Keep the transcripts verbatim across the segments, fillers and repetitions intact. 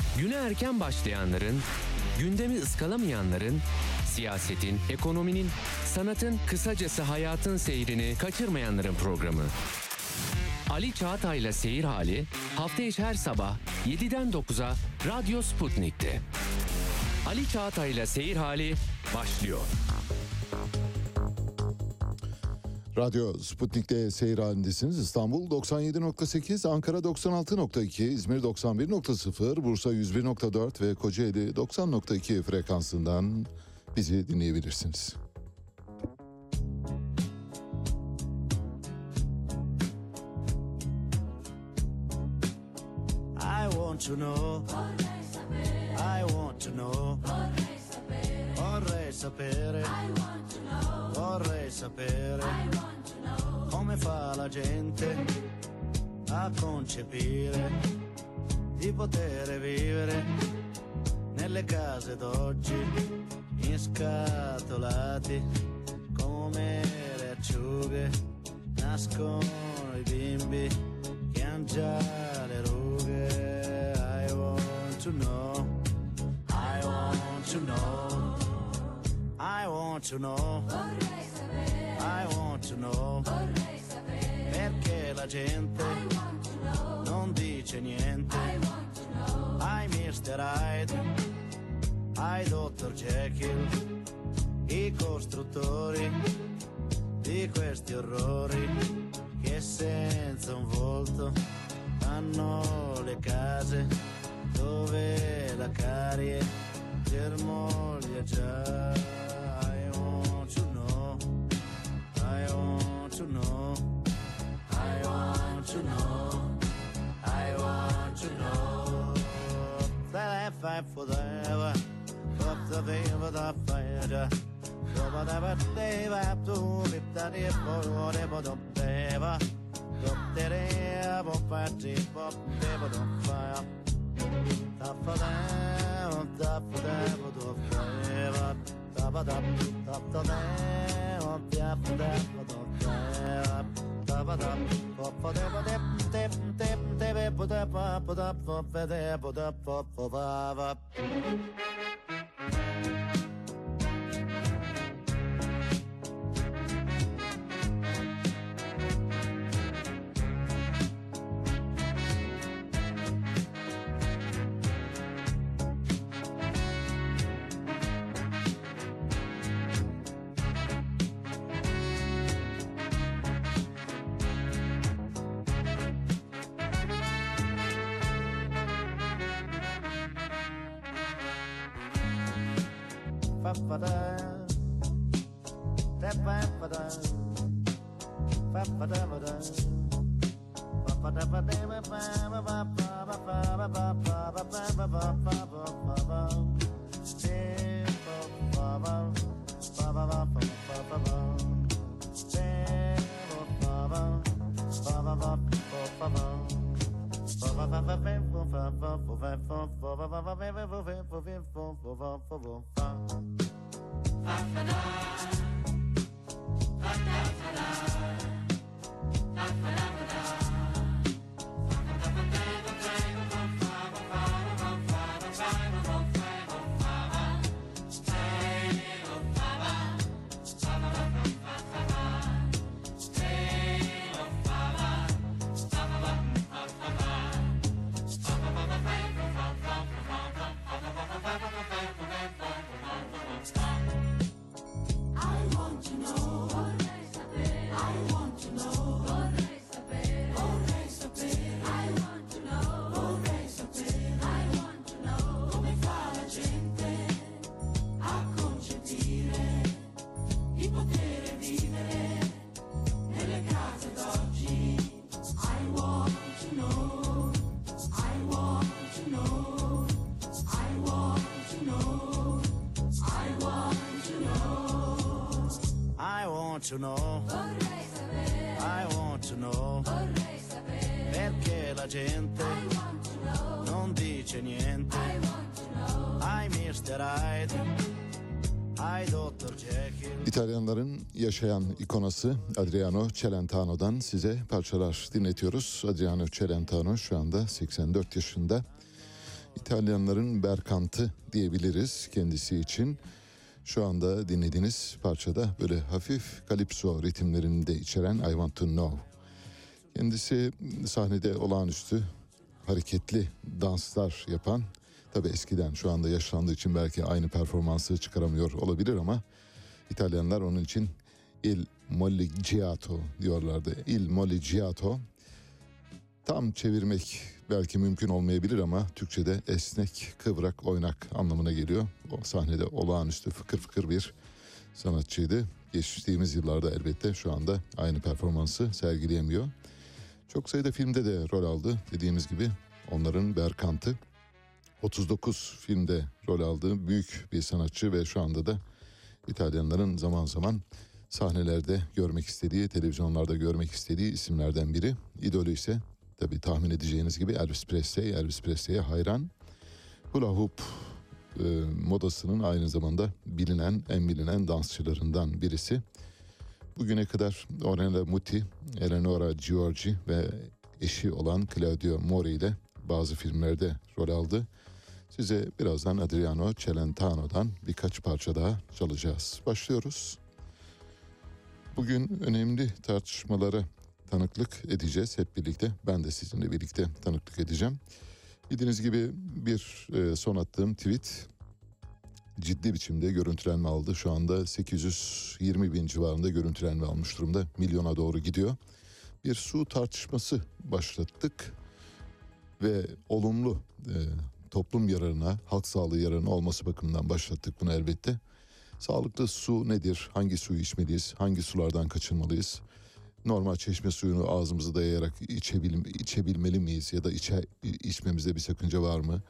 Güne erken başlayanların, gündemi ıskalamayanların, siyasetin, ekonominin, sanatın, kısacası hayatın seyrini kaçırmayanların programı. Ali Çağatay'la Seyir Hali hafta içi her sabah yediden dokuza Radyo Sputnik'te. Ali Çağatay'la Seyir Hali başlıyor. Radyo Sputnik'te seyir halindesiniz. İstanbul doksan yedi nokta sekiz, Ankara doksan altı nokta iki, İzmir doksan bir nokta sıfır, Bursa yüz bir nokta dört ve Kocaeli doksan nokta iki frekansından bizi dinleyebilirsiniz. I want to know. I want to know. Vorrei sapere. I want to know. Vorrei sapere. I want to know. Come fa la gente a concepire di poter vivere nelle case d'oggi inscatolati come le acciughe, nascono i bimbi che han già le rughe. I want to know, I want to know, I want to know, vorrei sapere, I want to know, vorrei sapere, perché la gente non dice niente. I want to know, ai mister Hyde, ai dottor Jekyll, i costruttori di questi orrori che senza un volto fanno le case dove la carie germoglia già. I want to know, I want to know, I want to know, I want to know. That I fight for the ever, up the favor the fire. Whatever they have to live that if or whatever the favor. Up there, up party, up there, don't fire. Top for them, top for them, don't fire. Top of them, top of them, top for them, don't fire. Top of them, top for them, tip, tip, tip, tip, put up, put up, put up, put up, put up, put up. To know, vorrei sapere, I want to know, vorrei sapere, perché la gente non dice niente. I want to know, I mister Hyde, I dottor Jekyll. İtalyanların yaşayan ikonası Adriano Celentano'dan size parçalar dinletiyoruz. Adriano Celentano şu anda seksen dört yaşında. İtalyanların Berkant'ı diyebiliriz kendisi için. Şu anda dinlediğiniz parçada böyle hafif kalipso ritimlerini de içeren I Want To Know. Kendisi sahnede olağanüstü hareketli danslar yapan, tabii eskiden, şu anda yaşlandığı için belki aynı performansı çıkaramıyor olabilir ama İtalyanlar onun için Il Molleggiato diyorlardı. Il Molleggiato tam çevirmek belki mümkün olmayabilir ama Türkçe'de esnek, kıvrak, oynak anlamına geliyor. O sahnede olağanüstü fıkır fıkır bir sanatçıydı. Geçtiğimiz yıllarda elbette şu anda aynı performansı sergileyemiyor. Çok sayıda filmde de rol aldı. Dediğimiz gibi onların Berkant'ı. otuz dokuz filmde rol aldığı büyük bir sanatçı ve şu anda da İtalyanların zaman zaman sahnelerde görmek istediği, televizyonlarda görmek istediği isimlerden biri. İdolü ise tabii tahmin edeceğiniz gibi Elvis Presley. Elvis Presley'e hayran. Hula hoop e, modasının aynı zamanda bilinen, en bilinen dansçılarından birisi. Bugüne kadar Ornella Muti, Eleonora Giorgi ve eşi olan Claudio Mori ile bazı filmlerde rol aldı. Size birazdan Adriano Celentano'dan birkaç parça daha çalacağız. Başlıyoruz. Bugün önemli tartışmalara tanıklık edeceğiz hep birlikte. Ben de sizinle birlikte tanıklık edeceğim. Bildiğiniz gibi bir e, son attığım tweet ciddi biçimde görüntülenme aldı. Şu anda sekiz yüz yirmi bin civarında görüntülenme almış durumda. Milyona doğru gidiyor. Bir su tartışması başlattık ve olumlu e, toplum yararına, halk sağlığı yararına olması bakımından başlattık bunu elbette. Sağlıklı su nedir? Hangi suyu içmeliyiz? Hangi sulardan kaçınmalıyız? Normal çeşme suyunu ağzımıza dayayarak içebil, içebilmeli miyiz? Ya da içe, içmemizde bir sakınca var mı?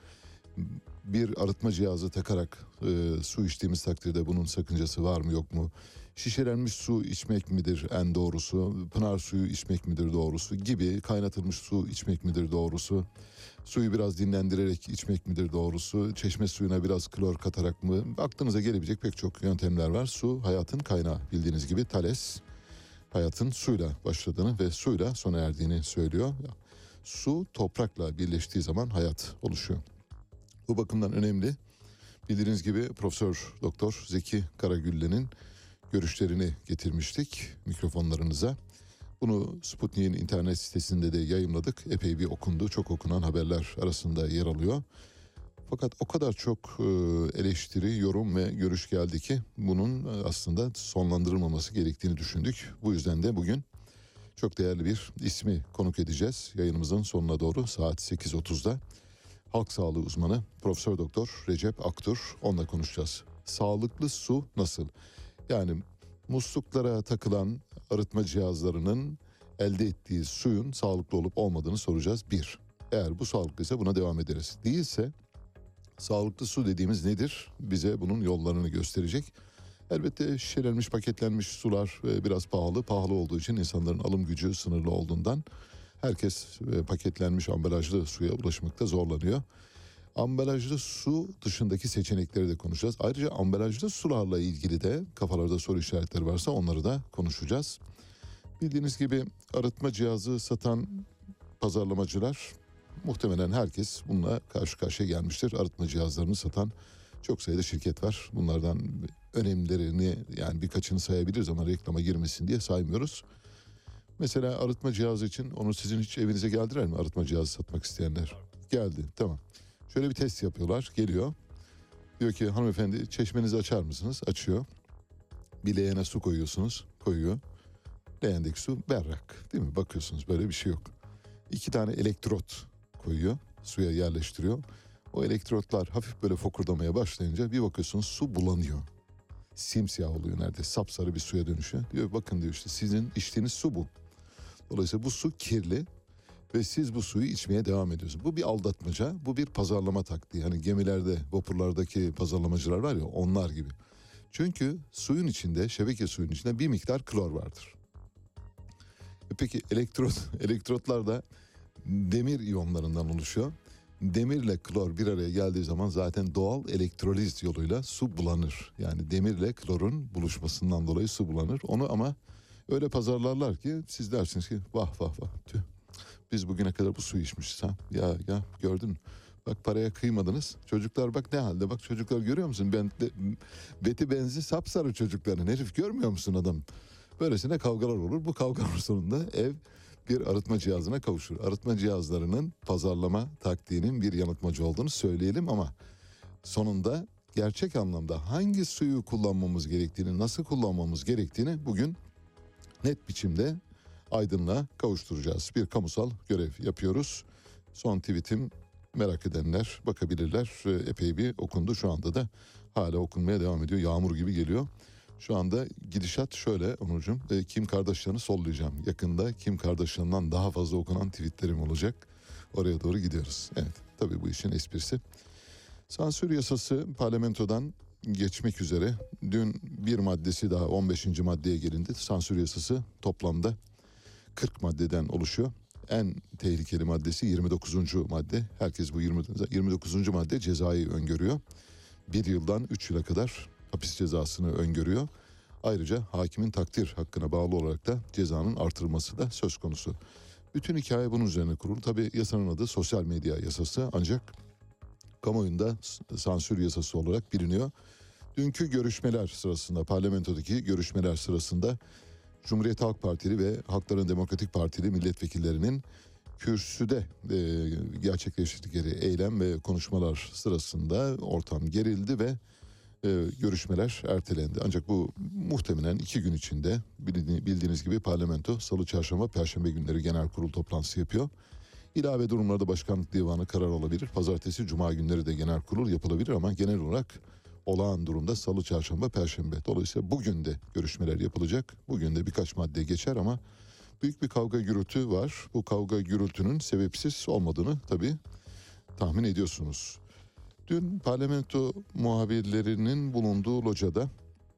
Bir arıtma cihazı takarak e, su içtiğimiz takdirde bunun sakıncası var mı yok mu? Şişelenmiş su içmek midir en doğrusu? Pınar suyu içmek midir doğrusu? Gibi kaynatılmış su içmek midir doğrusu? Suyu biraz dinlendirerek içmek midir doğrusu? Çeşme suyuna biraz klor katarak mı? Aklınıza gelebilecek pek çok yöntemler var. Su hayatın kaynağı, bildiğiniz gibi Thales hayatın suyla başladığını ve suyla sona erdiğini söylüyor. Su toprakla birleştiği zaman hayat oluşuyor. Bu bakımdan önemli. Bildiğiniz gibi Profesör Doktor Zeki Karagüllen'in görüşlerini getirmiştik mikrofonlarınıza. Bunu Sputnik'in internet sitesinde de yayımladık. Epey bir okundu. Çok okunan haberler arasında yer alıyor. Fakat o kadar çok eleştiri, yorum ve görüş geldi ki bunun aslında sonlandırılmaması gerektiğini düşündük. Bu yüzden de bugün çok değerli bir ismi konuk edeceğiz. Yayınımızın sonuna doğru saat sekiz otuzda. Halk sağlığı uzmanı Profesör Doktor Recep Aktur, onunla konuşacağız. Sağlıklı su nasıl? Yani musluklara takılan arıtma cihazlarının elde ettiği suyun sağlıklı olup olmadığını soracağız. Bir, eğer bu sağlıklıysa buna devam ederiz. Değilse sağlıklı su dediğimiz nedir? Bize bunun yollarını gösterecek. Elbette şişelenmiş, paketlenmiş sular biraz pahalı. Pahalı olduğu için insanların alım gücü sınırlı olduğundan herkes paketlenmiş ambalajlı suya ulaşmakta zorlanıyor. Ambalajlı su dışındaki seçenekleri de konuşacağız. Ayrıca ambalajlı sularla ilgili de kafalarda soru işaretleri varsa onları da konuşacağız. Bildiğiniz gibi arıtma cihazı satan pazarlamacılar, muhtemelen herkes bununla karşı karşıya gelmiştir. Arıtma cihazlarını satan çok sayıda şirket var. Bunlardan önemlilerini, yani birkaçını sayabiliriz ama reklama girmesin diye saymıyoruz. Mesela arıtma cihazı için, onu sizin hiç evinize geldiler mi arıtma cihazı satmak isteyenler? Geldi, tamam. Şöyle bir test yapıyorlar, geliyor. Diyor ki hanımefendi çeşmenizi açar mısınız? Açıyor. Bir leğene su koyuyorsunuz, koyuyor. Leğendeki su berrak, değil mi? Bakıyorsunuz böyle bir şey yok. İki tane elektrot koyuyor, suya yerleştiriyor. O elektrotlar hafif böyle fokurdamaya başlayınca bir bakıyorsunuz su bulanıyor. Simsiyah oluyor neredeyse, sapsarı bir suya dönüşüyor. Diyor bakın diyor, işte sizin içtiğiniz su bu. Dolayısıyla bu su kirli ve siz bu suyu içmeye devam ediyorsunuz. Bu bir aldatmaca, bu bir pazarlama taktiği. Hani gemilerde, vapurlardaki pazarlamacılar var ya, onlar gibi. Çünkü suyun içinde, şebeke suyun içinde bir miktar klor vardır. E peki elektrot, elektrotlar da demir iyonlarından oluşuyor. Demirle klor bir araya geldiği zaman zaten doğal elektroliz yoluyla su bulanır. Yani demirle klorun buluşmasından dolayı su bulanır. Onu ama öyle pazarlarlar ki siz dersiniz ki vah vah vah tüh. Biz bugüne kadar bu suyu içmişiz ha. Ya ya gördün mü? Bak paraya kıymadınız. Çocuklar bak ne halde. Bak çocuklar görüyor musun? Ben de, beti benzi sapsarı çocukların. Herif görmüyor musun adam? Böylesine kavgalar olur. Bu kavgalar sonunda ev bir arıtma cihazına kavuşur. Arıtma cihazlarının pazarlama taktiğinin bir yanıltmacı olduğunu söyleyelim ama sonunda gerçek anlamda hangi suyu kullanmamız gerektiğini, nasıl kullanmamız gerektiğini bugün net biçimde aydınlığa kavuşturacağız. Bir kamusal görev yapıyoruz. Son tweetim, merak edenler bakabilirler. Epey bir okundu, şu anda da hala okunmaya devam ediyor. Yağmur gibi geliyor. Şu anda gidişat şöyle Onurcuğum. Kim Kardashian'ı sollayacağım. Yakında Kim Kardashian'dan daha fazla okunan tweetlerim olacak. Oraya doğru gidiyoruz. Evet, tabii bu işin esprisi. Sansür yasası parlamentodan geçmek üzere. Dün bir maddesi daha, on beşinci maddeye gelindi. Sansür yasası toplamda kırk maddeden oluşuyor. En tehlikeli maddesi yirmi dokuzuncu madde. Herkes bu yirmi, yirmi dokuzuncu madde cezayı öngörüyor. Bir yıldan üç yıla kadar hapis cezasını öngörüyor. Ayrıca hakimin takdir hakkına bağlı olarak da cezanın artırılması da söz konusu. Bütün hikaye bunun üzerine kurulu. Tabii yasanın adı sosyal medya yasası, ancak kamuoyunda sansür yasası olarak biliniyor. Dünkü görüşmeler sırasında, parlamentodaki görüşmeler sırasında Cumhuriyet Halk Partili ve Halkların Demokratik Partili milletvekillerinin kürsüde e, gerçekleştirdikleri eylem ve konuşmalar sırasında ortam gerildi ve e, görüşmeler ertelendi. Ancak bu muhtemelen iki gün içinde, bildiğiniz gibi parlamento salı, çarşamba, perşembe günleri genel kurul toplantısı yapıyor. İlave durumlarda başkanlık divanı karar alabilir. Pazartesi, cuma günleri de genel kurul yapılabilir ama genel olarak olağan durumda salı, çarşamba, perşembe. Dolayısıyla bugün de görüşmeler yapılacak. Bugün de birkaç madde geçer ama büyük bir kavga gürültü var. Bu kavga gürültünün sebepsiz olmadığını tabii tahmin ediyorsunuz. Dün parlamento muhabirlerinin bulunduğu locada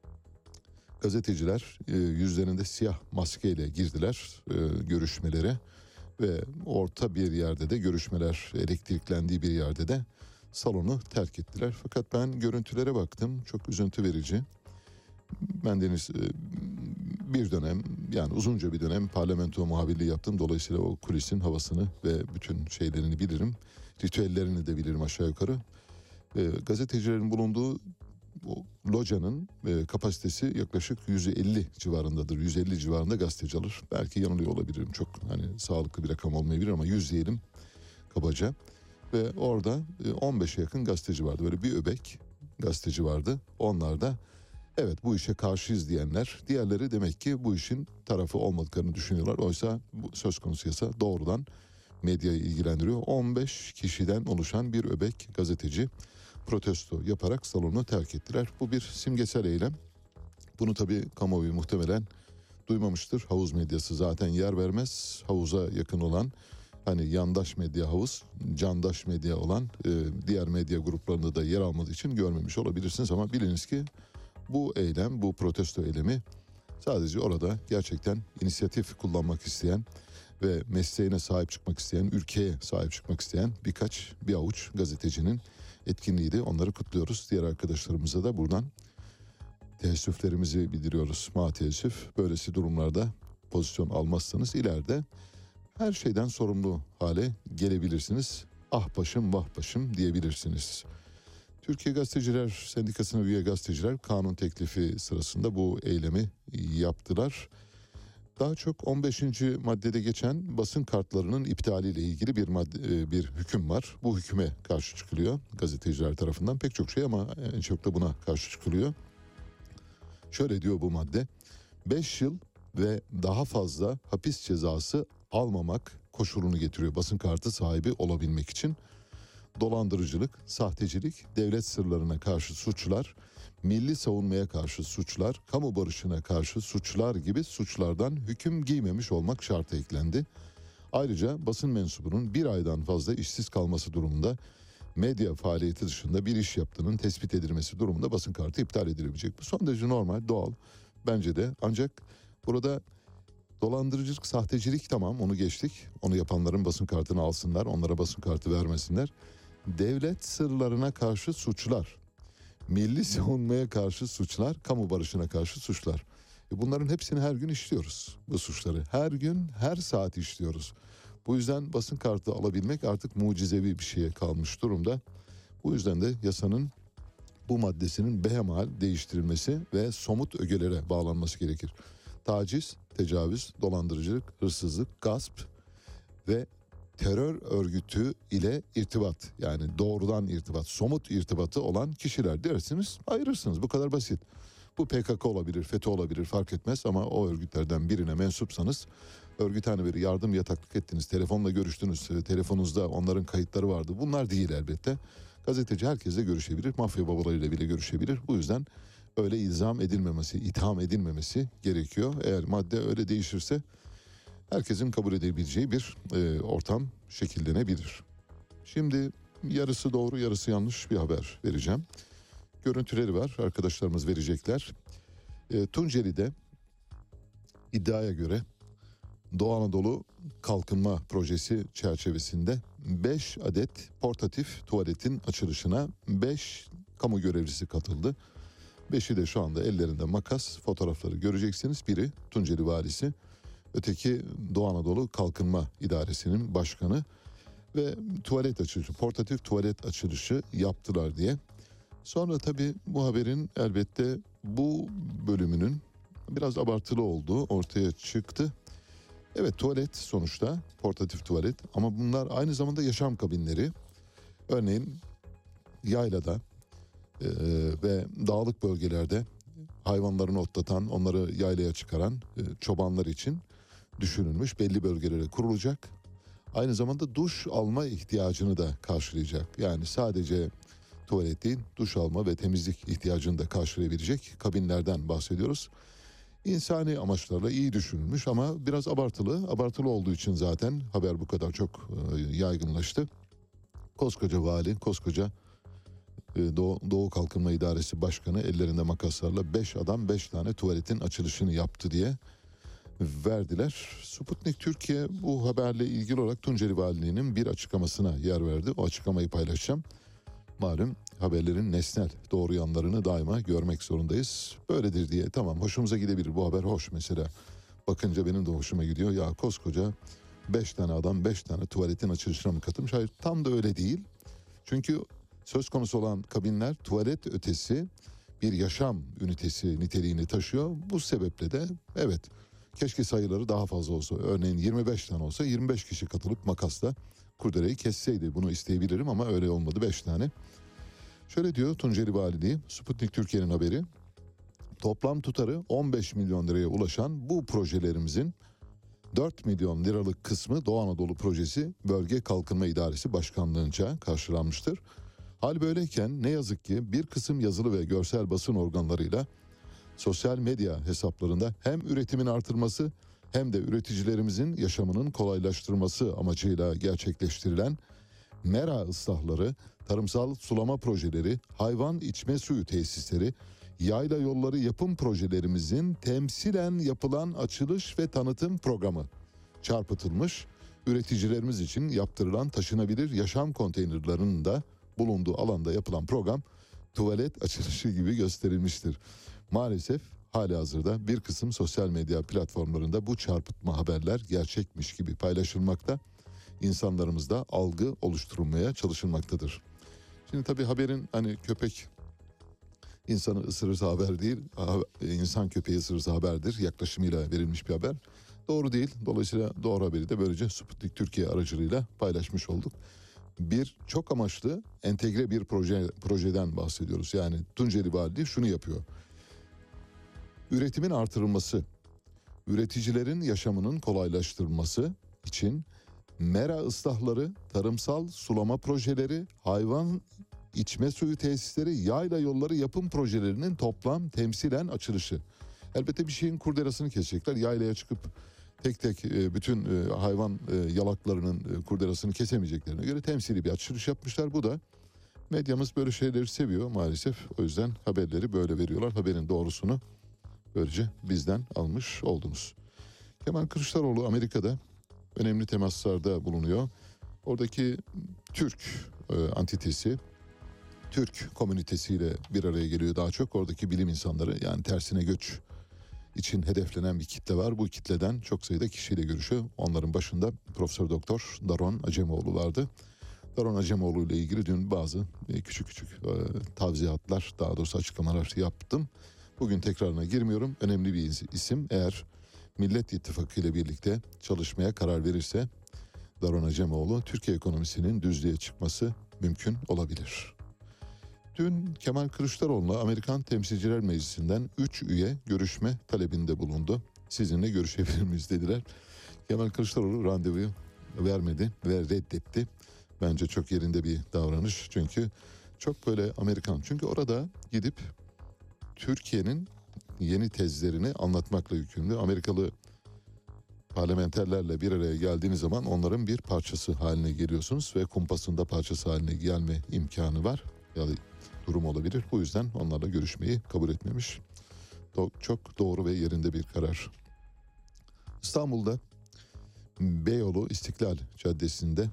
gazeteciler e, yüzlerinde siyah maskeyle girdiler e, görüşmelere ve orta bir yerde de, görüşmeler elektriklendiği bir yerde de salonu terk ettiler. Fakat ben görüntülere baktım, çok üzüntü verici. Ben Deniz bir dönem, yani uzunca bir dönem parlamento muhabirliği yaptım. Dolayısıyla o kulisin havasını ve bütün şeylerini bilirim. Ritüellerini de bilirim aşağı yukarı. E, gazetecilerin bulunduğu o locanın e, kapasitesi yaklaşık yüz elli civarındadır. yüz elli civarında gazeteci alır. Belki yanılıyor olabilirim. Çok hani sağlıklı bir rakam olmayabilir ama yüz diyelim kabaca. Ve orada on beşe yakın gazeteci vardı. Böyle bir öbek gazeteci vardı. Onlar da evet bu işe karşıyız diyenler. Diğerleri demek ki bu işin tarafı olmadıklarını düşünüyorlar. Oysa bu söz konusu yasa doğrudan medyayı ilgilendiriyor. on beş kişiden oluşan bir öbek gazeteci protesto yaparak salonu terk ettiler. Bu bir simgesel eylem. Bunu tabii kamuoyu muhtemelen duymamıştır. Havuz medyası zaten yer vermez. Havuza yakın olan, hani yandaş medya havuz, candaş medya olan e, diğer medya gruplarında da yer almadığı için görmemiş olabilirsiniz. Ama biliniz ki bu eylem, bu protesto eylemi sadece orada gerçekten inisiyatif kullanmak isteyen ve mesleğine sahip çıkmak isteyen, ülkeye sahip çıkmak isteyen birkaç, bir avuç gazetecinin etkinliğiydi. Onları kutluyoruz. Diğer arkadaşlarımıza da buradan teessüflerimizi bildiriyoruz. Ma teessüf. Böylesi durumlarda pozisyon almazsanız ileride her şeyden sorumlu hale gelebilirsiniz. Ah başım vah başım diyebilirsiniz. Türkiye Gazeteciler Sendikası'na üye gazeteciler kanun teklifi sırasında bu eylemi yaptılar. Daha çok on beşinci maddede geçen basın kartlarının iptaliyle ilgili bir madde, bir hüküm var. Bu hüküme karşı çıkılıyor gazeteciler tarafından, pek çok şey ama en çok da buna karşı çıkılıyor. Şöyle diyor bu madde: beş yıl ve daha fazla hapis cezası almamak koşulunu getiriyor basın kartı sahibi olabilmek için. Dolandırıcılık, sahtecilik, devlet sırlarına karşı suçlar, milli savunmaya karşı suçlar, kamu barışına karşı suçlar gibi suçlardan hüküm giymemiş olmak şartı eklendi. Ayrıca basın mensubunun bir aydan fazla işsiz kalması durumunda medya faaliyeti dışında bir iş yaptığının tespit edilmesi durumunda basın kartı iptal edilebilecek. Bu son derece normal, doğal bence de. Ancak burada dolandırıcılık, sahtecilik tamam, onu geçtik. Onu yapanların basın kartını alsınlar, onlara basın kartı vermesinler. Devlet sırlarına karşı suçlar, milli savunmaya karşı suçlar, kamu barışına karşı suçlar. E bunların hepsini her gün işliyoruz, bu suçları. Her gün, her saat işliyoruz. Bu yüzden basın kartı alabilmek artık mucizevi bir şeye kalmış durumda. Bu yüzden de yasanın bu maddesinin behemal değiştirilmesi ve somut ögelere bağlanması gerekir. Taciz, tecavüz, dolandırıcılık, hırsızlık, gasp ve terör örgütü ile irtibat, yani doğrudan irtibat, somut irtibatı olan kişiler dersiniz, ayırırsınız. Bu kadar basit. Bu P K K olabilir, FETÖ olabilir, fark etmez ama o örgütlerden birine mensupsanız, örgüt hani bir yardım yataklık ettiniz, telefonla görüştünüz, telefonunuzda onların kayıtları vardı. Bunlar değil elbette. Gazeteci herkesle görüşebilir, mafya babalarıyla bile görüşebilir. Bu yüzden öyle ilzam edilmemesi, itham edilmemesi gerekiyor. Eğer madde öyle değişirse herkesin kabul edebileceği bir e, ortam şekillenebilir. Şimdi yarısı doğru, yarısı yanlış bir haber vereceğim. Görüntüleri var, arkadaşlarımız verecekler. E, Tunceli'de iddiaya göre Doğu Anadolu Kalkınma Projesi çerçevesinde beş adet portatif tuvaletin açılışına beş kamu görevlisi katıldı. beşi de şu anda ellerinde makas, fotoğrafları göreceksiniz. Biri Tunceli Valisi, öteki Doğu Anadolu Kalkınma İdaresi'nin başkanı ve tuvalet açılışı, portatif tuvalet açılışı yaptılar diye. Sonra tabii bu haberin elbette bu bölümünün biraz abartılı olduğu ortaya çıktı. Evet, tuvalet sonuçta, portatif tuvalet, ama bunlar aynı zamanda yaşam kabinleri. Örneğin yaylada e, ve dağlık bölgelerde hayvanlarını otlatan, onları yaylaya çıkaran e, çobanlar için düşünülmüş, belli bölgelere kurulacak. Aynı zamanda duş alma ihtiyacını da karşılayacak. Yani sadece tuvalet değil, duş alma ve temizlik ihtiyacını da karşılayabilecek kabinlerden bahsediyoruz. İnsani amaçlarla iyi düşünülmüş ama biraz abartılı. Abartılı olduğu için zaten haber bu kadar çok e, yaygınlaştı. Koskoca vali, koskoca e, Doğu, Doğu Kalkınma İdaresi Başkanı ellerinde makaslarla beş adam beş tane tuvaletin açılışını yaptı diye verdiler. Sputnik Türkiye bu haberle ilgili olarak Tunceli Valiliği'nin bir açıklamasına yer verdi. O açıklamayı paylaşacağım. Malum haberlerin nesnel doğru yanlarını daima görmek zorundayız. Böyledir diye, tamam, hoşumuza gidebilir, bu haber hoş mesela. Bakınca benim de hoşuma gidiyor. Ya koskoca beş tane adam beş tane tuvaletin açılışına mı katılmış? Hayır, tam da öyle değil. Çünkü söz konusu olan kabinler tuvalet ötesi bir yaşam ünitesi niteliğini taşıyor. Bu sebeple de evet, keşke sayıları daha fazla olsa. Örneğin yirmi beş tane olsa yirmi beş kişi katılıp makasla kurdeleyi kesseydi, bunu isteyebilirim ama öyle olmadı, beş tane. Şöyle diyor Tunceli Valiliği, Sputnik Türkiye'nin haberi. Toplam tutarı on beş milyon liraya ulaşan bu projelerimizin dört milyon liralık kısmı Doğu Anadolu Projesi Bölge Kalkınma İdaresi Başkanlığı'nca karşılanmıştır. Hal böyleyken ne yazık ki bir kısım yazılı ve görsel basın organlarıyla sosyal medya hesaplarında hem üretimin artırması hem de üreticilerimizin yaşamının kolaylaştırması amacıyla gerçekleştirilen mera ıslahları, tarımsal sulama projeleri, hayvan içme suyu tesisleri, yayla yolları yapım projelerimizin temsilen yapılan açılış ve tanıtım programı çarpıtılmış, üreticilerimiz için yaptırılan taşınabilir yaşam konteynerlarının da bulunduğu alanda yapılan program tuvalet açılışı gibi gösterilmiştir. Maalesef halihazırda bir kısım sosyal medya platformlarında bu çarpıtma haberler gerçekmiş gibi paylaşılmakta, insanlarımızda algı oluşturulmaya çalışılmaktadır. Şimdi tabii haberin hani köpek insanı ısırırsa haber değil, insan köpeği ısırırsa haberdir yaklaşımıyla verilmiş bir haber. Doğru değil. Dolayısıyla doğru haberi de böylece Sputnik Türkiye aracılığıyla paylaşmış olduk. Bir çok amaçlı entegre bir proje projeden bahsediyoruz. Yani Tunceli Valiliği şunu yapıyor. Üretimin artırılması, üreticilerin yaşamının kolaylaştırılması için mera ıslahları, tarımsal sulama projeleri, hayvan içme suyu tesisleri, yayla yolları yapım projelerinin toplam temsilen açılışı. Elbette bir şeyin kurdelasını kesecekler. Yaylaya çıkıp tek tek bütün hayvan yalaklarının kurdelasını kesemeyeceklerine göre temsili bir açılış yapmışlar. Bu da medyamız böyle şeyleri seviyor maalesef. O yüzden haberleri böyle veriyorlar. Haberin doğrusunu böylece bizden almış oldunuz. Kemal Kılıçdaroğlu Amerika'da önemli temaslarda bulunuyor. Oradaki Türk e, antitesi, Türk komünitesiyle bir araya geliyor daha çok. Oradaki bilim insanları, yani tersine göç için hedeflenen bir kitle var. Bu kitleden çok sayıda kişiyle görüşüyor. Onların başında Profesör Doktor Daron Acemoğlu vardı. Daron Acemoğlu ile ilgili dün bazı küçük küçük e, tavsiyeler, daha doğrusu açıklamalar yaptım. Bugün tekrarına girmiyorum. Önemli bir isim. Eğer Millet İttifakı ile birlikte çalışmaya karar verirse Daron Acemoğlu, Türkiye ekonomisinin düzlüğe çıkması mümkün olabilir. Dün Kemal Kılıçdaroğlu Amerikan Temsilciler Meclisi'nden üç üye görüşme talebinde bulundu. Sizinle görüşebilir miyiz dediler. Kemal Kılıçdaroğlu randevu vermedi ve reddetti. Bence çok yerinde bir davranış. Çünkü çok böyle Amerikan. Çünkü orada gidip Türkiye'nin yeni tezlerini anlatmakla yükümlü. Amerikalı parlamenterlerle bir araya geldiğiniz zaman onların bir parçası haline geliyorsunuz ve kumpasında parçası haline gelme imkanı var. Yani durum olabilir. Bu yüzden onlarla görüşmeyi kabul etmemiş. Çok doğru ve yerinde bir karar. İstanbul'da Beyoğlu İstiklal Caddesi'nde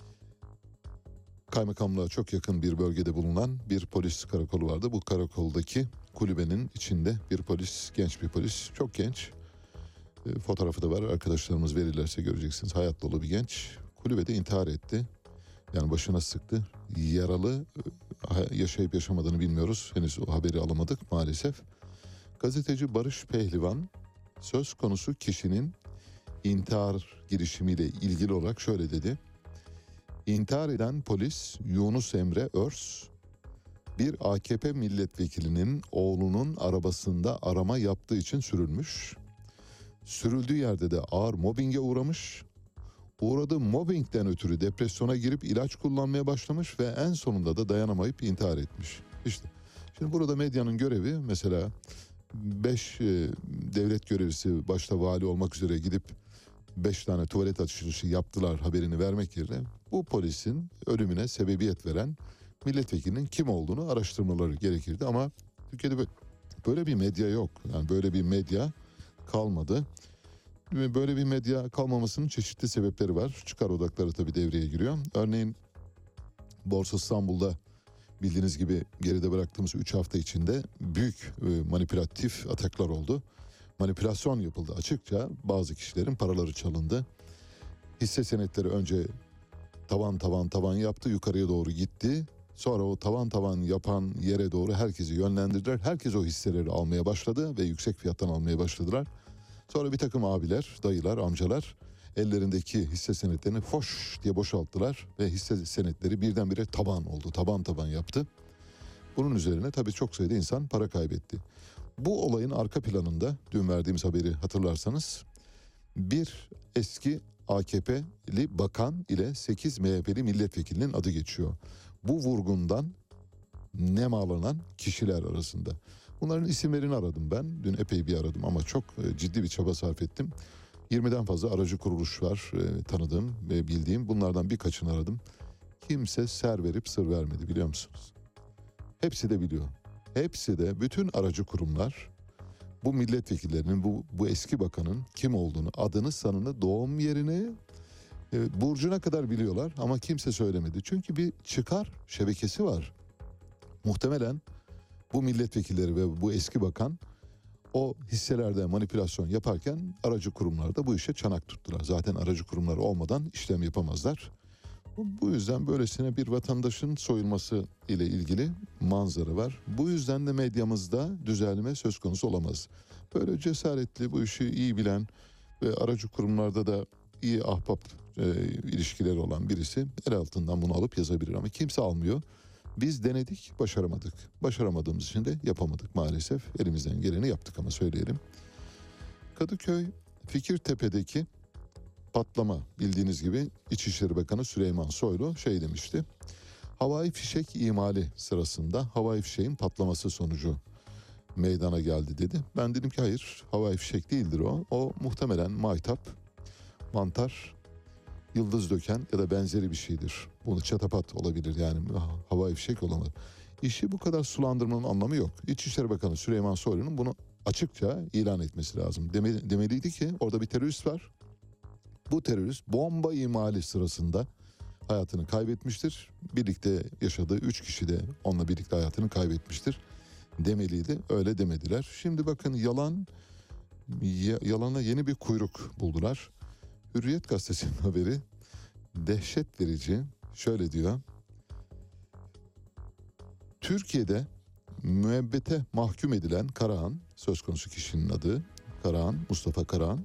kaymakamlığa çok yakın bir bölgede bulunan bir polis karakolu vardı. Bu karakoldaki kulübenin içinde bir polis, genç bir polis, çok genç. E, fotoğrafı da var, arkadaşlarımız verirlerse göreceksiniz. Hayat dolu bir genç. Kulübede intihar etti. Yani başına sıktı. Yaralı, yaşayıp yaşamadığını bilmiyoruz. Henüz o haberi alamadık maalesef. Gazeteci Barış Pehlivan söz konusu kişinin intihar girişimiyle ilgili olarak şöyle dedi. İntihar eden polis Yunus Emre Örs, bir A K P milletvekilinin oğlunun arabasında arama yaptığı için sürülmüş. Sürüldüğü yerde de ağır mobbinge uğramış. Uğradığı mobbingden ötürü depresyona girip ilaç kullanmaya başlamış ve en sonunda da dayanamayıp intihar etmiş. İşte şimdi burada medyanın görevi mesela beş e, devlet görevlisi başta vali olmak üzere gidip beş tane tuvalet açılışı yaptılar haberini vermek yerine bu polisin ölümüne sebebiyet veren milletvekilinin kim olduğunu araştırmaları gerekirdi. Ama Türkiye'de böyle bir medya yok. Yani böyle bir medya kalmadı. Böyle bir medya kalmamasının çeşitli sebepleri var. Çıkar odakları tabii devreye giriyor. Örneğin Borsa İstanbul'da bildiğiniz gibi geride bıraktığımız üç hafta içinde büyük manipülatif ataklar oldu. Manipülasyon yapıldı açıkça. Bazı kişilerin paraları çalındı. Hisse senetleri önce tavan tavan tavan yaptı, yukarıya doğru gitti. Sonra o tavan tavan yapan yere doğru herkesi yönlendirdiler. Herkes o hisseleri almaya başladı ve yüksek fiyattan almaya başladılar. Sonra bir takım abiler, dayılar, amcalar ellerindeki hisse senetlerini foş diye boşalttılar ve hisse senetleri birdenbire taban oldu, taban taban yaptı. Bunun üzerine tabii çok sayıda insan para kaybetti. Bu olayın arka planında dün verdiğimiz haberi hatırlarsanız bir eski A K P'li bakan ile sekiz M H P'li milletvekilinin adı geçiyor. Bu vurgundan nemalanan kişiler arasında. Bunların isimlerini aradım ben. Dün epey bir aradım ama çok ciddi bir çaba sarf ettim. yirmiden fazla aracı kuruluş var e, tanıdığım ve bildiğim. Bunlardan birkaçını aradım. Kimse ser verip sır vermedi biliyor musunuz? Hepsi de biliyor. Hepsi de bütün aracı kurumlar bu milletvekillerinin, bu, bu eski bakanın kim olduğunu, adını, sanını, doğum yerini, e, burcuna kadar biliyorlar ama kimse söylemedi. Çünkü bir çıkar şebekesi var. Muhtemelen bu milletvekilleri ve bu eski bakan o hisselerde manipülasyon yaparken aracı kurumlarda bu işe çanak tuttular. Zaten aracı kurumlar olmadan işlem yapamazlar. Bu yüzden böylesine bir vatandaşın soyulması ile ilgili manzara var. Bu yüzden de medyamızda düzelme söz konusu olamaz. Böyle cesaretli, bu işi iyi bilen ve aracı kurumlarda da iyi ahbap e, ilişkileri olan birisi el altından bunu alıp yazabilir ama kimse almıyor. Biz denedik, başaramadık. Başaramadığımız için de yapamadık maalesef. Elimizden geleni yaptık ama söyleyelim. Kadıköy Fikirtepe'deki patlama, bildiğiniz gibi İçişleri Bakanı Süleyman Soylu şey demişti. Havai fişek imali sırasında havai fişeğin patlaması sonucu meydana geldi dedi. Ben dedim ki hayır, havai fişek değildir o. O muhtemelen maytap, mantar, yıldız döken ya da benzeri bir şeydir. Bunu çatapat olabilir, yani havai fişek olamaz. İşi bu kadar sulandırmanın anlamı yok. İçişleri Bakanı Süleyman Soylu'nun bunu açıkça ilan etmesi lazım. Deme, demeliydi ki orada bir terörist var. Bu terörist bomba imali sırasında hayatını kaybetmiştir. Birlikte yaşadığı üç kişi de onunla birlikte hayatını kaybetmiştir demeliydi. Öyle demediler. Şimdi bakın yalan Ya- yalana yeni bir kuyruk buldular. Hürriyet gazetesinin haberi dehşet verici. Şöyle diyor. Türkiye'de müebbete mahkum edilen Karahan, söz konusu kişinin adı Karahan, Mustafa Karahan,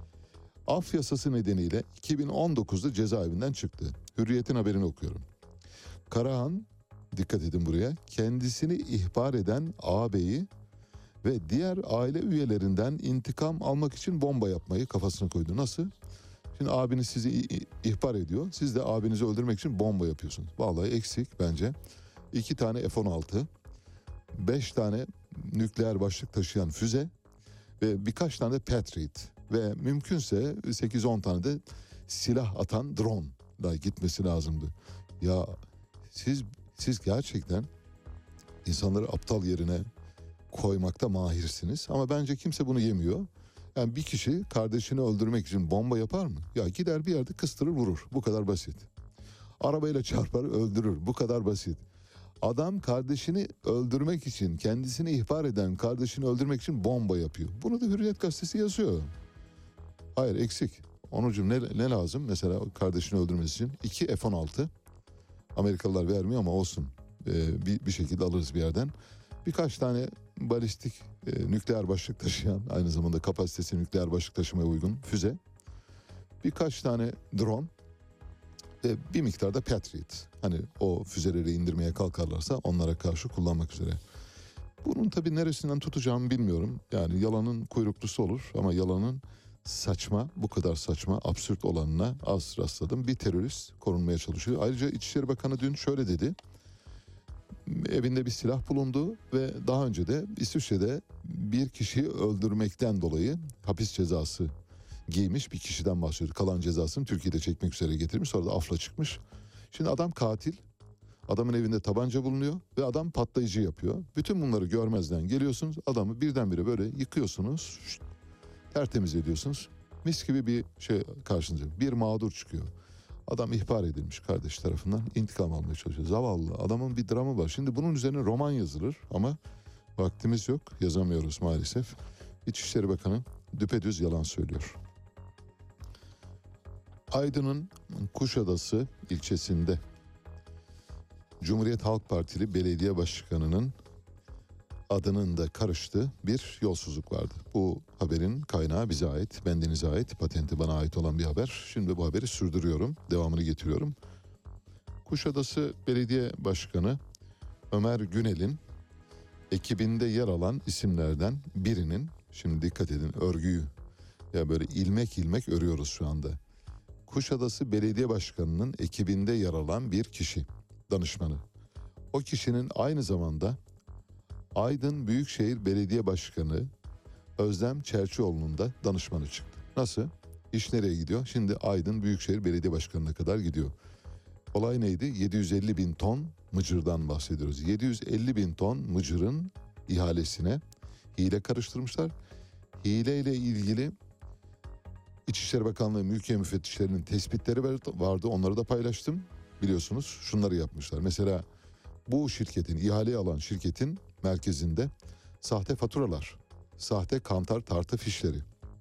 af yasası nedeniyle iki bin on dokuzda cezaevinden çıktı. Hürriyet'in haberini okuyorum. Karahan, dikkat edin buraya, kendisini ihbar eden ağabeyi ve diğer aile üyelerinden intikam almak için bomba yapmayı kafasına koydu. Nasıl? Şimdi abiniz sizi ihbar ediyor. Siz de abinizi öldürmek için bomba yapıyorsunuz. Vallahi eksik bence. İki tane F on altı, beş tane nükleer başlık taşıyan füze ve birkaç tane de Patriot ve mümkünse sekiz on tane de silah atan drone da gitmesi lazımdı. Ya siz siz gerçekten insanları aptal yerine koymakta mahirsiniz ama bence kimse bunu yemiyor. Yani bir kişi kardeşini öldürmek için bomba yapar mı? Ya gider bir yerde kıstırır vurur. Bu kadar basit. Arabayla çarpar öldürür. Bu kadar basit. Adam kardeşini öldürmek için, kendisini ihbar eden kardeşini öldürmek için bomba yapıyor. Bunu da Hürriyet gazetesi yazıyor. Hayır eksik. Onucum ne, ne lazım? Mesela kardeşini öldürmesi için iki F on altı. Amerikalılar vermiyor ama olsun. Ee, bir, bir şekilde alırız bir yerden. Birkaç tane balistik e, nükleer başlık taşıyan, aynı zamanda kapasitesi nükleer başlık taşımaya uygun füze. Birkaç tane drone. Ve bir miktarda Patriot. Hani o füzeleri indirmeye kalkarlarsa onlara karşı kullanmak üzere. Bunun tabii neresinden tutacağımı bilmiyorum. Yani yalanın kuyruklusu olur ama yalanın saçma, bu kadar saçma, absürt olanına az rastladım. Bir terörist korunmaya çalışıyor. Ayrıca İçişleri Bakanı dün şöyle dedi. Evinde bir silah bulundu ve daha önce de İsviçre'de bir kişiyi öldürmekten dolayı hapis cezası giymiş bir kişiden bahsediyor. Kalan cezasını Türkiye'de çekmek üzere getirmiş, sonra da afla çıkmış. Şimdi adam katil, adamın evinde tabanca bulunuyor ve adam patlayıcı yapıyor. Bütün bunları görmezden geliyorsunuz, adamı birdenbire böyle yıkıyorsunuz, şşt, tertemiz ediyorsunuz. Mis gibi bir şey karşınıza, bir mağdur çıkıyor. Adam ihbar edilmiş kardeş tarafından, intikam almaya çalışıyor. Zavallı, adamın bir dramı var. Şimdi bunun üzerine roman yazılır ama vaktimiz yok, yazamıyoruz maalesef. İçişleri Bakanı düpedüz yalan söylüyor. Aydın'ın Kuşadası ilçesinde Cumhuriyet Halk Partili belediye başkanının adının da karıştığı bir yolsuzluk vardı. Bu haberin kaynağı bize ait, bendenize ait, patenti bana ait olan bir haber. Şimdi bu haberi sürdürüyorum, devamını getiriyorum. Kuşadası Belediye Başkanı Ömer Günel'in ekibinde yer alan isimlerden birinin, şimdi dikkat edin örgüyü, ya böyle ilmek ilmek örüyoruz şu anda. Kuşadası Belediye Başkanı'nın ekibinde yer alan bir kişi, danışmanı. O kişinin aynı zamanda Aydın Büyükşehir Belediye Başkanı Özlem Çerçioğlu'nun da danışmanı çıktı. Nasıl? İş nereye gidiyor? Şimdi Aydın Büyükşehir Belediye Başkanı'na kadar gidiyor. Olay neydi? yedi yüz elli bin ton mıcırdan bahsediyoruz. yedi yüz elli bin ton mıcırın ihalesine hile karıştırmışlar. Hileyle ilgili İçişleri Bakanlığı mülkiye müfettişlerinin tespitleri vardı. Onları da paylaştım. Biliyorsunuz şunları yapmışlar. Mesela bu şirketin, ihaleyi alan şirketin merkezinde sahte faturalar, sahte kantar tartı fişleri,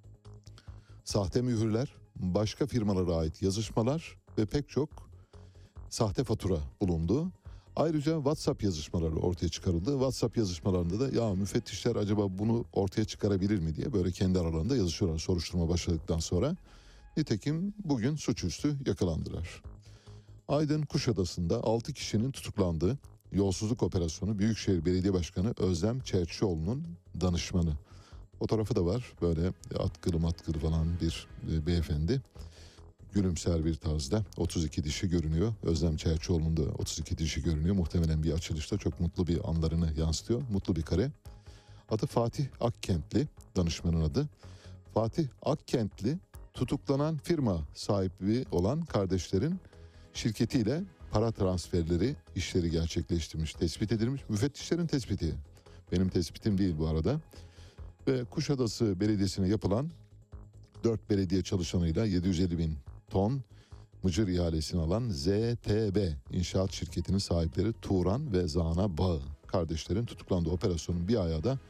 sahte mühürler, başka firmalara ait yazışmalar ve pek çok sahte fatura bulundu. Ayrıca WhatsApp yazışmaları ortaya çıkarıldı. WhatsApp yazışmalarında da ya müfettişler acaba bunu ortaya çıkarabilir mi diye böyle kendi aralarında yazışıyorlar soruşturma başladıktan sonra. Nitekim bugün suçüstü yakalandılar. Aydın Kuşadası'nda altı kişinin tutuklandığı yolsuzluk operasyonu Büyükşehir Belediye Başkanı Özlem Çerçioğlu'nun danışmanı. Fotoğrafı da var, böyle atkılı matkılı falan bir e, beyefendi. Gülümser bir tarzda otuz iki dişi görünüyor. Özlem Çerçioğlu'nun da otuz iki dişi görünüyor. Muhtemelen bir açılışta çok mutlu bir anlarını yansıtıyor. Mutlu bir kare. Adı Fatih Akkentli, danışmanın adı. Fatih Akkentli tutuklanan firma sahibi olan kardeşlerin şirketiyle para transferleri, işleri gerçekleştirmiş, tespit edilmiş. Müfettişlerin tespiti. Benim tespitim değil bu arada. Ve Kuşadası Belediyesi'ne yapılan dört belediye çalışanıyla yedi yüz elli bin ton mıcır ihalesini alan Z T B İnşaat Şirketi'nin sahipleri Turan ve Zana Bağı kardeşlerin tutuklandığı operasyonun bir ayağı da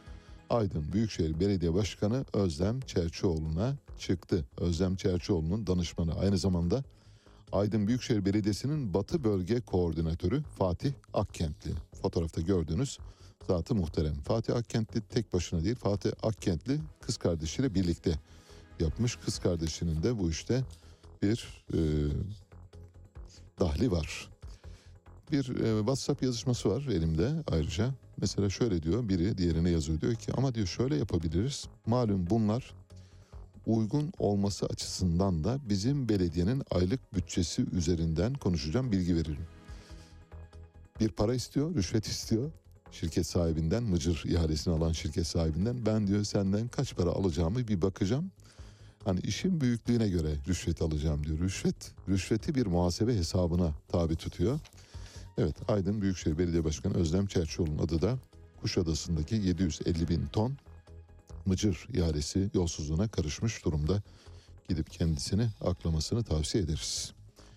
Aydın Büyükşehir Belediye Başkanı Özlem Çerçioğlu'na çıktı. Özlem Çerçioğlu'nun danışmanı, aynı zamanda Aydın Büyükşehir Belediyesi'nin Batı Bölge Koordinatörü Fatih Akkentli. Fotoğrafta gördüğünüz zatı muhterem. Fatih Akkentli tek başına değil, Fatih Akkentli kız kardeşiyle birlikte yapmış. Kız kardeşinin de bu işte bir e, dahli var. Bir e, WhatsApp yazışması var elimde ayrıca. Mesela şöyle diyor, biri diğerine yazıyor, diyor ki ama diyor şöyle yapabiliriz. Malum bunlar uygun olması açısından da bizim belediyenin aylık bütçesi üzerinden konuşacağım, bilgi veririm. Bir para istiyor, rüşvet istiyor. Şirket sahibinden, Mıcır ihalesini alan şirket sahibinden, ben diyor senden kaç para alacağımı bir bakacağım. Hani işin büyüklüğüne göre rüşvet alacağım diyor. Rüşvet, rüşveti bir muhasebe hesabına tabi tutuyor. Evet, Aydın Büyükşehir Belediye Başkanı Özlem Çerçioğlu'nun adı da Kuşadası'ndaki yedi yüz elli bin ton Mıcır ihalesi yolsuzluğuna karışmış durumda. Gidip kendisini aklamasını tavsiye ederiz.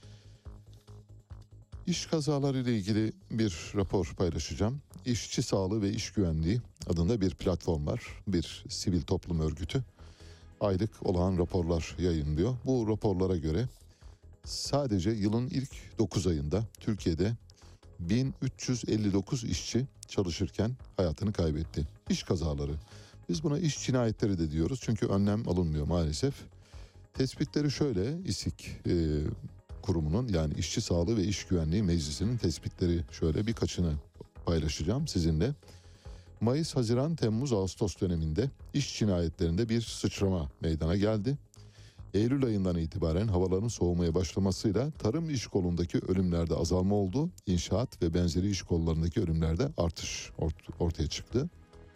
İş kazaları ile ilgili bir rapor paylaşacağım. İşçi Sağlığı ve İş Güvenliği adında bir platform var. Bir sivil toplum örgütü. Aylık olağan raporlar yayınlıyor. Bu raporlara göre sadece yılın ilk dokuz ayında Türkiye'de bin üç yüz elli dokuz işçi çalışırken hayatını kaybetti. İş kazaları. Biz buna iş cinayetleri de diyoruz çünkü önlem alınmıyor maalesef. Tespitleri şöyle, İSİK e, kurumunun, yani İşçi Sağlığı ve İş Güvenliği Meclisi'nin tespitleri şöyle, birkaçını paylaşacağım sizinle. Mayıs, Haziran, Temmuz, Ağustos döneminde iş cinayetlerinde bir sıçrama meydana geldi. Eylül ayından itibaren havaların soğumaya başlamasıyla tarım iş kolundaki ölümlerde azalma oldu. İnşaat ve benzeri iş kollarındaki ölümlerde artış ort- ortaya çıktı.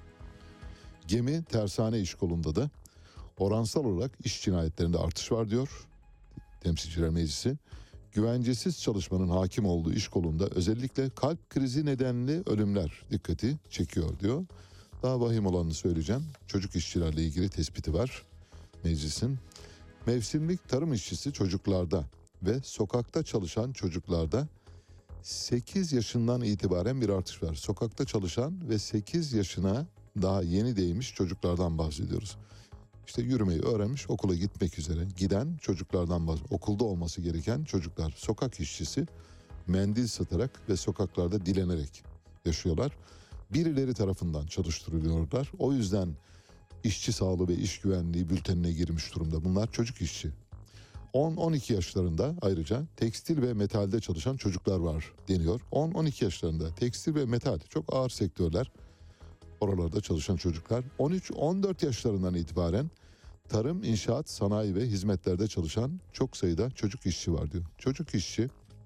Gemi, tersane iş kolunda da oransal olarak iş cinayetlerinde artış var diyor Temsilciler Meclisi. Güvencesiz çalışmanın hakim olduğu iş kolunda özellikle kalp krizi nedenli ölümler dikkati çekiyor diyor. Daha vahim olanını söyleyeceğim. Çocuk işçilerle ilgili tespiti var meclisin. Mevsimlik tarım işçisi çocuklarda ve sokakta çalışan çocuklarda sekiz yaşından itibaren bir artış var. Sokakta çalışan ve sekiz yaşına daha yeni değmiş çocuklardan bahsediyoruz. İşte yürümeyi öğrenmiş, okula gitmek üzere giden çocuklardan bahsediyoruz. Okulda olması gereken çocuklar, sokak işçisi, mendil satarak ve sokaklarda dilenerek yaşıyorlar. Birileri tarafından çalıştırılıyorlar. O yüzden İşçi Sağlığı ve İş Güvenliği bültenine girmiş durumda. Bunlar çocuk işçi. on on iki yaşlarında ayrıca tekstil ve metalde çalışan çocuklar var deniyor. on on iki yaşlarında tekstil ve metal çok ağır sektörler. Oralarda çalışan çocuklar. on üç on dört yaşlarından itibaren tarım, inşaat, sanayi ve hizmetlerde çalışan çok sayıda çocuk işçi var diyor. Çocuk işçi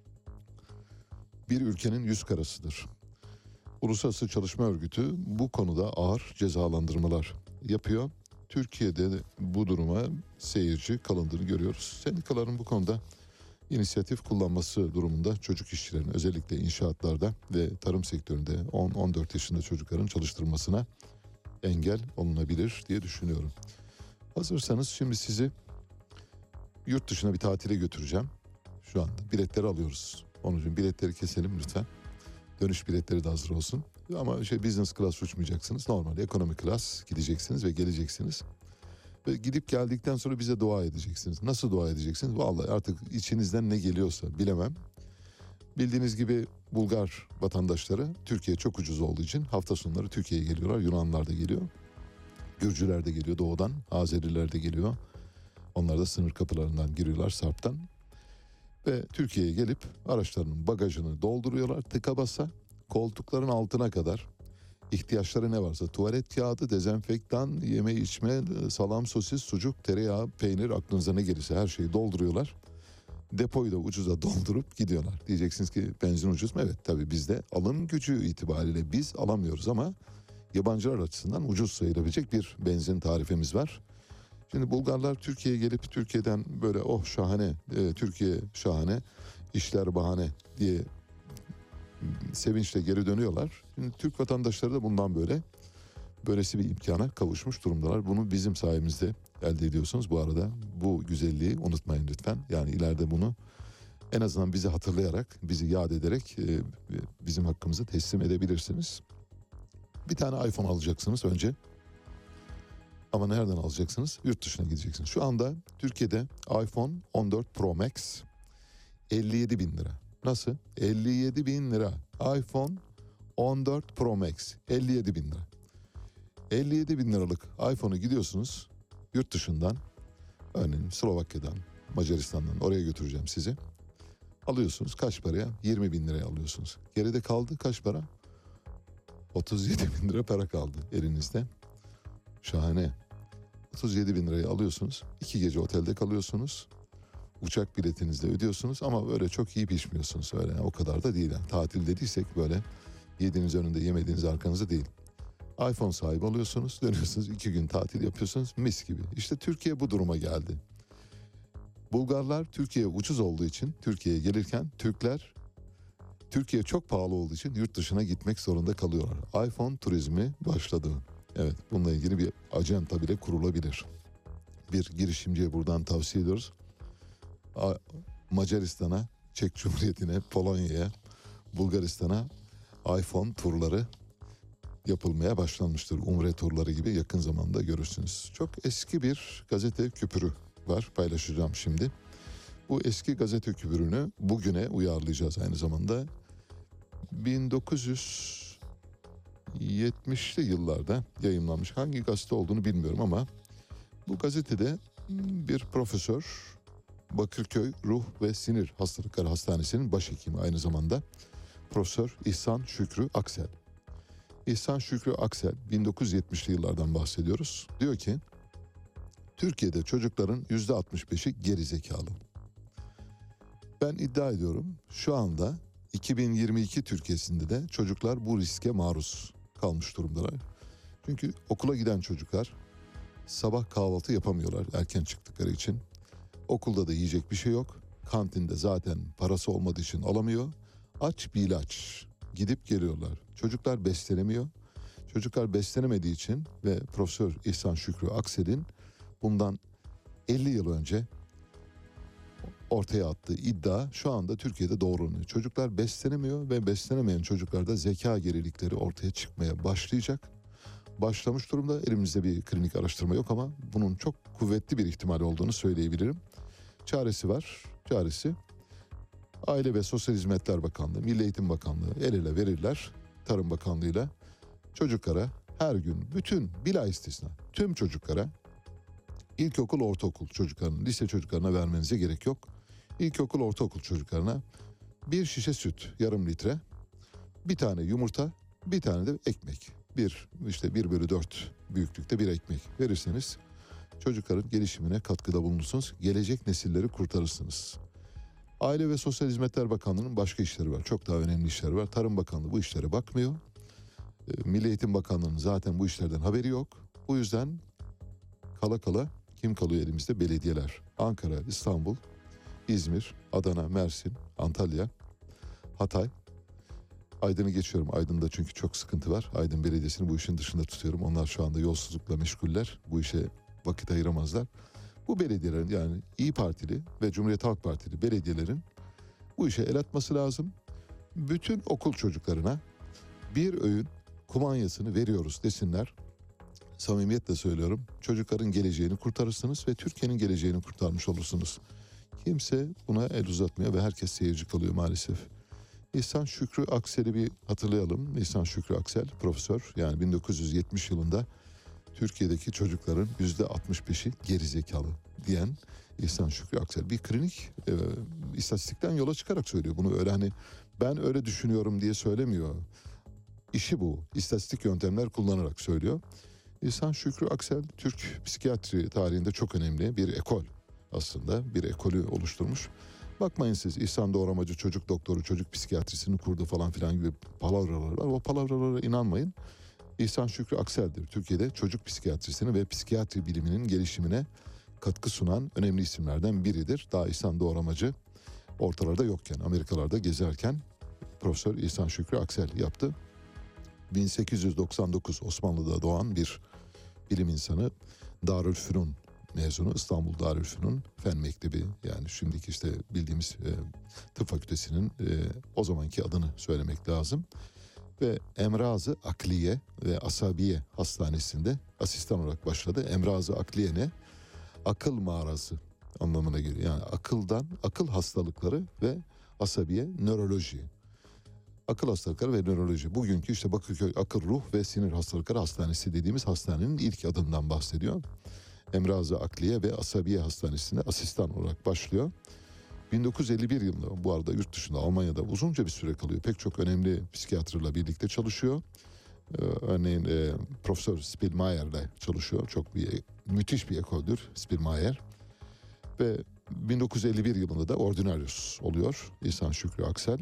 bir ülkenin yüz karasıdır. Uluslararası Çalışma Örgütü bu konuda ağır cezalandırmalar yapıyor. Türkiye'de bu duruma seyirci kalındığını görüyoruz. Sendikaların bu konuda inisiyatif kullanması durumunda çocuk işçilerin özellikle inşaatlarda ve tarım sektöründe on on dört yaşında çocukların çalıştırılmasına engel olunabilir diye düşünüyorum. Hazırsanız şimdi sizi yurt dışına bir tatile götüreceğim. Şu anda biletleri alıyoruz. Onun için biletleri keselim lütfen. Dönüş biletleri de hazır olsun. Ama şey, business class uçmayacaksınız. Normal ekonomi class gideceksiniz ve geleceksiniz. Ve gidip geldikten sonra bize dua edeceksiniz. Nasıl dua edeceksiniz? Vallahi artık içinizden ne geliyorsa bilemem. Bildiğiniz gibi Bulgar vatandaşları Türkiye çok ucuz olduğu için hafta sonları Türkiye'ye geliyorlar. Yunanlılar da geliyor. Gürcüler de geliyor doğudan. Azeriler de geliyor. Onlar da sınır kapılarından giriyorlar, Sarp'tan. Ve Türkiye'ye gelip araçlarının bagajını dolduruyorlar tıka basa. Koltukların altına kadar ihtiyaçları ne varsa, tuvalet kağıdı, dezenfektan, yeme içme, salam, sosis, sucuk, tereyağı, peynir, aklınıza ne gelirse her şeyi dolduruyorlar. Depoyu da ucuza doldurup gidiyorlar. Diyeceksiniz ki benzin ucuz mu? Evet, tabii bizde alım gücü itibariyle biz alamıyoruz ama yabancılar açısından ucuz sayılabilecek bir benzin tarifemiz var. Şimdi Bulgarlar Türkiye'ye gelip Türkiye'den böyle oh şahane, e, Türkiye şahane, işler bahane diye sevinçle geri dönüyorlar. Şimdi Türk vatandaşları da bundan böyle böylesi bir imkana kavuşmuş durumdalar. Bunu bizim sayemizde elde ediyorsunuz. Bu arada bu güzelliği unutmayın lütfen. Yani ileride bunu en azından bizi hatırlayarak, bizi yad ederek e, bizim hakkımızı teslim edebilirsiniz. Bir tane iPhone alacaksınız önce. Ama nereden alacaksınız? Yurt dışına gideceksiniz. Şu anda Türkiye'de iPhone on dört Pro Max elli yedi bin lira. Nasıl? elli yedi bin lira. iPhone on dört Pro Max elli yedi bin lira. elli yedi bin liralık iPhone'u gidiyorsunuz yurt dışından, örneğin Slovakya'dan, Macaristan'dan, oraya götüreceğim sizi. Alıyorsunuz kaç paraya? yirmi bin liraya alıyorsunuz. Geride kaldı kaç para? otuz yedi bin lira para kaldı elinizde. Şahane. otuz yedi bin lirayı alıyorsunuz. iki gece otelde kalıyorsunuz. Uçak biletinizi de ödüyorsunuz ama böyle çok iyi pişmiyorsunuz. Öyle yani, o kadar da değil. Yani. Tatil dediysek böyle yediğiniz önünde yemediğiniz arkanızda değil. iPhone sahibi oluyorsunuz, dönüyorsunuz, iki gün tatil yapıyorsunuz, mis gibi. İşte Türkiye bu duruma geldi. Bulgarlar Türkiye ucuz olduğu için Türkiye'ye gelirken, Türkler Türkiye çok pahalı olduğu için yurt dışına gitmek zorunda kalıyorlar. iPhone turizmi başladı. Evet, bununla ilgili bir acenta bile kurulabilir. Bir girişimciye buradan tavsiye ediyoruz. Macaristan'a, Çek Cumhuriyeti'ne, Polonya'ya, Bulgaristan'a iPhone turları yapılmaya başlanmıştır. Umre turları gibi yakın zamanda görürsünüz. Çok eski bir gazete küpürü var, paylaşacağım şimdi. Bu eski gazete küpürünü bugüne uyarlayacağız aynı zamanda. bin dokuz yüz yetmişli yıllarda yayınlanmış, hangi gazete olduğunu bilmiyorum ama bu gazetede bir profesör, Bakırköy Ruh ve Sinir Hastalıkları Hastanesi'nin başhekimi aynı zamanda Profesör İhsan Şükrü Aksel. İhsan Şükrü Aksel, bin dokuz yüz yetmişli yıllardan bahsediyoruz. Diyor ki, Türkiye'de çocukların yüzde altmış beşi geri zekalı. Ben iddia ediyorum şu anda iki bin yirmi iki Türkiye'sinde de çocuklar bu riske maruz kalmış durumdalar. Çünkü okula giden çocuklar sabah kahvaltı yapamıyorlar erken çıktıkları için. Okulda da yiyecek bir şey yok. Kantinde zaten parası olmadığı için alamıyor. Aç bir ilaç. Gidip geliyorlar. Çocuklar beslenemiyor. Çocuklar beslenemediği için ve Profesör İhsan Şükrü Aksel'in bundan elli yıl önce ortaya attığı iddia şu anda Türkiye'de doğrulanıyor. Çocuklar beslenemiyor ve beslenemeyen çocuklarda zeka gerilikleri ortaya çıkmaya başlayacak. Başlamış durumda. Elimizde bir klinik araştırma yok ama bunun çok kuvvetli bir ihtimal olduğunu söyleyebilirim. Çaresi var. Çaresi Aile ve Sosyal Hizmetler Bakanlığı, Milli Eğitim Bakanlığı el ele verirler Tarım Bakanlığı'yla. Çocuklara her gün bütün bila istisna tüm çocuklara, ilkokul, ortaokul çocuklarına, lise çocuklarına vermenize gerek yok. İlkokul, ortaokul çocuklarına bir şişe süt, yarım litre, bir tane yumurta, bir tane de ekmek. Bir işte bir bölü dört büyüklükte bir ekmek verirseniz çocukların gelişimine katkıda bulunursunuz. Gelecek nesilleri kurtarırsınız. Aile ve Sosyal Hizmetler Bakanlığı'nın başka işleri var. Çok daha önemli işleri var. Tarım Bakanlığı bu işlere bakmıyor. Milli Eğitim Bakanlığı'nın zaten bu işlerden haberi yok. Bu yüzden kala kala kim kalıyor elimizde? Belediyeler. Ankara, İstanbul, İzmir, Adana, Mersin, Antalya, Hatay. Aydın'ı geçiyorum. Aydın'da çünkü çok sıkıntı var. Aydın Belediyesi'ni bu işin dışında tutuyorum. Onlar şu anda yolsuzlukla meşguller. Bu işe vakit ayıramazlar. Bu belediyelerin, yani İYİ Partili ve Cumhuriyet Halk Partili belediyelerin bu işe el atması lazım. Bütün okul çocuklarına bir öğün kumanyasını veriyoruz desinler. Samimiyetle söylüyorum. Çocukların geleceğini kurtarırsınız ve Türkiye'nin geleceğini kurtarmış olursunuz. Kimse buna el uzatmıyor ve herkes seyirci kalıyor maalesef. İhsan Şükrü Aksel'i bir hatırlayalım. İhsan Şükrü Aksel profesör, yani bin dokuz yüz yetmiş yılında Türkiye'deki çocukların yüzde altmış beşi gerizekalı diyen İhsan Şükrü Aksel bir klinik e, istatistikten yola çıkarak söylüyor. Bunu öyle hani ben öyle düşünüyorum diye söylemiyor. İşi bu. İstatistik yöntemler kullanarak söylüyor. İhsan Şükrü Aksel Türk psikiyatri tarihinde çok önemli bir ekol aslında. Bir ekolü oluşturmuş. Bakmayın siz İhsan Doğramacı çocuk doktoru, çocuk psikiyatrisini kurdu falan filan gibi palavralar var. O palavralara inanmayın. İhsan Şükrü Aksel'dir. Türkiye'de çocuk psikiyatrisini ve psikiyatri biliminin gelişimine katkı sunan önemli isimlerden biridir. Daha İhsan Doğramacı ortalarda yokken, Amerikalarda gezerken Profesör İhsan Şükrü Aksel yaptı. bin sekiz yüz doksan dokuz Osmanlı'da doğan bir bilim insanı, Darülfünun mezunu, İstanbul Darülfünun Fen Mektebi, yani şimdiki işte bildiğimiz e, tıp fakültesinin e, o zamanki adını söylemek lazım. ve Emrazı Akliye ve Asabiye Hastanesi'nde asistan olarak başladı. Emrazı Akliye ne? Akıl mağarası anlamına geliyor. Yani akıldan, akıl hastalıkları ve asabiye, nöroloji. Akıl hastalıkları ve nöroloji. Bugünkü işte Bakırköy Akıl, Ruh ve Sinir Hastalıkları Hastanesi dediğimiz hastanenin ilk adından bahsediyor. Emrazı Akliye ve Asabiye Hastanesi'nde asistan olarak başlıyor. bin dokuz yüz elli bir yılında, bu arada yurt dışında, Almanya'da uzunca bir süre kalıyor. Pek çok önemli psikiyatrla birlikte çalışıyor. Ee, örneğin e, Profesör Spielmayer'le çalışıyor. Çok bir müthiş bir ekoldür Spielmayer. Ve bin dokuz yüz elli bir yılında da ordinarius oluyor İhsan Şükrü Aksel.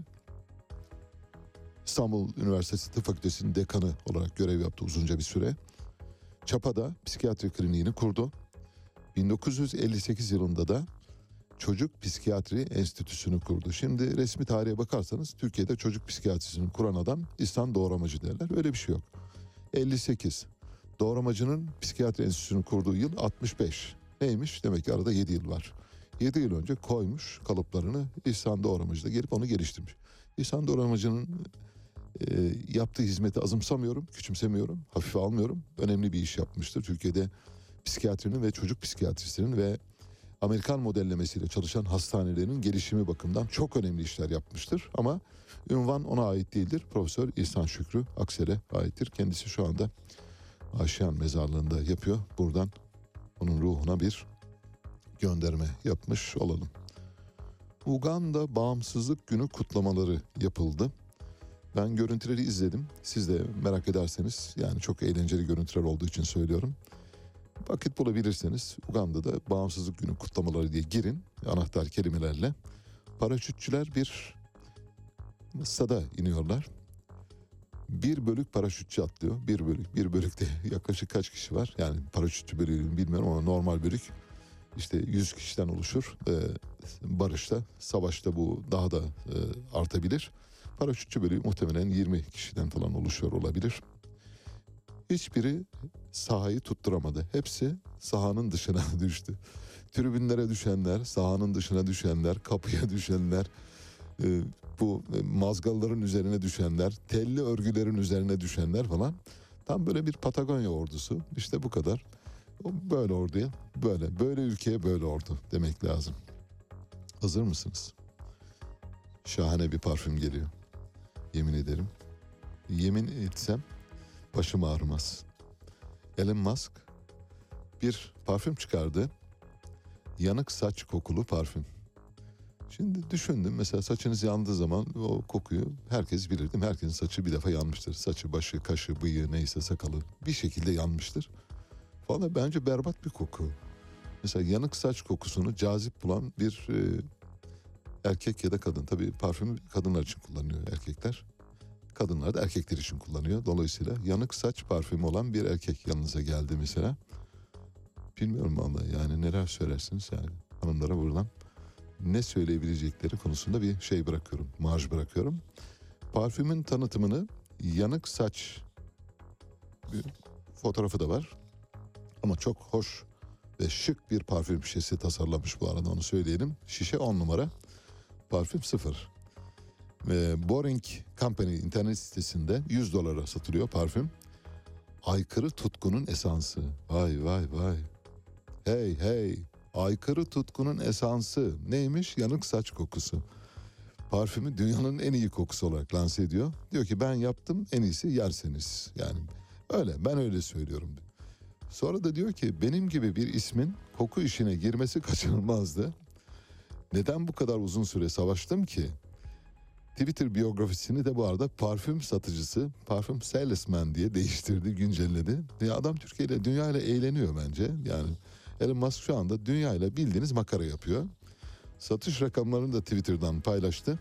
İstanbul Üniversitesi Tıp Fakültesi'nin dekanı olarak görev yaptı uzunca bir süre. Çapa'da psikiyatri kliniğini kurdu. bin dokuz yüz elli sekiz yılında da Çocuk Psikiyatri Enstitüsü'nü kurdu. Şimdi resmi tarihe bakarsanız Türkiye'de çocuk psikiyatrisini kuran adam İhsan Doğramacı derler. Öyle bir şey yok. elli sekiz. Doğramacı'nın psikiyatri enstitüsünü kurduğu yıl altmış beş. Neymiş? Demek ki arada yedi yıl var. yedi yıl önce koymuş kalıplarını İhsan Doğramacı da gelip onu geliştirmiş. İhsan Doğramacı'nın e, yaptığı hizmeti azımsamıyorum, küçümsemiyorum, hafife almıyorum. Önemli bir iş yapmıştır. Türkiye'de psikiyatrinin ve çocuk psikiyatrisinin ve Amerikan modellemesiyle çalışan hastanelerin gelişimi bakımından çok önemli işler yapmıştır. Ama ünvan ona ait değildir. Profesör İhsan Şükrü Aksel'e aittir. Kendisi şu anda Aşiyan Mezarlığı'nda yapıyor. Buradan onun ruhuna bir gönderme yapmış olalım. Uganda Bağımsızlık Günü kutlamaları yapıldı. Ben görüntüleri izledim. Siz de merak ederseniz, yani çok eğlenceli görüntüler olduğu için söylüyorum. Vakit bulabilirseniz Uganda'da Bağımsızlık Günü kutlamaları diye girin anahtar kelimelerle. Paraşütçüler bir stada iniyorlar. Bir bölük paraşütçü atlıyor. Bir bölük. Bir bölükte yaklaşık kaç kişi var? Yani paraşütçü bölüğünü bilmiyorum ama normal bölük işte yüz kişiden oluşur. Ee, barışta, savaşta bu daha da e, artabilir. Paraşütçü bölüğü muhtemelen yirmi kişiden falan oluşuyor olabilir. Hiçbiri sahayı tutturamadı. Hepsi sahanın dışına düştü. Tribünlere düşenler, sahanın dışına düşenler, kapıya düşenler, e, bu mazgalların üzerine düşenler, telli örgülerin üzerine düşenler falan. Tam böyle bir Patagonya ordusu. İşte bu kadar. Böyle orduya, böyle, böyle ülkeye böyle ordu demek lazım. Hazır mısınız? Şahane bir parfüm geliyor. Yemin ederim. Yemin etsem başım ağrımaz. Elon Musk bir parfüm çıkardı. Yanık saç kokulu parfüm. Şimdi düşündüm, mesela saçınız yandığı zaman o kokuyu herkes bilir değil mi? Herkesin saçı bir defa yanmıştır. Saçı, başı, kaşı, bıyığı, neyse sakalı bir şekilde yanmıştır. Falan bence berbat bir koku. Mesela yanık saç kokusunu cazip bulan bir e, erkek ya da kadın. Tabii parfümü kadınlar için kullanıyor erkekler. Kadınlar da erkekler için kullanıyor. Dolayısıyla yanık saç parfümü olan bir erkek yanınıza geldi mesela. Bilmiyorum vallahi, yani neler söylersiniz yani hanımlara buradan. Ne söyleyebilecekleri konusunda bir şey bırakıyorum, marj bırakıyorum. Parfümün tanıtımını yanık saç bir fotoğrafı da var. Ama çok hoş ve şık bir parfüm şişesi tasarlamış bu arada, onu söyleyelim. Şişe on numara, parfüm sıfır. Ve Boring Company internet sitesinde yüz dolara satılıyor parfüm. Aykırı tutkunun esansı. Vay vay vay. Hey hey. Aykırı tutkunun esansı neymiş? Yanık saç kokusu. Parfümü dünyanın en iyi kokusu olarak lanse ediyor. Diyor ki ben yaptım, en iyisi yerseniz. Yani öyle, ben öyle söylüyorum. Sonra da diyor ki benim gibi bir ismin koku işine girmesi kaçınılmazdı. Neden bu kadar uzun süre savaştım ki? Twitter biyografisini de bu arada parfüm satıcısı, parfüm salesman diye değiştirdi, güncelledi. Ya adam Türkiye ile, dünya ile eğleniyor bence. Yani Elon Musk şu anda dünya ile bildiğiniz makara yapıyor. Satış rakamlarını da Twitter'dan paylaştı.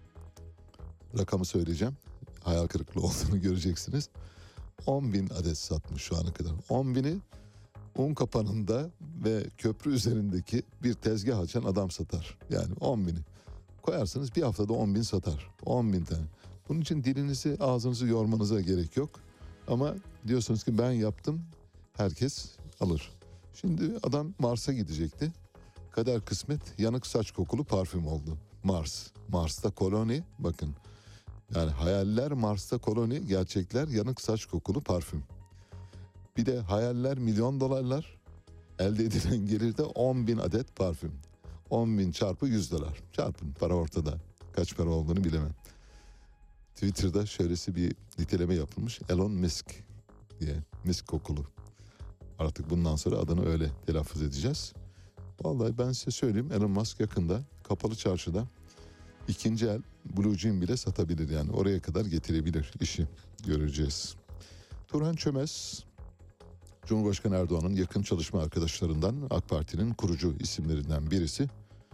Rakamı söyleyeceğim. Hayal kırıklığı olduğunu göreceksiniz. on bin adet satmış şu ana kadar. on bini un kapanında ve köprü üzerindeki bir tezgah açan adam satar. Yani on bini. Koyarsınız bir haftada on bin satar. on bin tane. Bunun için dilinizi, ağzınızı yormanıza gerek yok. Ama diyorsunuz ki ben yaptım, herkes alır. Şimdi adam Mars'a gidecekti. Kader kısmet yanık saç kokulu parfüm oldu. Mars. Mars'ta koloni, bakın. Yani hayaller Mars'ta koloni, gerçekler yanık saç kokulu parfüm. Bir de hayaller milyon dolarlar, elde edilen gelirde on bin adet parfüm. on bin çarpı yüz dolar. Çarpın, para ortada. Kaç para olduğunu bilemem. Twitter'da şöylesi bir niteleme yapılmış. Elon Musk diye, misk kokulu. Artık bundan sonra adını öyle telaffuz edeceğiz. Vallahi ben size söyleyeyim, Elon Musk yakında kapalı çarşıda ikinci el Blue Jean bile satabilir, yani oraya kadar getirebilir işi, göreceğiz. Turhan Çömez, Cumhurbaşkanı Erdoğan'ın yakın çalışma arkadaşlarından, AK Parti'nin kurucu isimlerinden birisi.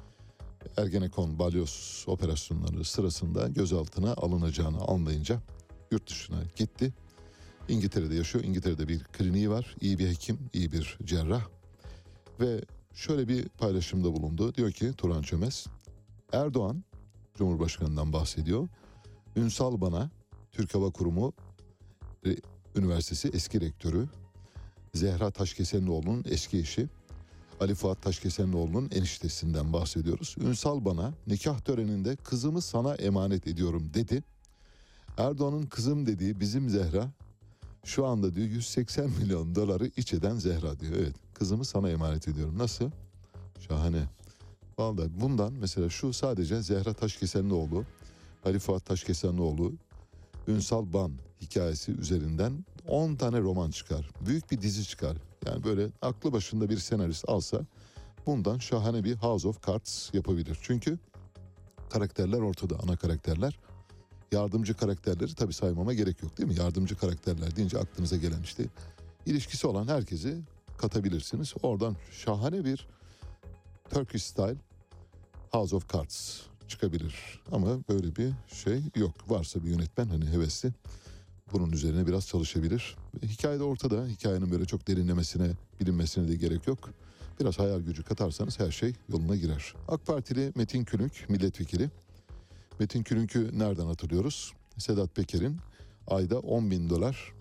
Ergenekon balyoz operasyonları sırasında gözaltına alınacağını anlayınca yurt dışına gitti. İngiltere'de yaşıyor. İngiltere'de bir kliniği var. İyi bir hekim, iyi bir cerrah. Ve şöyle bir paylaşımda bulundu. Diyor ki Turhan Çömez, Erdoğan, Cumhurbaşkanı'ndan bahsediyor. Ünsal bana, Türk Hava Kurumu Üniversitesi eski rektörü, Zehra Taşkesenlioğlu'nun eski eşi, Ali Fuat Taşkesenlioğlu'nun eniştesinden bahsediyoruz. Ünsal bana nikah töreninde kızımı sana emanet ediyorum dedi. Erdoğan'ın kızım dediği bizim Zehra, şu anda diyor yüz seksen milyon doları iç eden Zehra diyor. Evet, kızımı sana emanet ediyorum. Nasıl? Şahane. Vallahi bundan mesela şu sadece Zehra Taşkesenlioğlu, Ali Fuat Taşkesenlioğlu, Ünsal Ban hikayesi üzerinden on tane roman çıkar. Büyük bir dizi çıkar. Yani böyle aklı başında bir senarist alsa bundan şahane bir House of Cards yapabilir. Çünkü karakterler ortada, ana karakterler. Yardımcı karakterleri tabii saymama gerek yok değil mi? Yardımcı karakterler deyince aklınıza gelen işte ilişkisi olan herkesi katabilirsiniz. Oradan şahane bir Turkish style House of Cards çıkabilir. Ama böyle bir şey yok. Varsa bir yönetmen hani hevesli, bunun üzerine biraz çalışabilir. Hikaye de ortada. Hikayenin böyle çok derinlemesine, bilinmesine de gerek yok. Biraz hayal gücü katarsanız her şey yoluna girer. AK Partili Metin Külünk milletvekili. Metin Külünk'ü nereden hatırlıyoruz? Sedat Peker'in ayda on bin dolar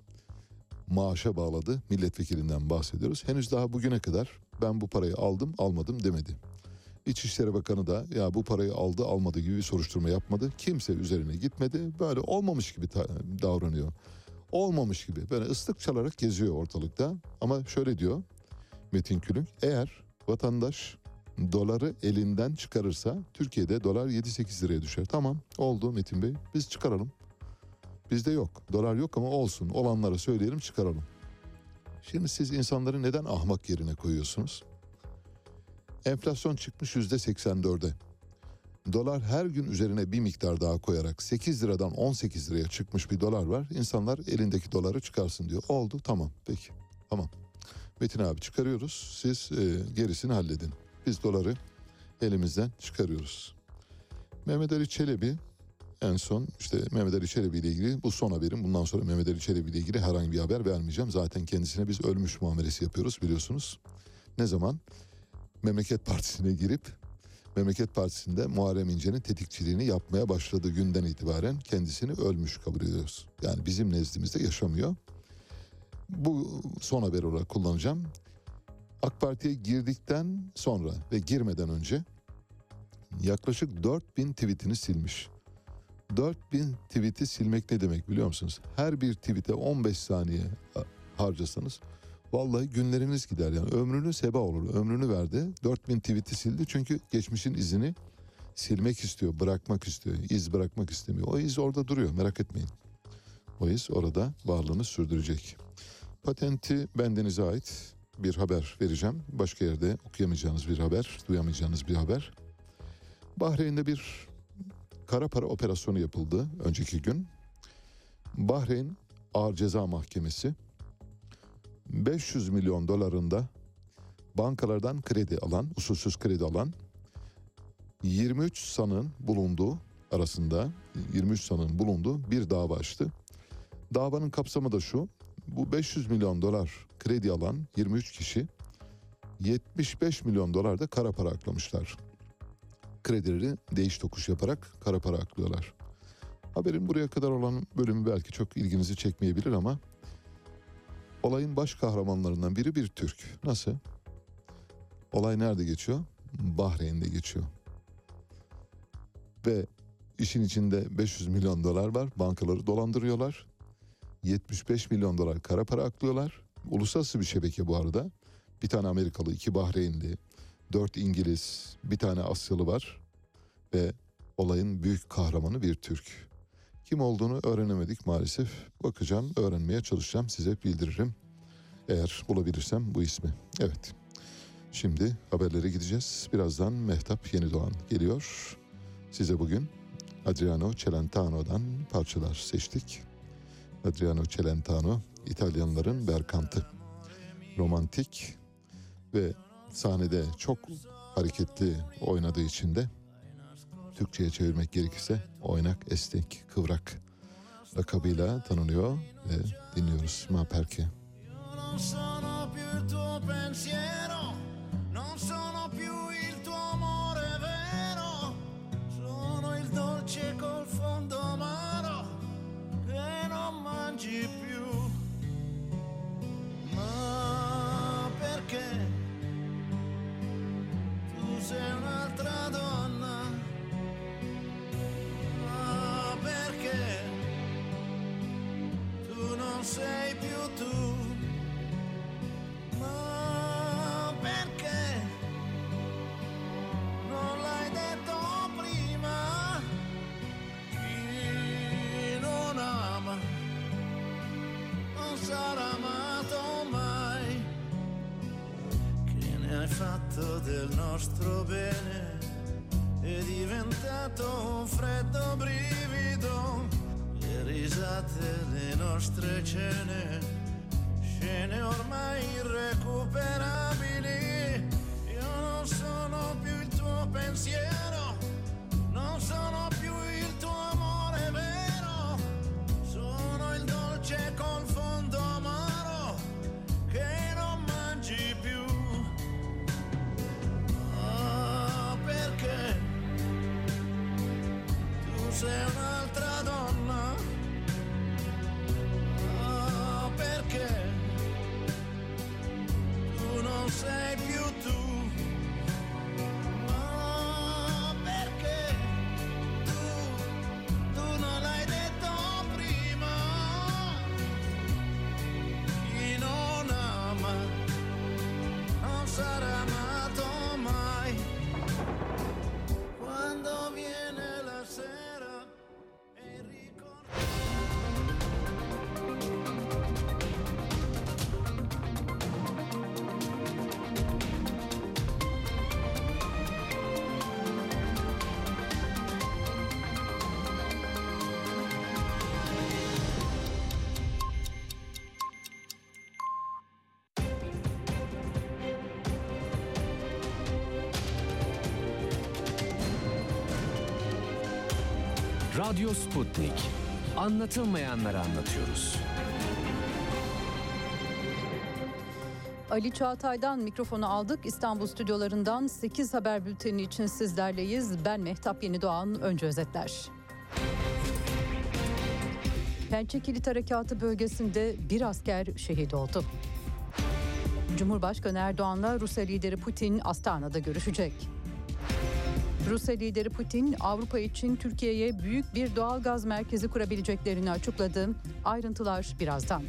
maaşa bağladı milletvekilinden bahsediyoruz. Henüz daha bugüne kadar ben bu parayı aldım almadım demedi. İçişleri Bakanı da ya bu parayı aldı almadı gibi bir soruşturma yapmadı. Kimse üzerine gitmedi. Böyle olmamış gibi ta- davranıyor. Olmamış gibi böyle ıslık çalarak geziyor ortalıkta. Ama şöyle diyor Metin Külünk, eğer vatandaş doları elinden çıkarırsa Türkiye'de dolar yedi sekiz liraya düşer. Tamam, oldu Metin Bey, biz çıkaralım. Bizde yok, dolar yok ama olsun, olanlara söyleyelim, çıkaralım. Şimdi siz insanları neden ahmak yerine koyuyorsunuz? Enflasyon çıkmış yüzde seksen dörde. Dolar her gün üzerine bir miktar daha koyarak sekiz liradan on sekiz liraya çıkmış bir dolar var. İnsanlar elindeki doları çıkarsın diyor. Oldu, tamam, peki, tamam. Metin abi çıkarıyoruz, siz e, gerisini halledin. Biz doları elimizden çıkarıyoruz. Mehmet Ali Çelebi en son işte Mehmet Ali Çelebi ile ilgili bu son haberim. Bundan sonra Mehmet Ali Çelebi ile ilgili herhangi bir haber vermeyeceğim. Zaten kendisine biz ölmüş muamelesi yapıyoruz biliyorsunuz. Ne zaman? Memleket Partisi'ne girip Memleket Partisi'nde Muharrem İnce'nin tetikçiliğini yapmaya başladığı günden itibaren kendisini ölmüş kabul ediyoruz. Yani bizim nezdimizde yaşamıyor. Bu son haber olarak kullanacağım. AK Parti'ye girdikten sonra ve girmeden önce yaklaşık dört bin tweetini silmiş. dört bin tweeti silmek ne demek biliyor musunuz? Her bir tweete on beş saniye harcasanız vallahi günleriniz gider, yani ömrünüz heba olur. Ömrünü verdi, dört bin tweeti sildi çünkü geçmişin izini silmek istiyor, bırakmak istiyor. İz bırakmak istemiyor. O iz orada duruyor, merak etmeyin. O iz orada varlığını sürdürecek. Patenti bendenize ait bir haber vereceğim. Başka yerde okuyamayacağınız bir haber, duyamayacağınız bir haber. Bahreyn'de bir kara para operasyonu yapıldı önceki gün. Bahreyn Ağır Ceza Mahkemesi beş yüz milyon dolarında bankalardan kredi alan, usulsüz kredi alan yirmi üç sanığın bulunduğu arasında yirmi üç sanığın bulunduğu bir dava açtı. Davanın kapsamı da şu: bu beş yüz milyon dolar kredi alan yirmi üç kişi yetmiş beş milyon dolar da kara para aklamışlar. Kredileri değiş tokuş yaparak kara para aklıyorlar. Haberin buraya kadar olan bölümü belki çok ilginizi çekmeyebilir ama olayın baş kahramanlarından biri bir Türk. Nasıl? Olay nerede geçiyor? Bahreyn'de geçiyor. Ve İşin içinde beş yüz milyon dolar var. Bankaları dolandırıyorlar. yetmiş beş milyon dolar kara para aklıyorlar. Uluslararası bir şebeke bu arada. Bir tane Amerikalı, iki Bahreynli, dört İngiliz, bir tane Asyalı var. Ve olayın büyük kahramanı bir Türk. Kim olduğunu öğrenemedik maalesef. Bakacağım, öğrenmeye çalışacağım. Size bildiririm. Eğer bulabilirsem bu ismi. Evet. Şimdi haberlere gideceğiz. Birazdan Mehtap Yenidoğan geliyor. Size bugün Adriano Celentano'dan parçalar seçtik. Adriano Celentano, İtalyanların Berkant'ı. Romantik ve sahnede çok hareketli oynadığı için de Türkçe'ye çevirmek gerekirse oynak, esnek, kıvrak lakabıyla tanınıyor ve dinliyoruz. Ma perché? Non sono più il tuo pensiero, non sono più il tuo amore vero, sono il dolce col fondo amaro che non mangi più. Ma perché tu sei un'altra donna? Ma perché tu non sei più tu? Ma perché non l'hai detto prima? Chi non ama non sarà amato mai. Che ne hai fatto del nostro bene? È diventato un freddo brivido. Le risate, le nostre cene, scene ormai irrecuperabili. Io non sono più il tuo pensiero, non sono più il tuo amore vero, sono il dolce col fondo amaro che non mangi più. Ah, perché tu sei un'altra donna? Ah, perché non sei più tu, ma perché tu, tu non l'hai detto prima? Chi non ama non sarà amato mai. Quando viene la sera e ricordo. Radyo Sputnik. Anlatılmayanları anlatıyoruz. Ali Çağatay'dan mikrofonu aldık. İstanbul stüdyolarından sekiz Haber Bülteni için sizlerleyiz. Ben Mehtap Yenidoğan. Önce özetler. Pençe Kilit Harekatı bölgesinde bir asker şehit oldu. Cumhurbaşkanı Erdoğan'la Rusya lideri Putin Astana'da görüşecek. Rusya lideri Putin, Avrupa için Türkiye'ye büyük bir doğal gaz merkezi kurabileceklerini açıkladı. Ayrıntılar birazdan.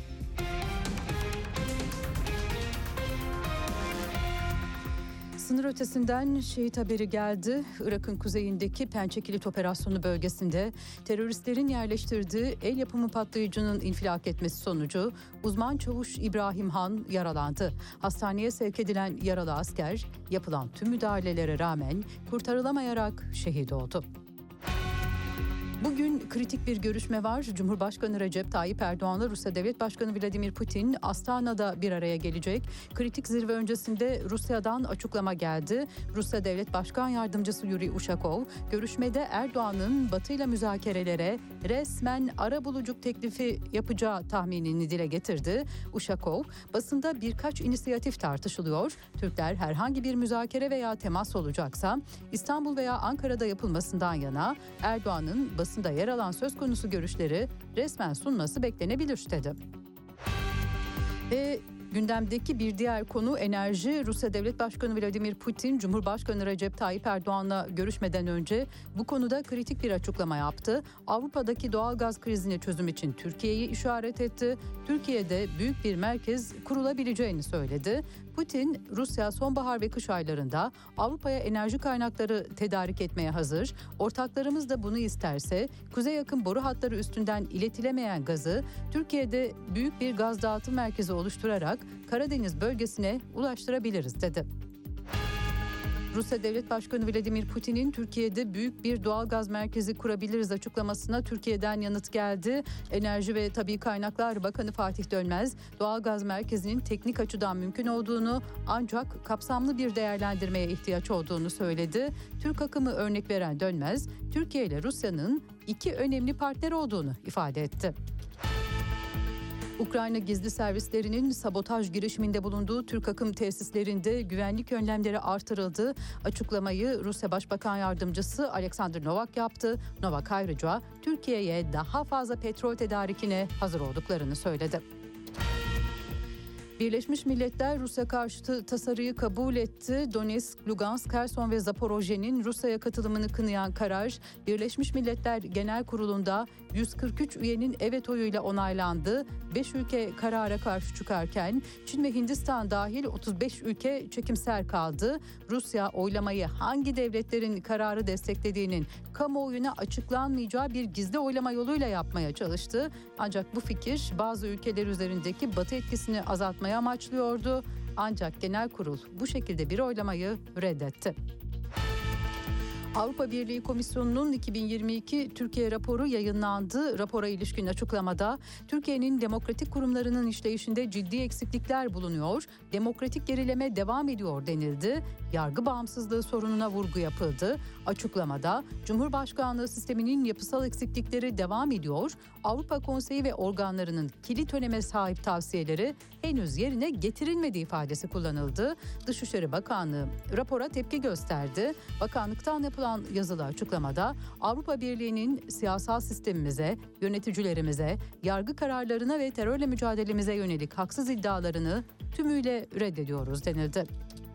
Sınır ötesinden şehit haberi geldi. Irak'ın kuzeyindeki Pençe Kilit Operasyonu bölgesinde teröristlerin yerleştirdiği el yapımı patlayıcının infilak etmesi sonucu uzman çavuş İbrahim Han yaralandı. Hastaneye sevk edilen yaralı asker yapılan tüm müdahalelere rağmen kurtarılamayarak şehit oldu. Bugün kritik bir görüşme var. Cumhurbaşkanı Recep Tayyip Erdoğan'la Rusya Devlet Başkanı Vladimir Putin Astana'da bir araya gelecek. Kritik zirve öncesinde Rusya'dan açıklama geldi. Rusya Devlet Başkan Yardımcısı Yuri Ushakov, görüşmede Erdoğan'ın Batı'yla müzakerelere resmen arabuluculuk teklifi yapacağı tahminini dile getirdi. Ushakov, basında birkaç inisiyatif tartışılıyor. Türkler herhangi bir müzakere veya temas olacaksa İstanbul veya Ankara'da yapılmasından yana, Erdoğan'ın basın da yer alan söz konusu görüşleri resmen sunması beklenebilir dedi. Ve Gündemdeki bir diğer konu enerji. Rusya Devlet Başkanı Vladimir Putin, Cumhurbaşkanı Recep Tayyip Erdoğan'la görüşmeden önce bu konuda kritik bir açıklama yaptı. Avrupa'daki doğalgaz krizine çözüm için Türkiye'yi işaret etti. Türkiye'de büyük bir merkez kurulabileceğini söyledi. Putin, Rusya sonbahar ve kış aylarında Avrupa'ya enerji kaynakları tedarik etmeye hazır. Ortaklarımız da bunu isterse kuzey yakın boru hatları üstünden iletilemeyen gazı Türkiye'de büyük bir gaz dağıtım merkezi oluşturarak Karadeniz bölgesine ulaştırabiliriz dedi. Rusya Devlet Başkanı Vladimir Putin'in Türkiye'de büyük bir doğalgaz merkezi kurabiliriz açıklamasına Türkiye'den yanıt geldi. Enerji ve Tabii Kaynaklar Bakanı Fatih Dönmez, doğalgaz merkezinin teknik açıdan mümkün olduğunu ancak kapsamlı bir değerlendirmeye ihtiyaç olduğunu söyledi. Türk akımı örnek veren Dönmez, Türkiye ile Rusya'nın iki önemli partner olduğunu ifade etti. Ukrayna gizli servislerinin sabotaj girişiminde bulunduğu Türk akım tesislerinde güvenlik önlemleri artırıldı. Açıklamayı Rusya Başbakan Yardımcısı Alexander Novak yaptı. Novak ayrıca Türkiye'ye daha fazla petrol tedarikine hazır olduklarını söyledi. Birleşmiş Milletler Rusya karşıtı tasarıyı kabul etti. Donetsk, Lugansk, Kherson ve Zaporojye'nin Rusya'ya katılımını kınayan karar Birleşmiş Milletler Genel Kurulu'nda yüz kırk üç üyenin evet oyuyla onaylandı. beş ülke karara karşı çıkarken Çin ve Hindistan dahil otuz beş ülke çekimser kaldı. Rusya oylamayı hangi devletlerin kararı desteklediğinin kamuoyuna açıklanmayacağı bir gizli oylama yoluyla yapmaya çalıştı. Ancak bu fikir bazı ülkeler üzerindeki Batı etkisini azaltmaya amaçlıyordu. Ancak genel kurul bu şekilde bir oylamayı reddetti. Avrupa Birliği Komisyonu'nun iki bin yirmi iki Türkiye raporu yayınlandı. Rapora ilişkin açıklamada Türkiye'nin demokratik kurumlarının işleyişinde ciddi eksiklikler bulunuyor, demokratik gerileme devam ediyor denildi. Yargı bağımsızlığı sorununa vurgu yapıldı. Açıklamada Cumhurbaşkanlığı sisteminin yapısal eksiklikleri devam ediyor, Avrupa Konseyi ve organlarının kilit öneme sahip tavsiyeleri henüz yerine getirilmedi ifadesi kullanıldı. Dışişleri Bakanlığı rapora tepki gösterdi. Bakanlıktan yapılan yazılı açıklamada Avrupa Birliği'nin siyasal sistemimize, yöneticilerimize, yargı kararlarına ve terörle mücadelemize yönelik haksız iddialarını tümüyle reddediyoruz denildi.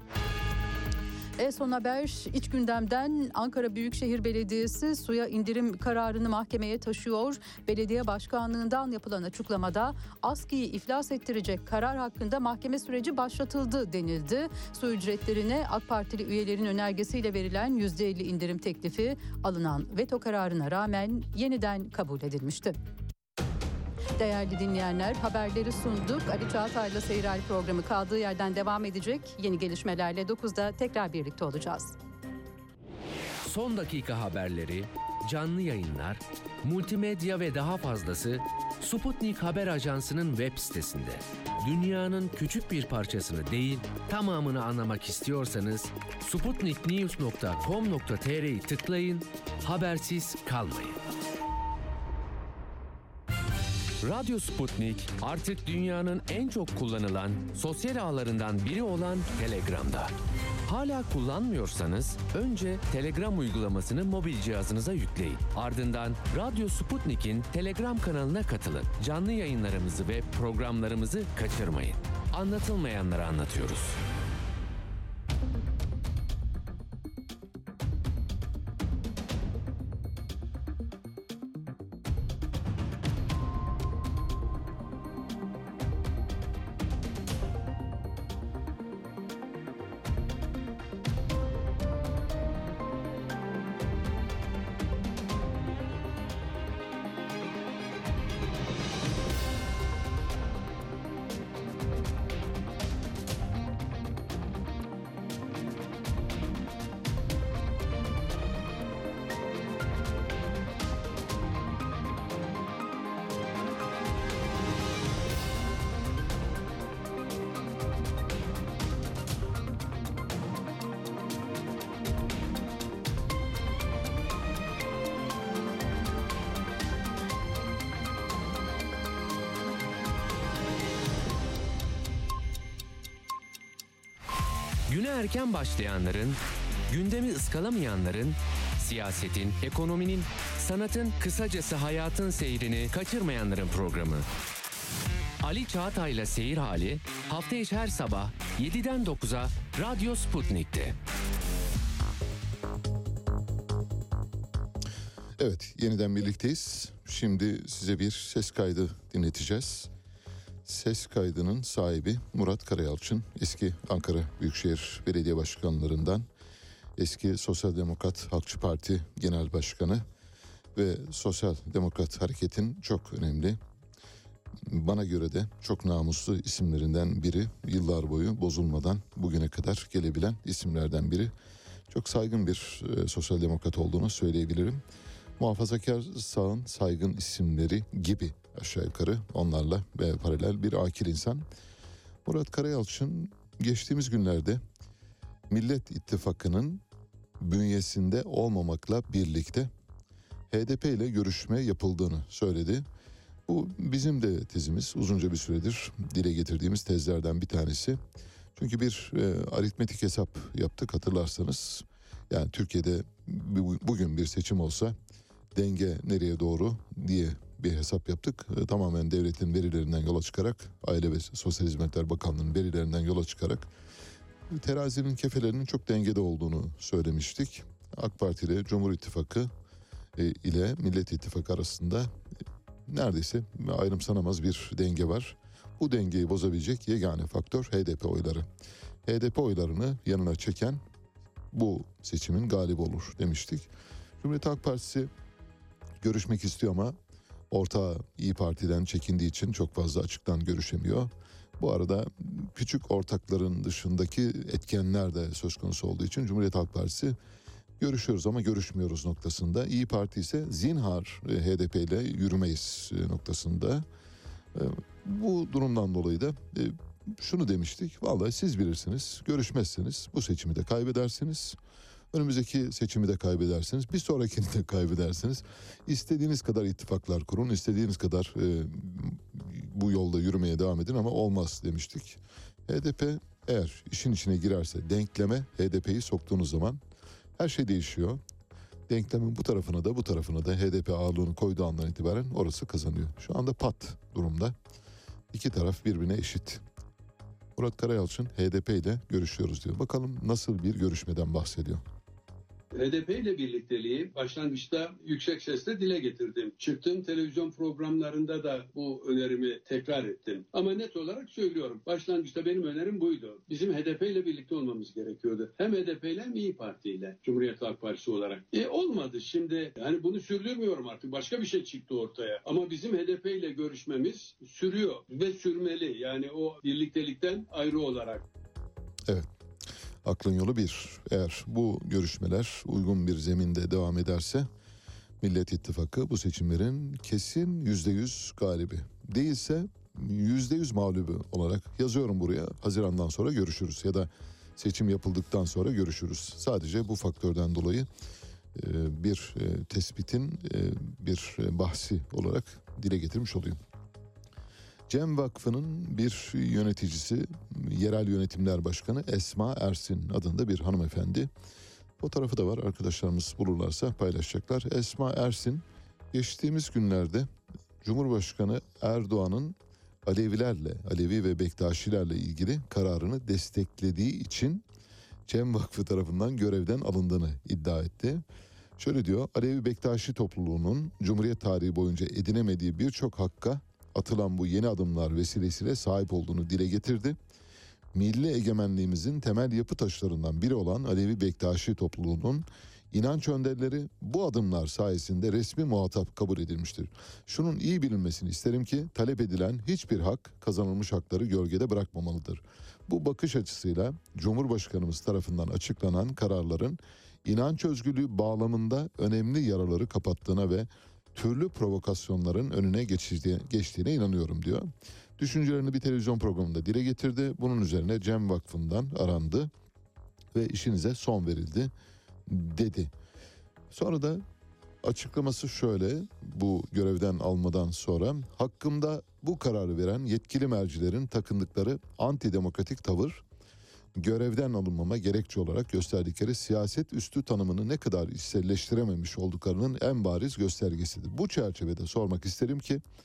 E son haber iç gündemden. Ankara Büyükşehir Belediyesi suya indirim kararını mahkemeye taşıyor. Belediye başkanlığından yapılan açıklamada ASKİ'yi iflas ettirecek karar hakkında mahkeme süreci başlatıldı denildi. Su ücretlerine AK Partili üyelerin önergesiyle verilen yüzde elli indirim teklifi alınan veto kararına rağmen yeniden kabul edilmişti. Değerli dinleyenler, haberleri sunduk. Ali Çağatay'la Seyir Hali programı kaldığı yerden devam edecek. Yeni gelişmelerle dokuzda tekrar birlikte olacağız. Son dakika haberleri, canlı yayınlar, multimedya ve daha fazlası Sputnik Haber Ajansı'nın web sitesinde. Dünyanın küçük bir parçasını değil, tamamını anlamak istiyorsanız sputnik news nokta com nokta tr'yi tıklayın, habersiz kalmayın. Radyo Sputnik artık dünyanın en çok kullanılan sosyal ağlarından biri olan Telegram'da. Hala kullanmıyorsanız önce Telegram uygulamasını mobil cihazınıza yükleyin. Ardından Radyo Sputnik'in Telegram kanalına katılın. Canlı yayınlarımızı ve programlarımızı kaçırmayın. Anlatılmayanları anlatıyoruz. Güne erken başlayanların, gündemi ıskalamayanların, siyasetin, ekonominin, sanatın, kısacası hayatın seyrini kaçırmayanların programı. Ali Çağatay'la Seyir Hali Hafta içi her sabah yediden dokuza Radyo Sputnik'te. Evet, yeniden birlikteyiz. Şimdi size bir ses kaydı dinleteceğiz. Ses kaydının sahibi Murat Karayalçın, eski Ankara Büyükşehir Belediye Başkanlarından, eski Sosyal Demokrat Halkçı Parti Genel Başkanı ve Sosyal Demokrat Hareket'in çok önemli, bana göre de çok namuslu isimlerinden biri, yıllar boyu bozulmadan bugüne kadar gelebilen isimlerden biri. Çok saygın bir e, sosyal demokrat olduğunu söyleyebilirim. Muhafazakar sağın saygın isimleri gibi aşağı yukarı onlarla ve paralel bir akil insan. Murat Karayalçın geçtiğimiz günlerde Millet İttifakı'nın bünyesinde olmamakla birlikte H D P ile görüşme yapıldığını söyledi. Bu bizim de tezimiz, uzunca bir süredir dile getirdiğimiz tezlerden bir tanesi. Çünkü bir e, aritmetik hesap yaptık hatırlarsanız. Yani Türkiye'de bugün bir seçim olsa denge nereye doğru diye bir hesap yaptık. E, tamamen devletin verilerinden yola çıkarak, Aile ve Sosyal Hizmetler Bakanlığı'nın verilerinden yola çıkarak terazinin kefelerinin çok dengede olduğunu söylemiştik. AK Parti ile Cumhur İttifakı e, ile Millet İttifakı arasında neredeyse ayrımsanamaz bir denge var. Bu dengeyi bozabilecek yegane faktör H D P oyları. H D P oylarını yanına çeken bu seçimin galibi olur demiştik. Cumhuriyet Halk Partisi görüşmek istiyor ama ortağı İYİ Parti'den çekindiği için çok fazla açıktan görüşemiyor. Bu arada küçük ortakların dışındaki etkenler de söz konusu olduğu için Cumhuriyet Halk Partisi görüşüyoruz ama görüşmüyoruz noktasında. İYİ Parti ise zinhar H D P ile yürümeyiz noktasında. Bu durumdan dolayı da şunu demiştik. Vallahi siz bilirsiniz. Görüşmezseniz bu seçimi de kaybedersiniz. Önümüzdeki seçimi de kaybedersiniz. Bir sonrakini de kaybedersiniz. İstediğiniz kadar ittifaklar kurun. İstediğiniz kadar e, bu yolda yürümeye devam edin ama olmaz demiştik. H D P eğer işin içine girerse, denkleme H D P'yi soktuğunuz zaman her şey değişiyor. Denklemin bu tarafına da bu tarafına da H D P ağırlığını koyduğu andan itibaren orası kazanıyor. Şu anda pat durumda. İki taraf birbirine eşit. Murat Karayalçın H D P ile görüşüyoruz diyor. Bakalım nasıl bir görüşmeden bahsediyor. H D P ile birlikteliği başlangıçta yüksek sesle dile getirdim. Çıktığım televizyon programlarında da bu önerimi tekrar ettim. Ama net olarak söylüyorum. Başlangıçta benim önerim buydu. Bizim H D P ile birlikte olmamız gerekiyordu. Hem H D P ile hem İYİ Parti ile. Cumhuriyet Halk Partisi olarak. E olmadı şimdi. Yani bunu sürdürmüyorum artık. Başka bir şey çıktı ortaya. Ama bizim H D P ile görüşmemiz sürüyor ve sürmeli. Yani o birliktelikten ayrı olarak. Evet. Aklın yolu bir. Eğer bu görüşmeler uygun bir zeminde devam ederse Millet İttifakı bu seçimlerin kesin yüzde yüz galibi. Değilse yüzde yüz mağlubu olarak yazıyorum buraya. Haziran'dan sonra görüşürüz ya da seçim yapıldıktan sonra görüşürüz. Sadece bu faktörden dolayı bir tespitin bir bahsi olarak dile getirmiş olayım. Cem Vakfı'nın bir yöneticisi, Yerel Yönetimler Başkanı Esma Ersin adında bir hanımefendi. Fotoğrafı da var, arkadaşlarımız bulurlarsa paylaşacaklar. Esma Ersin geçtiğimiz günlerde Cumhurbaşkanı Erdoğan'ın Alevilerle, Alevi ve Bektaşilerle ilgili kararını desteklediği için Cem Vakfı tarafından görevden alındığını iddia etti. Şöyle diyor, Alevi Bektaşi topluluğunun Cumhuriyet tarihi boyunca edinemediği birçok hakka atılan bu yeni adımlar vesilesiyle sahip olduğunu dile getirdi. Milli egemenliğimizin temel yapı taşlarından biri olan Alevi Bektaşi topluluğunun inanç önderleri bu adımlar sayesinde resmi muhatap kabul edilmiştir. Şunun iyi bilinmesini isterim ki talep edilen hiçbir hak kazanılmış hakları gölgede bırakmamalıdır. Bu bakış açısıyla Cumhurbaşkanımız tarafından açıklanan kararların inanç özgürlüğü bağlamında önemli yaraları kapattığına ve türlü provokasyonların önüne geçtiğine inanıyorum diyor. Düşüncelerini bir televizyon programında dile getirdi. Bunun üzerine Cem Vakfı'ndan arandı ve işinize son verildi dedi. Sonra da açıklaması şöyle, bu görevden almadan sonra hakkımda bu kararı veren yetkili mercilerin takındıkları antidemokratik tavır, görevden alınmama gerekçe olarak gösterdikleri siyaset üstü tanımını ne kadar içselleştirememiş olduklarının en bariz göstergesidir. Bu çerçevede sormak isterim ki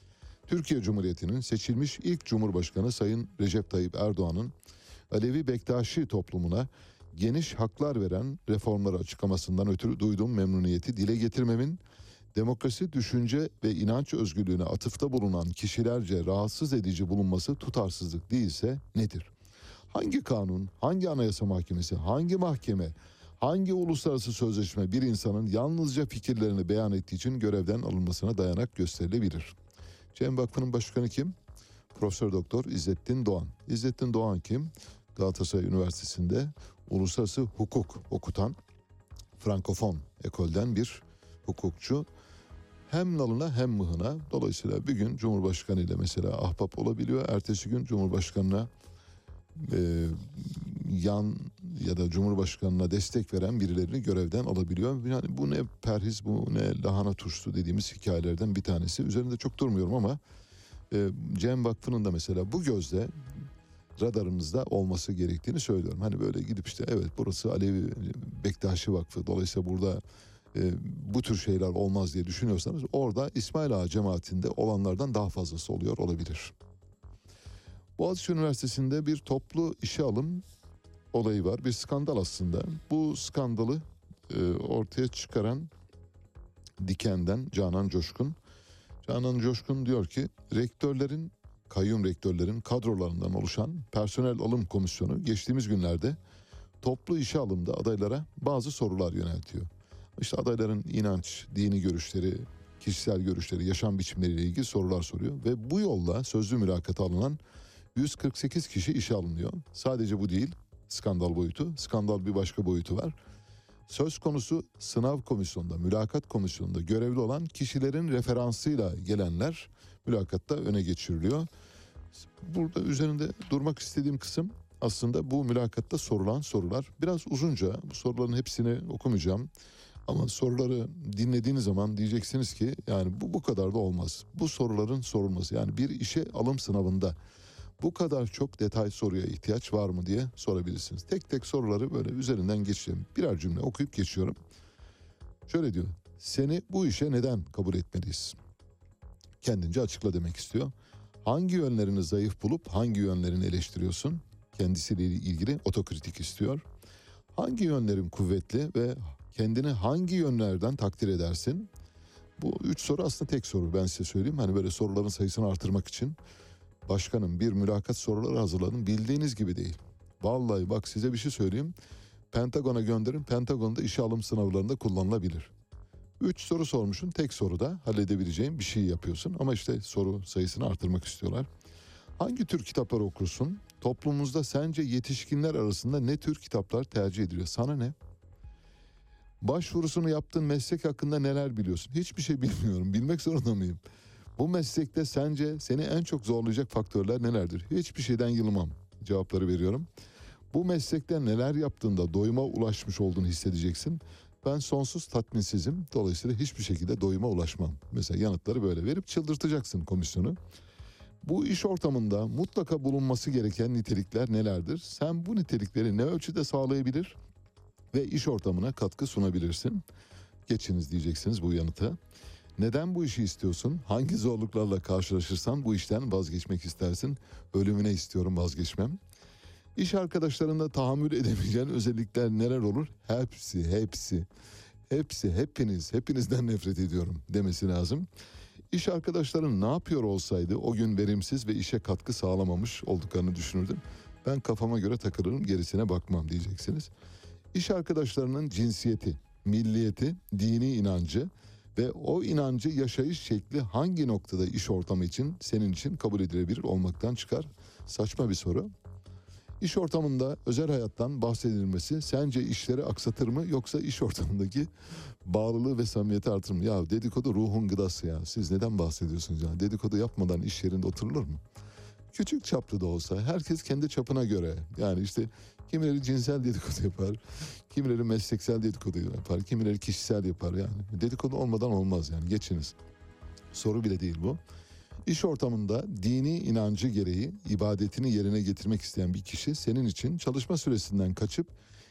Türkiye Cumhuriyeti'nin seçilmiş ilk Cumhurbaşkanı Sayın Recep Tayyip Erdoğan'ın Alevi Bektaşi toplumuna geniş haklar veren reformları açıklamasından ötürü duyduğum memnuniyeti dile getirmemin, demokrasi, düşünce ve inanç özgürlüğüne atıfta bulunan kişilerce rahatsız edici bulunması tutarsızlık değilse nedir? Hangi kanun, hangi anayasa mahkemesi, hangi mahkeme, hangi uluslararası sözleşme bir insanın yalnızca fikirlerini beyan ettiği için görevden alınmasına dayanak gösterilebilir? Cem Vakfı'nın başkanı kim? Profesör Doktor İzzettin Doğan. İzzettin Doğan kim? Galatasaray Üniversitesi'nde uluslararası hukuk okutan Frankofon ekolden bir hukukçu. Hem nalına hem mıhına. Dolayısıyla bir gün Cumhurbaşkanı ile mesela ahbap olabiliyor. Ertesi gün Cumhurbaşkanı'na e, yan ya da Cumhurbaşkanı'na destek veren birilerini görevden alabiliyor. Yani bu ne perhiz, bu ne lahana turşusu dediğimiz hikayelerden bir tanesi. Üzerinde çok durmuyorum ama e, Cem Vakfı'nın da mesela bu gözle radarınızda olması gerektiğini söylüyorum. Hani böyle gidip işte evet burası Alevi Bektaşi Vakfı, dolayısıyla burada e, bu tür şeyler olmaz diye düşünüyorsanız orada İsmail Ağa cemaatinde olanlardan daha fazlası oluyor olabilir. Boğaziçi Üniversitesi'nde bir toplu işe alım olayı var. Bir skandal aslında. Bu skandalı e, ortaya çıkaran Diken'den Canan Coşkun. Canan Coşkun diyor ki rektörlerin, kayyum rektörlerin kadrolarından oluşan personel alım komisyonu geçtiğimiz günlerde toplu işe alımda adaylara bazı sorular yöneltiyor. İşte adayların inanç, dini görüşleri, kişisel görüşleri, yaşam biçimleriyle ilgili sorular soruyor. Ve bu yolla sözlü mülakata alınan yüz kırk sekiz kişi işe alınıyor. Sadece bu değil, skandal boyutu. Skandal bir başka boyutu var. Söz konusu sınav komisyonunda, mülakat komisyonunda görevli olan kişilerin referansıyla gelenler mülakatta öne geçiriliyor. Burada üzerinde durmak istediğim kısım aslında bu mülakatta sorulan sorular. Biraz uzunca, bu soruların hepsini okumayacağım. Ama soruları dinlediğiniz zaman diyeceksiniz ki yani bu bu kadar da olmaz. Bu soruların sorulması, yani bir işe alım sınavında bu kadar çok detay soruya ihtiyaç var mı diye sorabilirsiniz. Tek tek soruları böyle üzerinden geçeceğim. Birer cümle okuyup geçiyorum. Şöyle diyor. Seni bu işe neden kabul etmeliyiz? Kendince açıkla demek istiyor. Hangi yönlerini zayıf bulup hangi yönlerini eleştiriyorsun? Kendisiyle ilgili otokritik istiyor. Hangi yönlerin kuvvetli ve kendini hangi yönlerden takdir edersin? Bu üç soru aslında tek soru, ben size söyleyeyim. Hani böyle soruların sayısını artırmak için başkanım bir mülakat soruları hazırladım. Bildiğiniz gibi değil. Vallahi bak size bir şey söyleyeyim. Pentagon'a gönderin. Pentagon'da işe alım sınavlarında kullanılabilir. Üç soru sormuşsun. Tek soruda halledebileceğin bir şey yapıyorsun. Ama işte soru sayısını artırmak istiyorlar. Hangi tür kitapları okursun? Toplumumuzda sence yetişkinler arasında ne tür kitaplar tercih ediliyor? Sana ne? Başvurusunu yaptığın meslek hakkında neler biliyorsun? Hiçbir şey bilmiyorum. Bilmek zorunda mıyım? Bu meslekte sence seni en çok zorlayacak faktörler nelerdir? Hiçbir şeyden yılmam. Cevapları veriyorum. Bu meslekte neler yaptığında doyuma ulaşmış olduğunu hissedeceksin. Ben sonsuz tatminsizim. Dolayısıyla hiçbir şekilde doyuma ulaşmam. Mesela yanıtları böyle verip çıldırtacaksın komisyonu. Bu iş ortamında mutlaka bulunması gereken nitelikler nelerdir? Sen bu nitelikleri ne ölçüde sağlayabilir ve iş ortamına katkı sunabilirsin? Geçiniz diyeceksiniz bu yanıta. Neden bu işi istiyorsun? Hangi zorluklarla karşılaşırsan bu işten vazgeçmek istersin? Ölümüne istiyorum, vazgeçmem. İş arkadaşlarında tahammül edemeyeceğin özellikler neler olur? Hepsi, hepsi, hepsi, hepiniz, hepinizden nefret ediyorum demesi lazım. İş arkadaşların ne yapıyor olsaydı o gün verimsiz ve işe katkı sağlamamış olduklarını düşünürdüm. Ben kafama göre takılırım, gerisine bakmam diyeceksiniz. İş arkadaşlarının cinsiyeti, milliyeti, dini inancı ve o inancı yaşayış şekli hangi noktada iş ortamı için senin için kabul edilebilir olmaktan çıkar? Saçma bir soru. İş ortamında özel hayattan bahsedilmesi sence işleri aksatır mı yoksa iş ortamındaki bağlılığı ve samimiyeti artırır mı? Ya dedikodu ruhun gıdası ya. Siz neden bahsediyorsunuz ya? Dedikodu yapmadan iş yerinde oturulur mu? Küçük çaplı da olsa herkes kendi çapına göre, yani işte kimileri cinsel dedikodu yapar, kimileri mesleksel dedikodu yapar, kimileri kişisel yapar yani. Dedikodu olmadan olmaz yani, geçiniz. Soru bile değil bu. İş ortamında dini inancı gereği ibadetini yerine getirmek isteyen bir kişi senin için çalışma süresinden kaçıp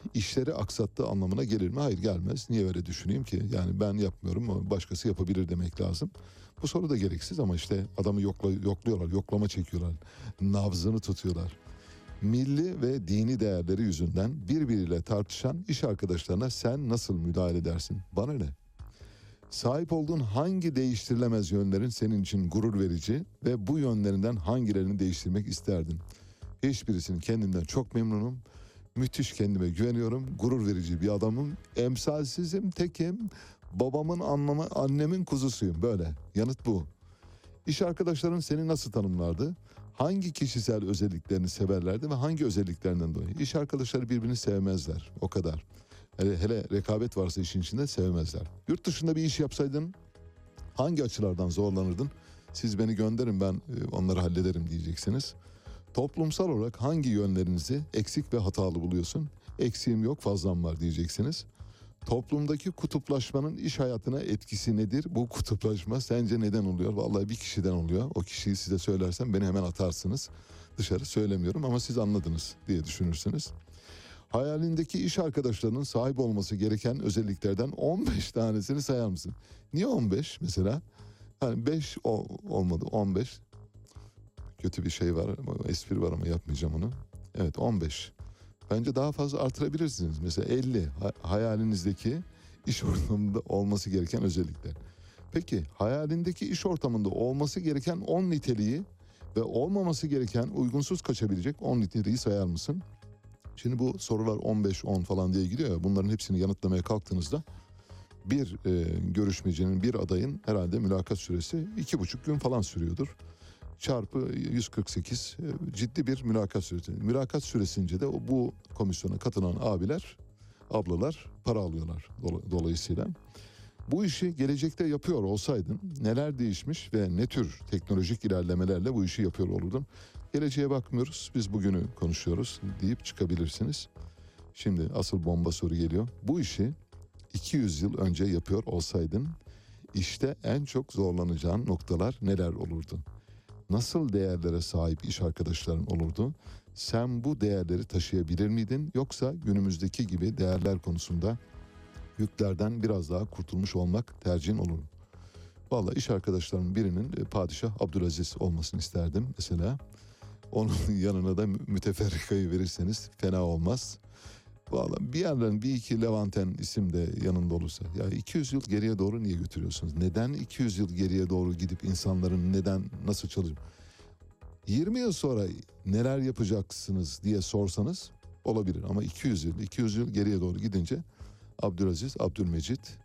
işleri aksattığı anlamına gelir mi? Hayır, gelmez. Niye öyle düşüneyim ki? Yani ben yapmıyorum ama başkası yapabilir demek lazım. Bu soru da gereksiz ama işte adamı yokla, yokluyorlar, yoklama çekiyorlar, nabzını tutuyorlar. Milli ve dini değerleri yüzünden birbiriyle tartışan iş arkadaşlarına sen nasıl müdahale edersin? Bana ne? Sahip olduğun hangi değiştirilemez yönlerin senin için gurur verici ve bu yönlerinden hangilerini değiştirmek isterdin? Hiçbirisinin, kendimden çok memnunum. Müthiş, kendime güveniyorum. Gurur verici bir adamım. Emsalsizim, tekim. Babamın anlamı, annemin kuzusuyum. Böyle. Yanıt bu. İş arkadaşların seni nasıl tanımlardı? Hangi kişisel özelliklerini severlerdi ve hangi özelliklerinden dolayı? İş arkadaşları birbirini sevmezler. O kadar. Hele, hele rekabet varsa işin içinde sevmezler. Yurt dışında bir iş yapsaydın hangi açılardan zorlanırdın? Siz beni gönderin, ben onları hallederim diyeceksiniz. Toplumsal olarak hangi yönlerinizi eksik ve hatalı buluyorsun? Eksiğim yok, fazlam var diyeceksiniz. Toplumdaki kutuplaşmanın iş hayatına etkisi nedir? Bu kutuplaşma sence neden oluyor? Vallahi bir kişiden oluyor. O kişiyi size söylersem beni hemen atarsınız. Dışarı söylemiyorum ama siz anladınız diye düşünürsünüz. Hayalindeki iş arkadaşlarının sahip olması gereken özelliklerden on beş tanesini sayar mısın? Niye on beş mesela? Hani beş olmadı, on beş. Kötü bir şey var, espri var ama yapmayacağım onu. Evet, on beş. Bence daha fazla artırabilirsiniz. Mesela elli, hayalinizdeki iş ortamında olması gereken özellikler. Peki hayalindeki iş ortamında olması gereken on niteliği ve olmaması gereken, uygunsuz kaçabilecek on niteliği sayar mısın? Şimdi bu sorular on beş on falan diye gidiyor ya, bunların hepsini yanıtlamaya kalktığınızda bir e, görüşmecinin, bir adayın herhalde mülakat süresi iki buçuk gün falan sürüyordur. Çarpı yüz kırk sekiz ciddi bir mülakat süresi. Mülakat süresince de bu komisyona katılan abiler, ablalar para alıyorlar dolayısıyla. Bu işi gelecekte yapıyor olsaydın neler değişmiş ve ne tür teknolojik ilerlemelerle bu işi yapıyor olurdun? Geleceğe bakmıyoruz, biz bugünü konuşuyoruz deyip çıkabilirsiniz. Şimdi asıl bomba soru geliyor. Bu işi iki yüz yıl önce yapıyor olsaydın işte en çok zorlanacağın noktalar neler olurdu? Nasıl değerlere sahip iş arkadaşların olurdu? Sen bu değerleri taşıyabilir miydin? Yoksa günümüzdeki gibi değerler konusunda yüklerden biraz daha kurtulmuş olmak tercihin olur mu? Vallahi iş arkadaşlarımın birinin Padişah Abdülaziz olmasını isterdim mesela. Onun yanına da müteferrikayı verirseniz fena olmaz. Vallahi bir yerden bir iki Levanten isim de yanında olursa. Ya iki yüz yıl geriye doğru niye götürüyorsunuz? Neden iki yüz yıl geriye doğru gidip insanların neden, nasıl çalışıyor? yirmi yıl sonra neler yapacaksınız diye sorsanız olabilir. Ama iki yüz yıl, iki yüz yıl geriye doğru gidince Abdülaziz, Abdülmecit,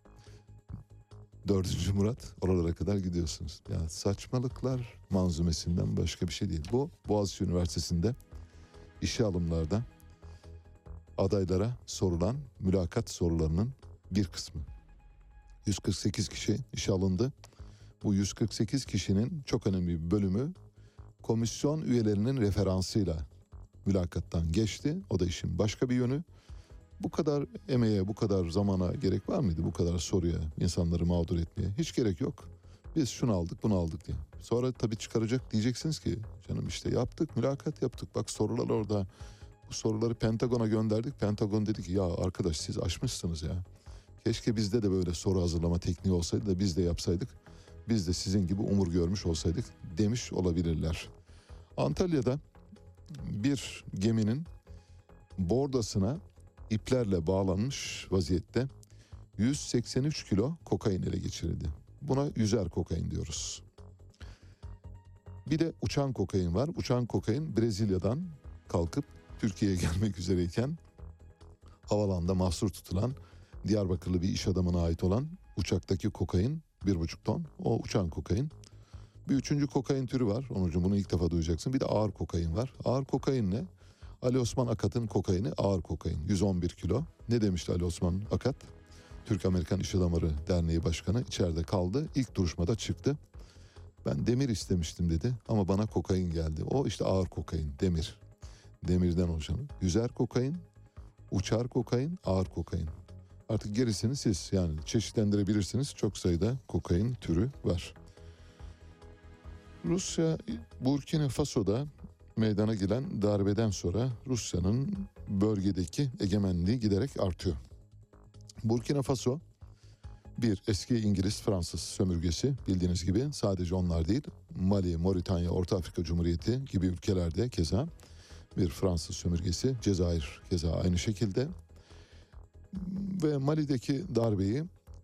dördüncü Murat oralara kadar gidiyorsunuz. Ya saçmalıklar manzumesinden başka bir şey değil. Bu Boğaziçi Üniversitesi'nde işe alımlarda adaylara sorulan mülakat sorularının bir kısmı. yüz kırk sekiz kişi işe alındı. Bu yüz kırk sekiz kişinin çok önemli bir bölümü komisyon üyelerinin referansıyla mülakattan geçti. O da işin başka bir yönü. Bu kadar emeğe, bu kadar zamana gerek var mıydı? Bu kadar soruya, insanları mağdur etmeye hiç gerek yok. Biz şunu aldık, bunu aldık diye. Sonra tabii çıkaracak, diyeceksiniz ki canım işte yaptık, mülakat yaptık. Bak sorular orada. Bu soruları Pentagon'a gönderdik. Pentagon dedi ki ya arkadaş siz aşmışsınız ya. Keşke bizde de böyle soru hazırlama tekniği olsaydı da biz de yapsaydık. Biz de sizin gibi umur görmüş olsaydık demiş olabilirler. Antalya'da bir geminin bordasına iplerle bağlanmış vaziyette yüz seksen üç kilo kokain ele geçirildi. Buna yüzer kokain diyoruz. Bir de uçan kokain var. Uçan kokain Brezilya'dan kalkıp Türkiye'ye gelmek üzereyken havalanda mahsur tutulan Diyarbakırlı bir iş adamına ait olan uçaktaki kokain bir buçuk ton. O uçan kokain. Bir üçüncü kokain türü var. Onucuğum bunu ilk defa duyacaksın. Bir de ağır kokain var. Ağır kokain ne? Ali Osman Akat'ın kokaini ağır kokain. yüz on bir kilo. Ne demişti Ali Osman Akat? Türk-Amerikan İş Adamları Derneği Başkanı içeride kaldı. İlk duruşmada çıktı. Ben demir istemiştim dedi ama bana kokain geldi. O işte ağır kokain, demir. Demirden oluşan. Yüzer kokain, uçar kokain, ağır kokain. Artık gerisini siz yani çeşitlendirebilirsiniz. Çok sayıda kokain türü var. Rusya, Burkina Faso'da meydana gelen darbeden sonra Rusya'nın bölgedeki egemenliği giderek artıyor. Burkina Faso bir eski İngiliz Fransız sömürgesi, bildiğiniz gibi sadece onlar değil, Mali, Moritanya, Orta Afrika Cumhuriyeti gibi ülkelerde keza bir Fransız sömürgesi, Cezayir keza aynı şekilde. Ve Mali'deki darbeyi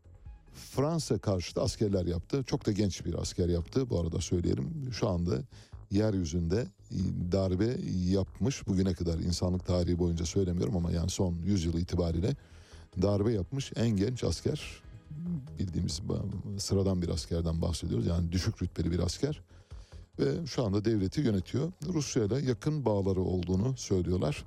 Fransa karşıtı askerler yaptı. Çok da genç bir asker yaptı, bu arada söyleyelim. Şu anda yeryüzünde darbe yapmış, bugüne kadar insanlık tarihi boyunca söylemiyorum ama yani son yüz yıl itibariyle darbe yapmış en genç asker, bildiğimiz sıradan bir askerden bahsediyoruz. Yani düşük rütbeli bir asker ve şu anda devleti yönetiyor. Rusya ile yakın bağları olduğunu söylüyorlar.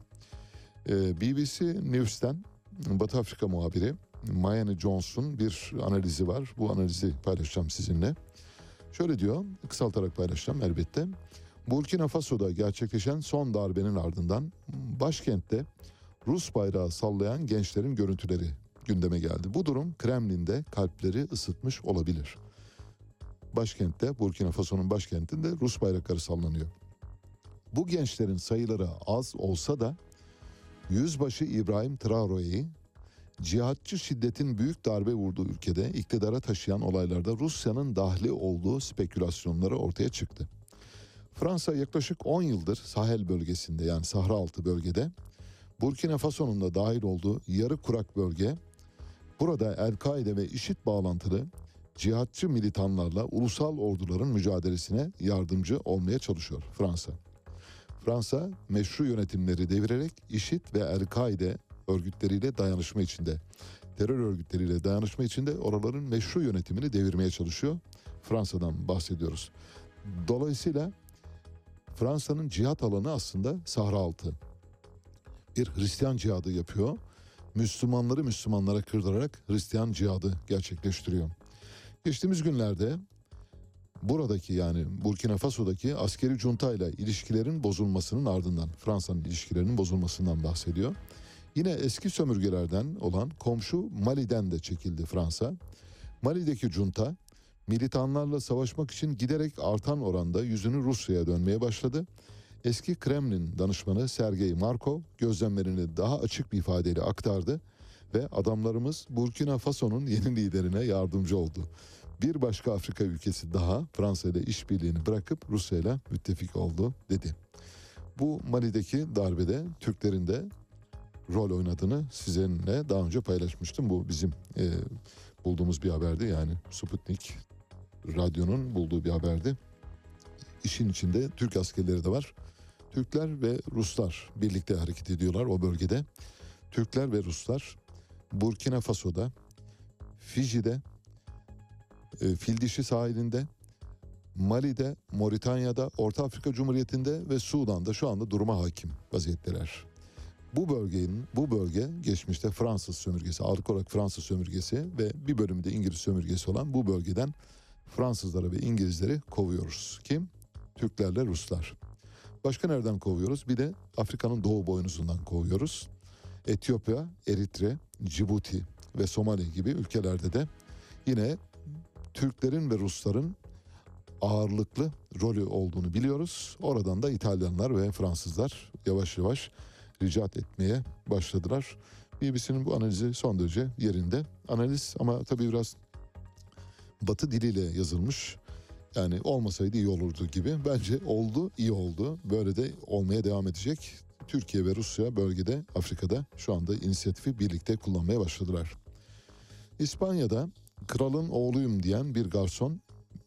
B B C News'ten Batı Afrika muhabiri Mayani Jones'un bir analizi var. Bu analizi paylaşacağım sizinle. Şöyle diyor, kısaltarak paylaşacağım elbette. Burkina Faso'da gerçekleşen son darbenin ardından başkentte Rus bayrağı sallayan gençlerin görüntüleri gündeme geldi. Bu durum Kremlin'de kalpleri ısıtmış olabilir. Başkentte, Burkina Faso'nun başkentinde Rus bayrakları sallanıyor. Bu gençlerin sayıları az olsa da Yüzbaşı İbrahim Traore'yi cihatçı şiddetin büyük darbe vurduğu ülkede iktidara taşıyan olaylarda Rusya'nın dahli olduğu spekülasyonları ortaya çıktı. Fransa yaklaşık on yıldır Sahel bölgesinde, yani Sahra altı bölgede, Burkina Faso'nun da dahil olduğu yarı kurak bölge, burada El-Kaide ve IŞİD bağlantılı cihatçı militanlarla ulusal orduların mücadelesine yardımcı olmaya çalışıyor Fransa. Fransa meşru yönetimleri devirerek IŞİD ve El-Kaide örgütleriyle dayanışma içinde, terör örgütleriyle dayanışma içinde oraların meşru yönetimini devirmeye çalışıyor. Fransa'dan bahsediyoruz. Dolayısıyla Fransa'nın cihat alanı aslında Sahra altı. Bir Hristiyan cihadı yapıyor. Müslümanları Müslümanlara kırdırarak Hristiyan cihadı gerçekleştiriyor. Geçtiğimiz günlerde buradaki, yani Burkina Faso'daki askeri cuntayla ilişkilerin bozulmasının ardından, Fransa'nın ilişkilerinin bozulmasından bahsediyor. Yine eski sömürgelerden olan komşu Mali'den de çekildi Fransa. Mali'deki junta militanlarla savaşmak için giderek artan oranda yüzünü Rusya'ya dönmeye başladı. Eski Kremlin danışmanı Sergey Markov gözlemlerini daha açık bir ifadeyle aktardı ve adamlarımız Burkina Faso'nun yeni liderine yardımcı oldu. Bir başka Afrika ülkesi daha Fransa ile işbirliğini bırakıp Rusya ile müttefik oldu dedi. Bu Mali'deki darbede Türklerin de rol oynadığını sizinle daha önce paylaşmıştım. Bu bizim e, bulduğumuz bir haberdi, yani Sputnik Radyo'nun bulduğu bir haberdi. İşin içinde Türk askerleri de var. Türkler ve Ruslar birlikte hareket ediyorlar o bölgede. Türkler ve Ruslar Burkina Faso'da, Fiji'de, e, Fildişi sahilinde, Mali'de, Moritanya'da, Orta Afrika Cumhuriyeti'nde ve Sudan'da şu anda duruma hakim vaziyetteler. Bu bölgenin, bu bölge geçmişte Fransız sömürgesi, ağırlıklı olarak Fransız sömürgesi ve bir bölümü de İngiliz sömürgesi olan bu bölgeden Fransızları ve İngilizleri kovuyoruz. Kim? Türklerle Ruslar. Başka nereden kovuyoruz? Bir de Afrika'nın doğu boynuzundan kovuyoruz. Etiyopya, Eritre, Cibuti ve Somali gibi ülkelerde de yine Türklerin ve Rusların ağırlıklı rolü olduğunu biliyoruz. Oradan da İtalyanlar ve Fransızlar yavaş yavaş ricat etmeye başladılar. B B C'nin bu analizi son derece yerinde. Analiz ama tabii biraz Batı diliyle yazılmış. Yani olmasaydı iyi olurdu gibi. Bence oldu, iyi oldu. Böyle de olmaya devam edecek. Türkiye ve Rusya bölgede, Afrika'da şu anda inisiyatifi birlikte kullanmaya başladılar. İspanya'da kralın oğluyum diyen bir garson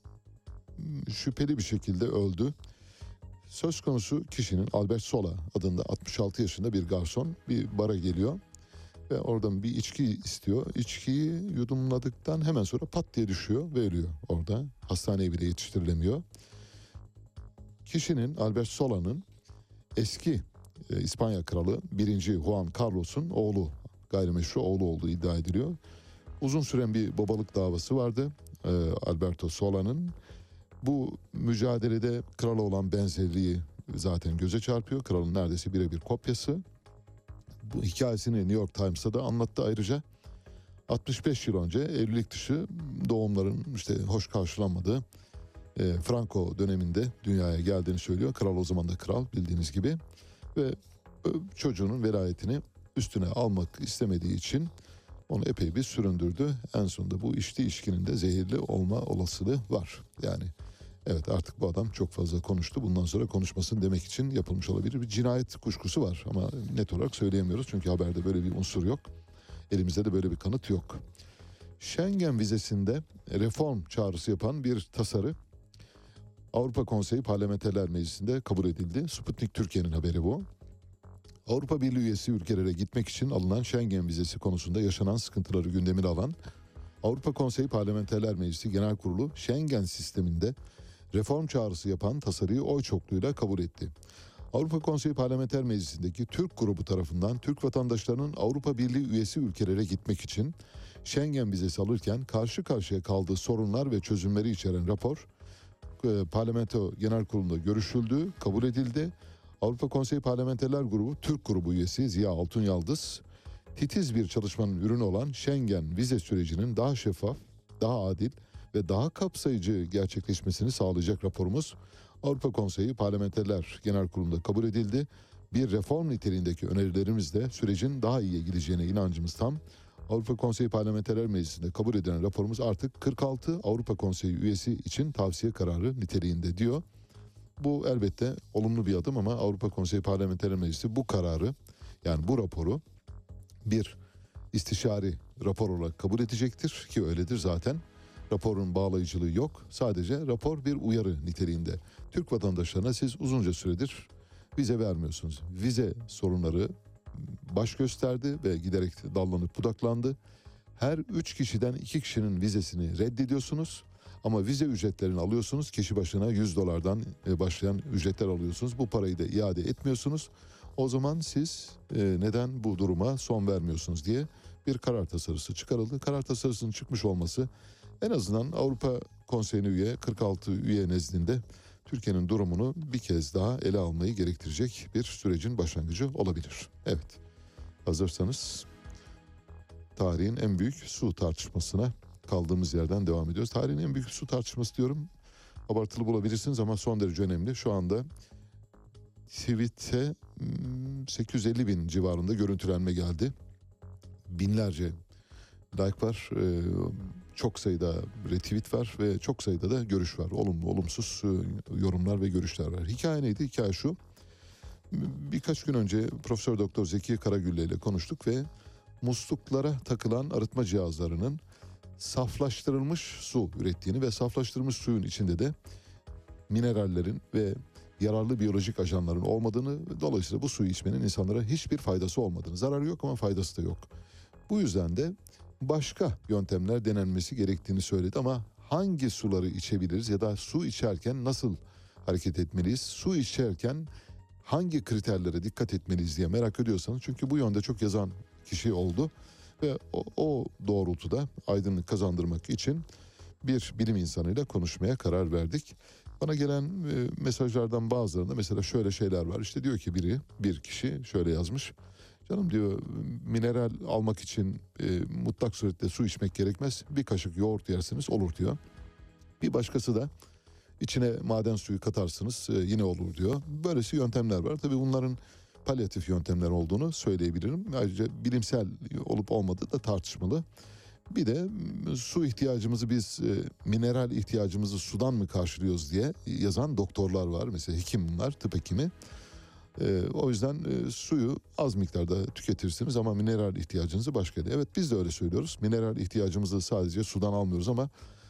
şüpheli bir şekilde öldü. Söz konusu kişinin Albert Sola adında altmış altı yaşında bir garson bir bara geliyor ve oradan bir içki istiyor. İçkiyi yudumladıktan hemen sonra pat diye düşüyor ve ölüyor orada. Hastaneye bile yetiştirilemiyor. Kişinin, Albert Sola'nın eski e, İspanya kralı birinci. Juan Carlos'un oğlu, gayrimeşru oğlu olduğu iddia ediliyor. Uzun süren bir babalık davası vardı e, Alberto Sola'nın. Bu mücadelede krala olan benzerliği zaten göze çarpıyor. Kralın neredeyse birebir kopyası. Bu hikayesini New York Times'ta da anlattı ayrıca. altmış beş yıl önce evlilik dışı doğumların işte hoş karşılanmadığı e, Franco döneminde dünyaya geldiğini söylüyor. Kral o zaman da kral, bildiğiniz gibi. Ve çocuğunun velayetini üstüne almak istemediği için onu epey bir süründürdü. En sonunda bu içtiği içkinin de zehirli olma olasılığı var. Yani evet, artık bu adam çok fazla konuştu. Bundan sonra konuşmasın demek için yapılmış olabilir bir cinayet kuşkusu var. Ama net olarak söyleyemiyoruz çünkü haberde böyle bir unsur yok. Elimizde de böyle bir kanıt yok. Schengen vizesinde reform çağrısı yapan bir tasarı Avrupa Konseyi Parlamenterler Meclisi'nde kabul edildi. Sputnik Türkiye'nin haberi bu. Avrupa Birliği üyesi ülkelere gitmek için alınan Schengen vizesi konusunda yaşanan sıkıntıları gündemine alan Avrupa Konseyi Parlamenterler Meclisi Genel Kurulu Schengen sisteminde reform çağrısı yapan tasarıyı oy çokluğuyla kabul etti. Avrupa Konseyi Parlamenter Meclisi'ndeki Türk grubu tarafından Türk vatandaşlarının Avrupa Birliği üyesi ülkelere gitmek için Schengen vizesi alırken karşı karşıya kaldığı sorunlar ve çözümleri içeren rapor Parlamento Genel Kurulu'nda görüşüldü, kabul edildi. Avrupa Konseyi Parlamenterler Grubu Türk grubu üyesi Ziya Altunyaldız, titiz bir çalışmanın ürünü olan Schengen vize sürecinin daha şeffaf, daha adil ve daha kapsayıcı gerçekleşmesini sağlayacak raporumuz Avrupa Konseyi Parlamenterler Genel Kurulu'nda kabul edildi. Bir reform niteliğindeki önerilerimizle sürecin daha iyiye gideceğine inancımız tam. Avrupa Konseyi Parlamenterler Meclisi'nde kabul edilen raporumuz artık kırk altı Avrupa Konseyi üyesi için tavsiye kararı niteliğinde diyor. Bu elbette olumlu bir adım ama Avrupa Konseyi Parlamenterler Meclisi bu kararı, yani bu raporu bir istişari rapor olarak kabul edecektir ki öyledir zaten. Raporun bağlayıcılığı yok. Sadece rapor bir uyarı niteliğinde. Türk vatandaşlarına siz uzunca süredir vize vermiyorsunuz. Vize sorunları baş gösterdi ve giderek dallanıp budaklandı. Her üç kişiden iki kişinin vizesini reddediyorsunuz. Ama vize ücretlerini alıyorsunuz. Kişi başına yüz dolardan başlayan ücretler alıyorsunuz. Bu parayı da iade etmiyorsunuz. O zaman siz neden bu duruma son vermiyorsunuz diye bir karar tasarısı çıkarıldı. Karar tasarısının çıkmış olması en azından Avrupa Konseyi'ne üye kırk altı üye nezdinde Türkiye'nin durumunu bir kez daha ele almayı gerektirecek bir sürecin başlangıcı olabilir. Evet, hazırsanız tarihin en büyük su tartışmasına kaldığımız yerden devam ediyoruz. Tarihin en büyük su tartışması diyorum, abartılı bulabilirsiniz ama son derece önemli. Şu anda tweet'e sekiz yüz elli bin civarında görüntülenme geldi. Binlerce like var, çok sayıda retweet var ve çok sayıda da görüş var. Olumlu, olumsuz yorumlar ve görüşler var. Hikaye neydi? Hikaye şu. Birkaç gün önce Profesör Doktor Zeki Karagülle ile konuştuk ve musluklara takılan arıtma cihazlarının saflaştırılmış su ürettiğini ve saflaştırılmış suyun içinde de minerallerin ve yararlı biyolojik ajanların olmadığını, dolayısıyla bu suyu içmenin insanlara hiçbir faydası olmadığını, zararı yok ama faydası da yok. Bu yüzden de başka yöntemler denenmesi gerektiğini söyledi ama hangi suları içebiliriz ya da su içerken nasıl hareket etmeliyiz? Su içerken hangi kriterlere dikkat etmeliyiz diye merak ediyorsanız, çünkü bu yönde çok yazan kişi oldu ve o, o doğrultuda aydınlık kazandırmak için bir bilim insanıyla konuşmaya karar verdik. Bana gelen e, mesajlardan bazılarında mesela şöyle şeyler var. İşte diyor ki biri, bir kişi şöyle yazmış. Canım diyor, mineral almak için e, mutlak surette su içmek gerekmez. Bir kaşık yoğurt yersiniz olur diyor. Bir başkası da içine maden suyu katarsınız e, yine olur diyor. Böylesi yöntemler var. Tabii bunların palyatif yöntemler olduğunu söyleyebilirim. Ayrıca bilimsel olup olmadığı da tartışmalı. Bir de su ihtiyacımızı biz e, mineral ihtiyacımızı sudan mı karşılıyoruz diye yazan doktorlar var. Mesela hekim bunlar, tıp hekimi. E, o yüzden e, suyu az miktarda tüketirsiniz ama mineral ihtiyacınızı başka yerde. Evet, biz de öyle söylüyoruz. Mineral ihtiyacımızı sadece sudan almıyoruz ama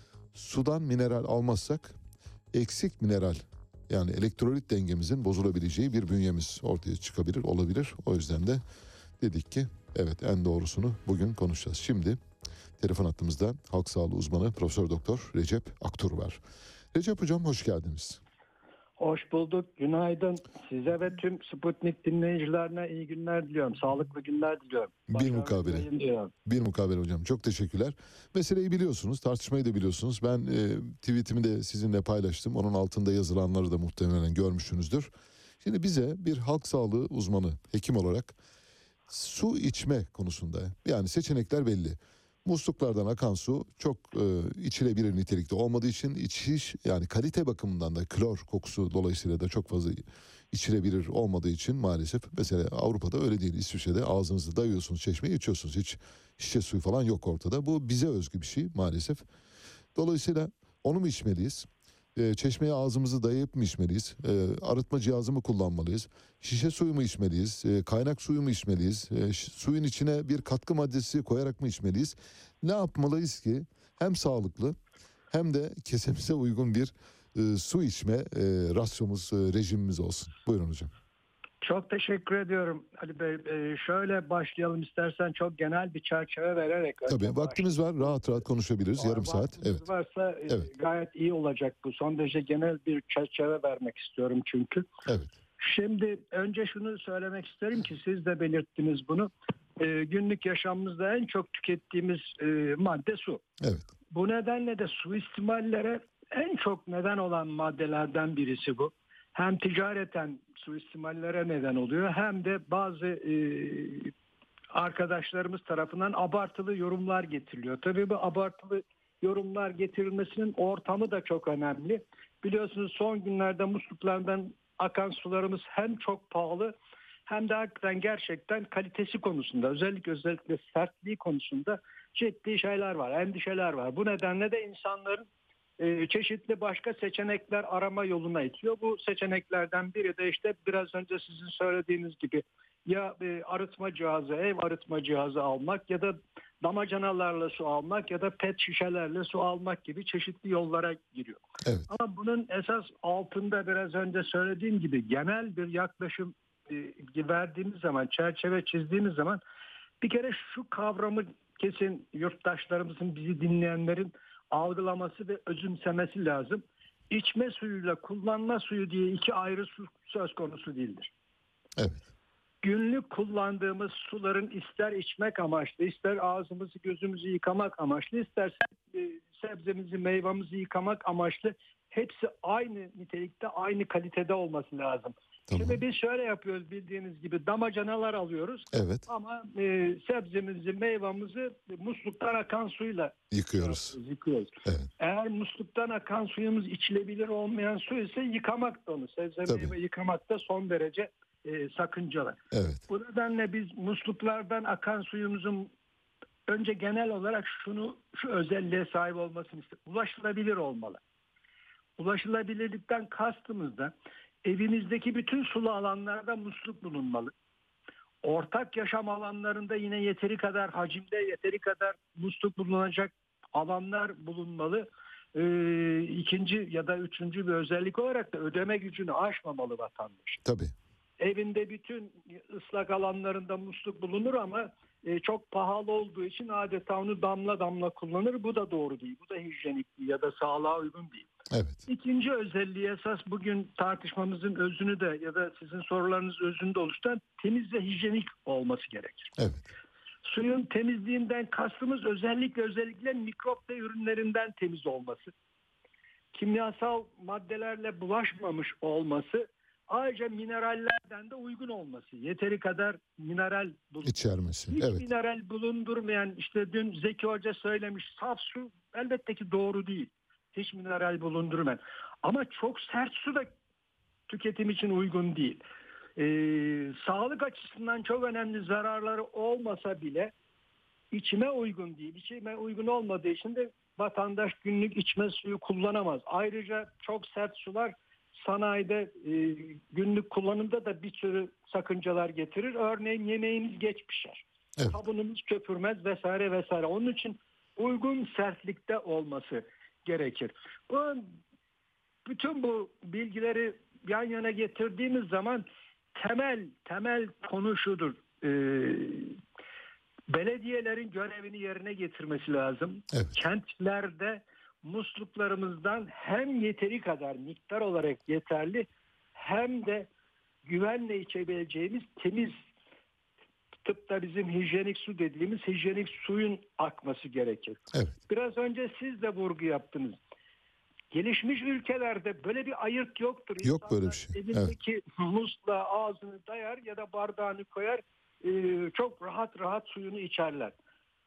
sudan mineral almazsak eksik mineral, yani elektrolit dengemizin bozulabileceği bir bünyemiz ortaya çıkabilir, olabilir. O yüzden de dedik ki evet, en doğrusunu bugün konuşacağız. Şimdi telefon hattımızda halk sağlığı uzmanı Profesör Doktor Recep Aktur var. Recep Hocam, hoş geldiniz. Hoş bulduk. Günaydın. Size ve tüm Sputnik dinleyicilerine iyi günler diliyorum. Sağlıklı günler diliyorum. Bir mukabele. Bir mukabele hocam. Çok teşekkürler. Meseleyi biliyorsunuz, tartışmayı da biliyorsunuz. Ben e, tweetimi de sizinle paylaştım. Onun altında yazılanları da muhtemelen görmüşsünüzdür. Şimdi bize bir halk sağlığı uzmanı, hekim olarak su içme konusunda, yani seçenekler belli. Musluklardan akan su çok e, içilebilir nitelikte olmadığı için içiş yani kalite bakımından da klor kokusu dolayısıyla da çok fazla içilebilir olmadığı için maalesef mesela Avrupa'da öyle değil. İsviçre'de ağzınızı dayıyorsunuz çeşmeyi içiyorsunuz. Hiç şişe suyu falan yok ortada. Bu bize özgü bir şey maalesef. Dolayısıyla onu mu içmeliyiz? E, çeşmeye ağzımızı dayayıp mı içmeliyiz? E, arıtma cihazı mı kullanmalıyız? Şişe suyu mu içmeliyiz? E, kaynak suyu mu içmeliyiz? E, ş- suyun içine bir katkı maddesi koyarak mı içmeliyiz? Ne yapmalıyız ki hem sağlıklı hem de kesemize uygun bir e, su içme e, rasyomuz, e, rejimimiz olsun. Buyurun hocam. Çok teşekkür ediyorum Ali Bey. Ee, şöyle başlayalım istersen çok genel bir çerçeve vererek. Tabii vaktimiz var, rahat rahat konuşabiliriz. Yarım saat. Vaktimiz Evet. varsa e, Evet. gayet iyi olacak bu. Son derece genel bir çerçeve vermek istiyorum çünkü. Evet. Şimdi önce şunu söylemek isterim ki siz de belirttiniz bunu. Ee, günlük yaşamımızda en çok tükettiğimiz e, madde su. Evet. Bu nedenle de suistimallere en çok neden olan maddelerden birisi bu. Hem ticareten suistimallere neden oluyor hem de bazı e, arkadaşlarımız tarafından abartılı yorumlar getiriliyor. Tabii bu abartılı yorumlar getirilmesinin ortamı da çok önemli. Biliyorsunuz son günlerde musluklardan akan sularımız hem çok pahalı hem de hakikaten gerçekten kalitesi konusunda özellikle özellikle sertliği konusunda ciddi şeyler var, endişeler var. Bu nedenle de insanların e, çeşitli başka seçenekler arama yoluna itiyor. Bu seçeneklerden biri de işte biraz önce sizin söylediğiniz gibi ya e, arıtma cihazı, ev arıtma cihazı almak ya da damacanalarla su almak ya da pet şişelerle su almak gibi çeşitli yollara giriyor. Evet. Ama bunun esas altında biraz önce söylediğim gibi genel bir yaklaşım e, verdiğimiz zaman, çerçeve çizdiğimiz zaman bir kere şu kavramı kesin yurttaşlarımızın, bizi dinleyenlerin algılaması ve özümsemesi lazım. İçme suyuyla kullanma suyu diye iki ayrı su söz konusu değildir. Evet. Günlük kullandığımız suların ister içmek amaçlı, ister ağzımızı gözümüzü yıkamak amaçlı, isterse e, sebzemizi, meyvemizi yıkamak amaçlı hepsi aynı nitelikte, aynı kalitede olması lazım. Tamam. Şimdi biz şöyle yapıyoruz bildiğiniz gibi damacanalar alıyoruz Evet. ama e, sebzemizi, meyvemizi musluktan akan suyla Yıkıyoruz. yıkıyoruz. Evet. Eğer musluktan akan suyumuz içilebilir olmayan su ise yıkamak da onu. Sebze Tabii. meyve yıkamak da son derece e, sakıncalı. Evet. Bu nedenle biz musluklardan akan suyumuzun önce genel olarak şunu şu özelliğe sahip olmasını istiyoruz. Ulaşılabilir olmalı. Ulaşılabilirlikten kastımız da evimizdeki bütün sulu alanlarda musluk bulunmalı. Ortak yaşam alanlarında yine yeteri kadar hacimde, yeteri kadar musluk bulunacak alanlar bulunmalı. Ee, ikinci ya da üçüncü bir özellik olarak da ödeme gücünü aşmamalı vatandaş. Tabii. Evinde bütün ıslak alanlarında musluk bulunur ama e, çok pahalı olduğu için adeta onu damla damla kullanır. Bu da doğru değil. Bu da hijyenik değil ya da sağlığa uygun değil. Evet. İkinci özelliği esas bugün tartışmamızın özünü de ya da sizin sorularınız özünde oluşturan temiz ve hijyenik olması gerekir. Evet. Suyun temizliğinden kastımız özellikle özellikle mikrop ve ürünlerinden temiz olması. Kimyasal maddelerle bulaşmamış olması. Ayrıca minerallerden de uygun olması. Yeteri kadar mineral bulunması. İçermesi. Hiç Evet. mineral bulundurmayan işte dün Zeki Hoca söylemiş saf su elbette ki doğru değil. Hiç mineral bulundurmayan. Ama çok sert su da tüketim için uygun değil. Ee, sağlık açısından çok önemli zararları olmasa bile içime uygun değil. İçime uygun olmadığı için de vatandaş günlük içme suyu kullanamaz. Ayrıca çok sert sular sanayide e, günlük kullanımda da bir sürü sakıncalar getirir. Örneğin yemeğimiz geç pişer. Evet. Sabunumuz köpürmez vesaire vesaire. Onun için uygun sertlikte olması gerekir. Bu, bütün bu bilgileri yan yana getirdiğimiz zaman temel temel konu şudur. Ee, belediyelerin görevini yerine getirmesi lazım. Evet. Kentlerde musluklarımızdan hem yeteri kadar miktar olarak yeterli hem de güvenle içebileceğimiz temiz, tıpta bizim hijyenik su dediğimiz hijyenik suyun akması gerekir. Evet. Biraz önce siz de vurgu yaptınız. Gelişmiş ülkelerde böyle bir ayırt yoktur. Yok İnsanlar böyle bir şey. elindeki musluğa ağzını dayar ya da bardağını koyar, e, çok rahat rahat suyunu içerler.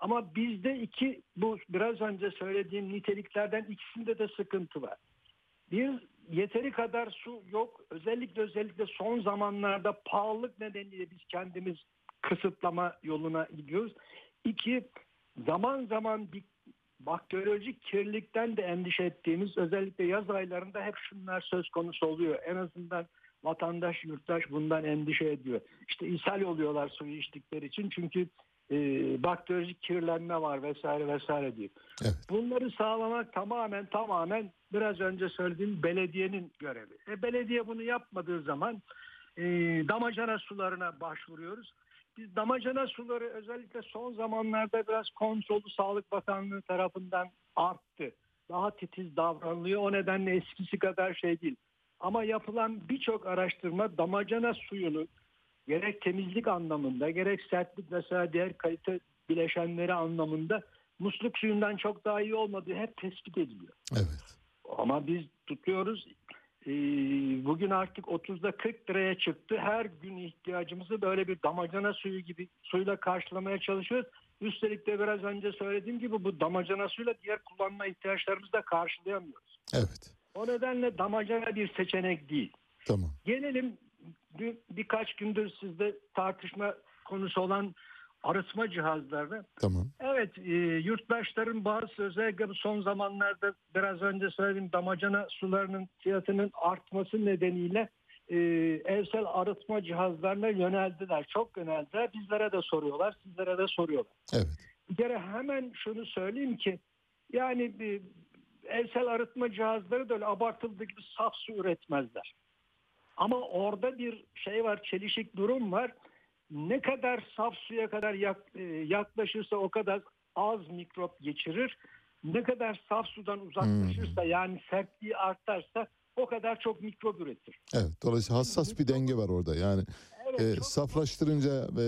Ama bizde iki, bu biraz önce söylediğim niteliklerden ikisinde de sıkıntı var. Bir, yeteri kadar su yok. Özellikle özellikle son zamanlarda pahalılık nedeniyle biz kendimiz kısıtlama yoluna gidiyoruz. İki, zaman zaman bir bakteriyolojik kirlilikten de endişe ettiğimiz, özellikle yaz aylarında hep şunlar söz konusu oluyor. En azından vatandaş, yurttaş bundan endişe ediyor. İşte ishal oluyorlar suyu içtikleri için, çünkü e, bakteriyolojik kirlenme var vesaire vesaire diye. Evet. Bunları sağlamak tamamen tamamen biraz önce söylediğim belediyenin görevi. E, belediye bunu yapmadığı zaman e, damacana sularına başvuruyoruz. Biz damacana suları özellikle son zamanlarda biraz kontrolü Sağlık Bakanlığı tarafından arttı. Daha titiz davranılıyor. O nedenle eskisi kadar şey değil. Ama yapılan birçok araştırma damacana suyunu gerek temizlik anlamında, gerek sertlik vesaire diğer kalite bileşenleri anlamında musluk suyundan çok daha iyi olmadığı hep tespit ediliyor. Evet. Ama biz tutuyoruz. Ee, bugün artık otuzda kırk liraya çıktı. Her gün ihtiyacımızı böyle bir damacana suyu gibi suyla karşılamaya çalışıyoruz. Üstelik de biraz önce söylediğim gibi bu damacana suyla diğer kullanma ihtiyaçlarımızı da karşılayamıyoruz. Evet. O nedenle damacana bir seçenek değil. Tamam. Gelelim bir, birkaç gündür sizde tartışma konusu olan arıtma cihazlarına. Tamam. Evet, e, yurttaşların bazı, özellikle bu son zamanlarda biraz önce söylediğim damacana sularının fiyatının artması nedeniyle e, evsel arıtma cihazlarına yöneldiler. Çok yöneldiler. Bizlere de soruyorlar, sizlere de soruyorlar. Evet. Bir kere hemen şunu söyleyeyim ki, yani bir, evsel arıtma cihazları da öyle abartıldığı gibi saf su üretmezler. Ama orada bir şey var, çelişik durum var. Ne kadar saf suya kadar yaklaşırsa o kadar az mikrop geçirir. Ne kadar saf sudan uzaklaşırsa, hmm. yani sertliği artarsa o kadar çok mikrop üretir. Evet, dolayısıyla hassas bir denge var orada. Yani evet, e, çok saflaştırınca e,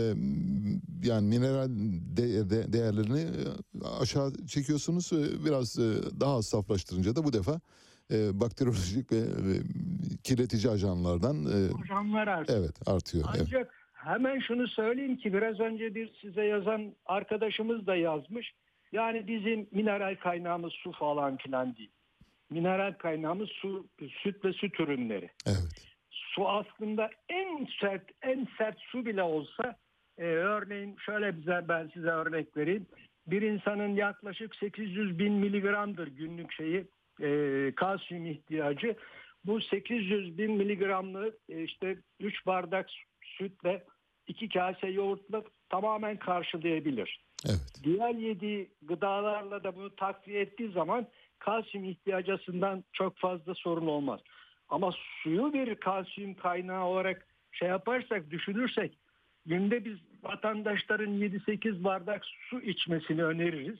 yani mineral de, de, değerlerini aşağı çekiyorsunuz. Biraz e, daha az saflaştırınca da bu defa e, bakteriyolojik ve e, kirletici ajanlardan e, ajanlar artıyor. Evet, artıyor. Ancak evet. hemen şunu söyleyeyim ki, biraz önce bir size yazan arkadaşımız da yazmış. Yani bizim mineral kaynağımız su falan filan değil. Mineral kaynağımız su, süt ve süt ürünleri. Evet. Su aslında en sert, en sert su bile olsa, e, örneğin şöyle bize, ben size örnek vereyim. Bir insanın yaklaşık sekiz yüz bin miligramdır günlük şeyi, e, kalsiyum ihtiyacı. Bu sekiz yüz bin miligramlı e, işte üç bardak sütle iki kase yoğurtla tamamen karşılayabilir. Evet. Diğer yediği gıdalarla da bunu takviye ettiği zaman kalsiyum ihtiyacından çok fazla sorun olmaz. Ama suyu bir kalsiyum kaynağı olarak şey yaparsak, düşünürsek, günde biz vatandaşların yedi sekiz bardak su içmesini öneririz.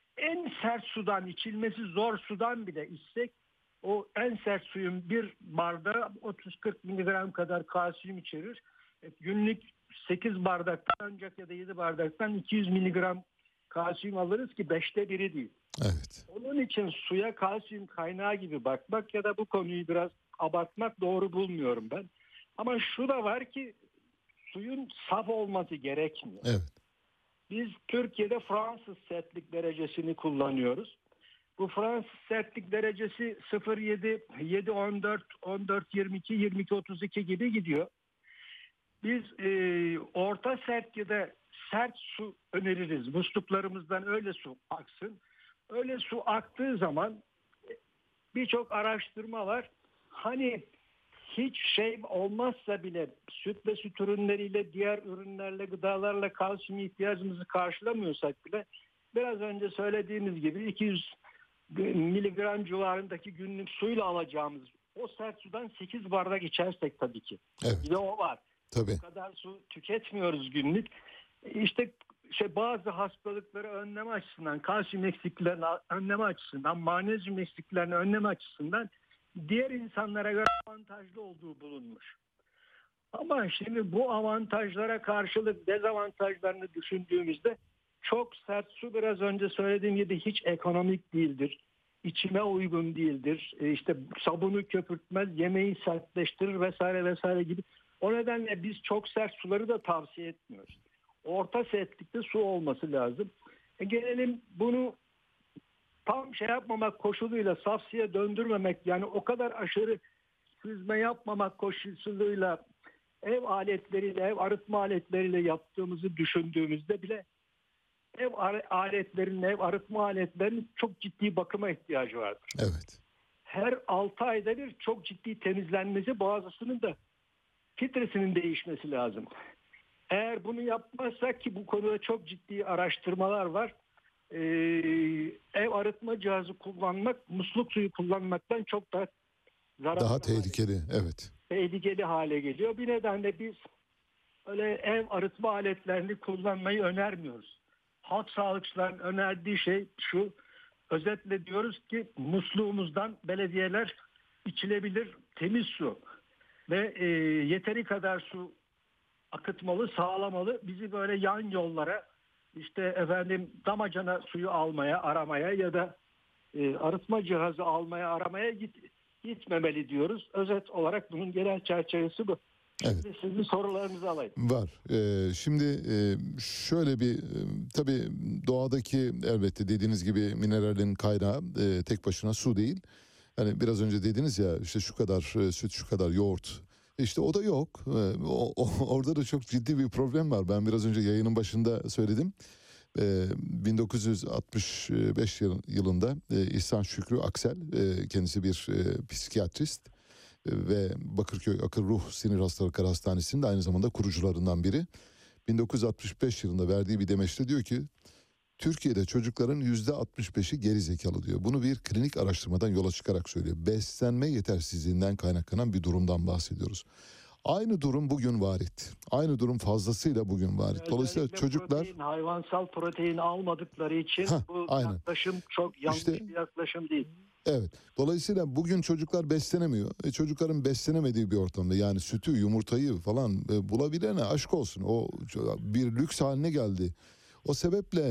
En sert sudan, içilmesi zor sudan bile içsek, o en sert suyun bir bardağı otuz kırk miligram kadar kalsiyum içerir. Günlük sekiz bardaktan ancak ya da yedi bardaktan iki yüz miligram kalsiyum alırız ki beşte biri değil. Evet. Onun için suya kalsiyum kaynağı gibi bakmak ya da bu konuyu biraz abartmak doğru bulmuyorum ben. Ama şu da var ki, suyun saf olması gerekmiyor. Evet. Biz Türkiye'de Fransız sertlik derecesini kullanıyoruz. Bu Fransız sertlik derecesi sıfır virgül yedi, yedi virgül on dört, on dört virgül yirmi iki, yirmi iki virgül otuz iki gibi gidiyor. Biz e, orta sert ya da sert su öneririz. Musluklarımızdan öyle su aksın. Öyle su aktığı zaman birçok araştırma var. Hani hiç şey olmazsa bile, süt ve süt ürünleriyle, diğer ürünlerle, gıdalarla kalsiyum ihtiyacımızı karşılamıyorsak bile, biraz önce söylediğimiz gibi iki yüz miligram civarındaki günlük suyla alacağımız o sert sudan sekiz bardak içersek tabii ki. Evet. Bir de o var. Tabii. Bu kadar su tüketmiyoruz günlük. İşte şey, bazı hastalıkları önleme açısından, kalsiyum eksiklerini önleme açısından, magnezyum eksiklerini önleme açısından diğer insanlara göre avantajlı olduğu bulunmuş. Ama şimdi bu avantajlara karşılık dezavantajlarını düşündüğümüzde, çok sert su, biraz önce söylediğim gibi, hiç ekonomik değildir. İçime uygun değildir. E işte sabunu köpürtmez, yemeği sertleştirir vesaire vesaire gibi. O nedenle biz çok sert suları da tavsiye etmiyoruz. Orta sertlikte su olması lazım. E gelelim bunu tam şey yapmamak koşuluyla safsıya döndürmemek, yani o kadar aşırı süzme yapmamak koşuluyla ev aletleriyle, ev arıtma aletleriyle yaptığımızı düşündüğümüzde bile ev aletlerinin, ev arıtma aletlerinin çok ciddi bakıma ihtiyacı vardır. Evet. Her altı ayda bir çok ciddi temizlenmesi, bazısının da filtresinin değişmesi lazım. Eğer bunu yapmazsak, ki bu konuda çok ciddi araştırmalar var, Ee, ev arıtma cihazı kullanmak musluk suyu kullanmaktan çok daha zararlı, Daha tehlikeli, hale, evet. tehlikeli hale geliyor. Bir nedenle biz öyle ev arıtma aletlerini kullanmayı önermiyoruz. Halk sağlıkçıların önerdiği şey şu: özetle diyoruz ki musluğumuzdan belediyeler içilebilir temiz su ve e, yeteri kadar su akıtmalı, sağlamalı. Bizi böyle yan yollara, İşte efendim damacana suyu almaya, aramaya ya da e, arıtma cihazı almaya, aramaya git, gitmemeli diyoruz. Özet olarak bunun genel çerçevesi bu. Evet. Şimdi sizin sorularınızı alayım. Var. Ee, şimdi e, şöyle bir e, tabii doğadaki elbette dediğiniz gibi mineralin kaynağı e, tek başına su değil. Hani biraz önce dediniz ya, işte şu kadar e, süt, şu kadar yoğurt. İşte o da yok. Ee, o, o, orada da çok ciddi bir problem var. Ben biraz önce yayının başında söyledim. Ee, bin dokuz yüz altmış beş yıl, yılında e, İhsan Şükrü Aksel, e, kendisi bir e, psikiyatrist e, ve Bakırköy Akıl Ruh Sinir Hastalıkları Hastanesi'nin de aynı zamanda kurucularından biri. bin dokuz yüz altmış beş yılında verdiği bir demeçte diyor ki, Türkiye'de çocukların yüzde altmış beşi geri zekalı diyor. Bunu bir klinik araştırmadan yola çıkarak söylüyor. Beslenme yetersizliğinden kaynaklanan bir durumdan bahsediyoruz. Aynı durum bugün varit. Aynı durum fazlasıyla bugün varit. Dolayısıyla Özellikle çocuklar... protein, hayvansal protein almadıkları için Heh, bu aynen. yaklaşım çok yanlış İşte, bir yaklaşım değil. Evet. Dolayısıyla bugün çocuklar beslenemiyor. E çocukların beslenemediği bir ortamda, yani sütü, yumurtayı falan e, bulabilene aşk olsun. O bir lüks haline geldi. O sebeple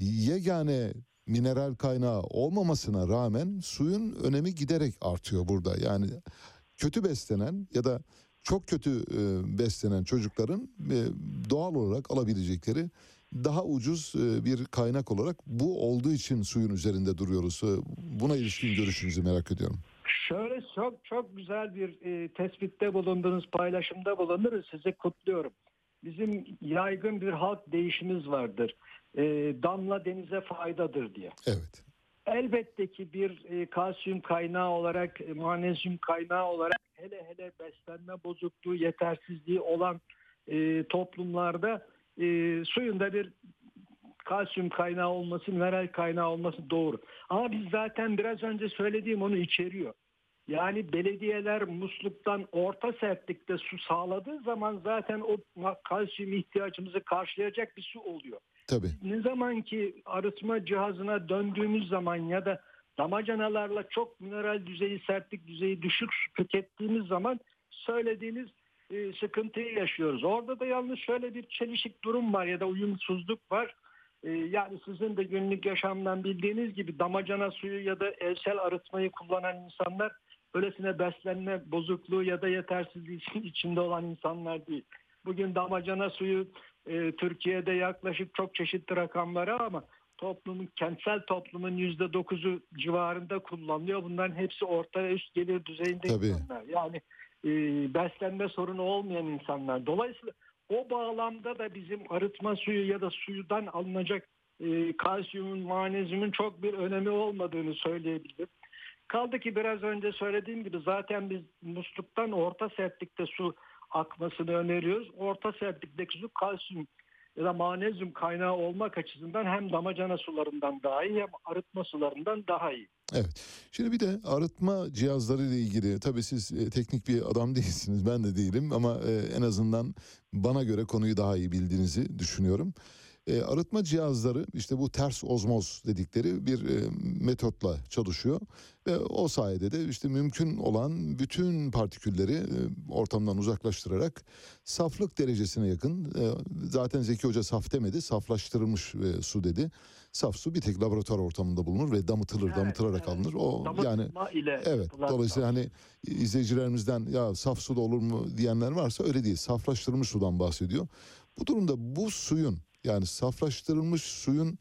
yegane mineral kaynağı olmamasına rağmen suyun önemi giderek artıyor burada. Yani kötü beslenen ya da çok kötü e, beslenen çocukların e, doğal olarak alabilecekleri daha ucuz e, bir kaynak olarak bu olduğu için suyun üzerinde duruyoruz. E, buna ilişkin görüşünüzü merak ediyorum. Şöyle çok çok güzel bir e, tespitte bulundunuz, paylaşımda bulundunuz. Sizi kutluyorum. Bizim yaygın bir halk deyişimiz vardır. E, damla denize faydadır diye. Evet. Elbette ki bir e, kalsiyum kaynağı olarak, e, magnezyum kaynağı olarak, hele hele beslenme bozukluğu, yetersizliği olan e, toplumlarda e, suyun da bir kalsiyum kaynağı olması, mineral kaynağı olması doğru. Ama biz zaten biraz önce söylediğim onu içeriyor. Yani belediyeler musluktan orta sertlikte su sağladığı zaman zaten o kalsiyum ihtiyacımızı karşılayacak bir su oluyor. Tabii. Ne zaman ki arıtma cihazına döndüğümüz zaman ya da damacanalarla çok mineral düzeyi, sertlik düzeyi düşük su tükettiğimiz zaman söylediğiniz e, sıkıntıyı yaşıyoruz. Orada da yalnız şöyle bir çelişik durum var ya da uyumsuzluk var. E, yani sizin de günlük yaşamdan bildiğiniz gibi damacana suyu ya da evsel arıtmayı kullanan insanlar öylesine beslenme bozukluğu ya da yetersizliği içinde olan insanlar değil. Bugün damacana suyu e, Türkiye'de yaklaşık çok çeşitli rakamlara ama toplumun, kentsel toplumun yüzde dokuzu civarında kullanılıyor. Bunların hepsi orta ve üst gelir düzeyinde Tabii. insanlar. Yani e, beslenme sorunu olmayan insanlar. Dolayısıyla o bağlamda da bizim arıtma suyu ya da suyudan alınacak e, kalsiyumun, magnezyumun çok bir önemi olmadığını söyleyebilirim. Kaldı ki biraz önce söylediğim gibi zaten biz musluktan orta sertlikte su akmasını öneriyoruz. Orta sertlikteki su kalsiyum ya da magnezyum kaynağı olmak açısından hem damacana sularından daha iyi hem arıtma sularından daha iyi. Evet. Şimdi bir de arıtma cihazları ile ilgili, tabii siz e, teknik bir adam değilsiniz, ben de değilim ama e, en azından bana göre konuyu daha iyi bildiğinizi düşünüyorum. E, arıtma cihazları işte bu ters ozmoz dedikleri bir e, metotla çalışıyor ve o sayede de işte mümkün olan bütün partikülleri e, ortamdan uzaklaştırarak saflık derecesine yakın, e, zaten Zeki Hoca saf demedi, saflaştırılmış e, su dedi. Saf su bir tek laboratuvar ortamında bulunur ve damıtılır, Evet, damıtılarak evet. alınır. O Damıtma yani ile evet. yapılan Dolayısıyla saf. hani izleyicilerimizden ya saf su da olur mu diyenler varsa öyle değil. Saflaştırılmış sudan bahsediyor. Bu durumda bu suyun, yani saflaştırılmış suyun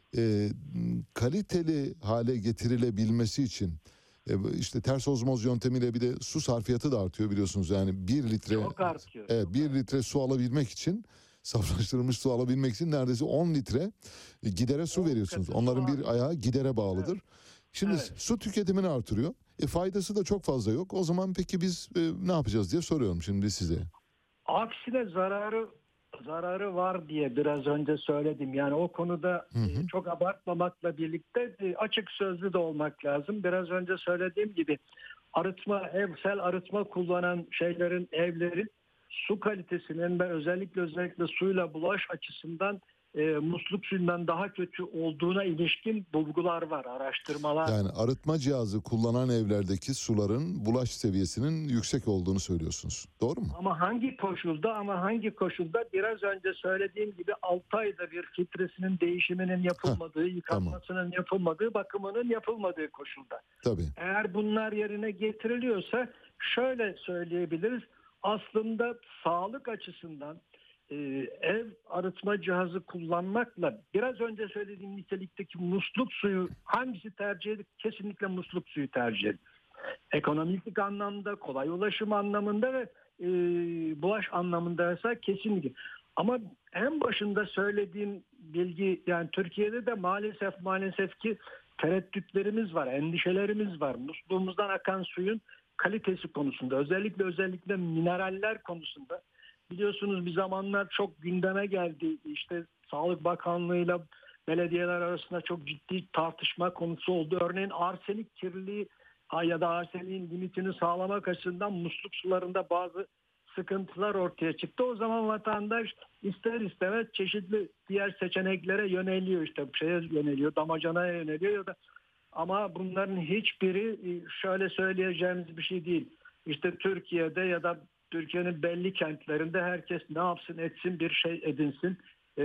e, kaliteli hale getirilebilmesi için e, işte ters ozmoz yöntemiyle bir de su sarfiyatı da artıyor biliyorsunuz. Yani bir litre Çok artıyor. Evet, Çok bir artıyor. litre su alabilmek için, saflaştırılmış su alabilmek için neredeyse on litre gidere su On veriyorsunuz. katı su Onların bir artıyor. ayağı gidere bağlıdır. Şimdi Evet. su tüketimini artırıyor. E faydası da çok fazla yok. O zaman peki biz e, ne yapacağız diye soruyorum şimdi size. Aksine zararı zararı var diye biraz önce söyledim. Yani o konuda Hı hı. e, çok abartmamakla birlikte e, açık sözlü de olmak lazım. Biraz önce söylediğim gibi arıtma, evsel arıtma kullanan şeylerin, evlerin su kalitesinin ve özellikle özellikle suyla bulaş açısından e, musluk suyundan daha kötü olduğuna ilişkin bulgular var, araştırmalar. Yani arıtma cihazı kullanan evlerdeki suların bulaş seviyesinin yüksek olduğunu söylüyorsunuz. Doğru mu? Ama hangi koşulda ama hangi koşulda biraz önce söylediğim gibi altı ayda bir filtresinin değişiminin yapılmadığı, yıkanmasının yapılmadığı, bakımının yapılmadığı koşulda. Tabii. Eğer bunlar yerine getiriliyorsa şöyle söyleyebiliriz. Aslında sağlık açısından e, ev arıtma cihazı kullanmakla biraz önce söylediğim nitelikteki musluk suyu hangisi tercih edilir? Kesinlikle musluk suyu tercih edilir. Ekonomik anlamda, kolay ulaşım anlamında ve e, bulaş anlamında ise kesinlikle. Ama en başında söylediğim bilgi, yani Türkiye'de de maalesef maalesef ki tereddütlerimiz var, endişelerimiz var. Musluğumuzdan akan suyun kalitesi konusunda, özellikle özellikle mineraller konusunda. Biliyorsunuz bir zamanlar çok gündeme geldi. İşte Sağlık Bakanlığı'yla belediyeler arasında çok ciddi tartışma konusu oldu. Örneğin arsenik kirliliği ya da arseniğin limitini sağlamak açısından musluk sularında bazı sıkıntılar ortaya çıktı. O zaman vatandaş ister istemez çeşitli diğer seçeneklere yöneliyor, işte şeye yöneliyor, damacanaya yöneliyor ya da, ama bunların hiçbiri şöyle söyleyeceğimiz bir şey değil. İşte Türkiye'de ya da Türkiye'nin belli kentlerinde herkes ne yapsın etsin bir şey edinsin, ee,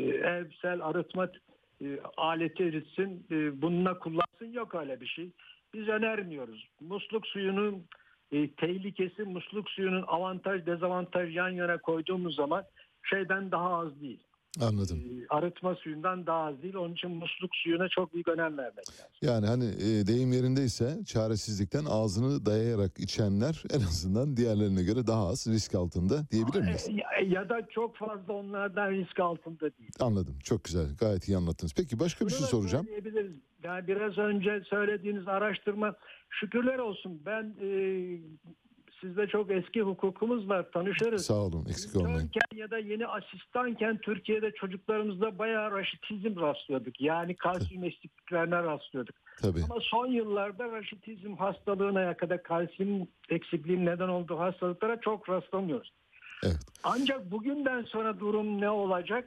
evsel arıtma e, aleti eritsin, e, bununla kullansın, yok öyle bir şey. Biz önermiyoruz. Musluk suyunun e, tehlikesi, musluk suyunun avantaj dezavantaj yan yana koyduğumuz zaman şeyden daha az değil. Anladım. E, arıtma suyundan daha az değil. Onun için musluk suyuna çok büyük önem vermek lazım. Yani hani e, deyim yerindeyse çaresizlikten ağzını dayayarak içenler en azından diğerlerine göre daha az risk altında diyebilir miyiz? E, ya, ya da çok fazla onlardan risk altında değil. Anladım. Çok güzel. Gayet iyi anlattınız. Peki başka bir Bunu şey da soracağım. söyleyebiliriz. Yani biraz önce söylediğiniz araştırma, şükürler olsun. Ben e, sizde çok eski hukukumuz var, tanışırız. Sağ olun. Eksik olmayın. İnternken ya da yeni asistanken Türkiye'de çocuklarımızda bayağı raşitizm rastlıyorduk. Yani kalsiyum eksikliklerine rastlıyorduk. Tabii. Ama son yıllarda raşitizm hastalığına ya da kalsiyum eksikliğinin neden olduğu hastalıklara çok rastlamıyoruz. Evet. Ancak bugünden sonra durum ne olacak?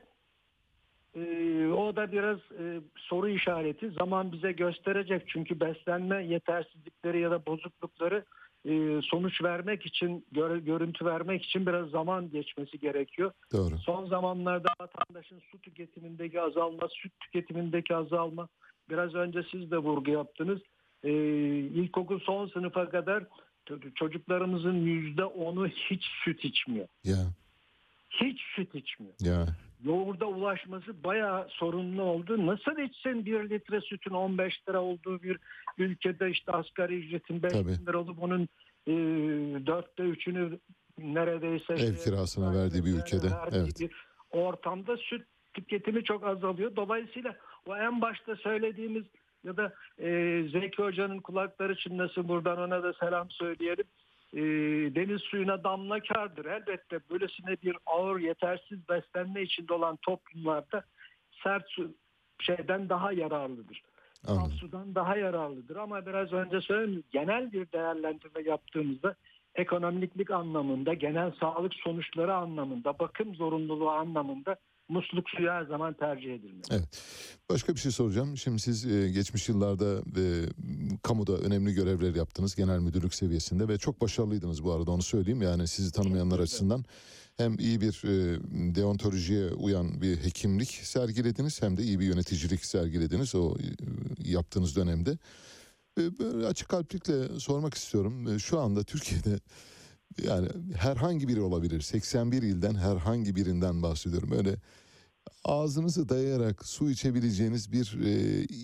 Ee, o da biraz e, soru işareti. Zaman bize gösterecek. Çünkü beslenme yetersizlikleri ya da bozuklukları e, sonuç vermek için, gör, görüntü vermek için biraz zaman geçmesi gerekiyor. Doğru. Son zamanlarda vatandaşın su tüketimindeki azalma, süt tüketimindeki azalma, biraz önce siz de vurgu yaptınız. Ee, ilkokul son sınıfa kadar çocuklarımızın yüzde onu hiç süt içmiyor. Ya. Hiç süt içmiyor. Ya. Yoğurda ulaşması bayağı sorunlu oldu. Nasıl içsin bir litre sütün on beş lira olduğu bir ülkede, işte asgari ücretin beş bin lira olup onun e, dörtte üçünü neredeyse Ev şey, kirasına verdiği bir ülkede. verdiği Evet. bir ortamda süt tüketimi çok azalıyor. Dolayısıyla o en başta söylediğimiz ya da e, Zeki Hoca'nın kulakları çınlasın, buradan ona da selam söyleyelim. E, deniz suyuna damla kârdır. Elbette böylesine bir ağır yetersiz beslenme içinde olan toplumlarda sert su şeyden daha yararlıdır. Saf sudan daha yararlıdır. Ama biraz önce söyledim, genel bir değerlendirme yaptığımızda ekonomiklik anlamında, genel sağlık sonuçları anlamında, bakım zorunluluğu anlamında musluk suyu her zaman tercih edilmeli. Evet. Başka bir şey soracağım. Şimdi siz e, geçmiş yıllarda e, kamuda önemli görevler yaptınız genel müdürlük seviyesinde ve çok başarılıydınız bu arada, onu söyleyeyim. Yani sizi tanımayanlar açısından hem iyi bir e, deontolojiye uyan bir hekimlik sergilediniz hem de iyi bir yöneticilik sergilediniz o e, yaptığınız dönemde. E, böyle açık kalplikle sormak istiyorum. E, şu anda Türkiye'de yani herhangi biri olabilir. seksen bir ilden herhangi birinden bahsediyorum. Öyle ağzınızı dayayarak su içebileceğiniz bir e,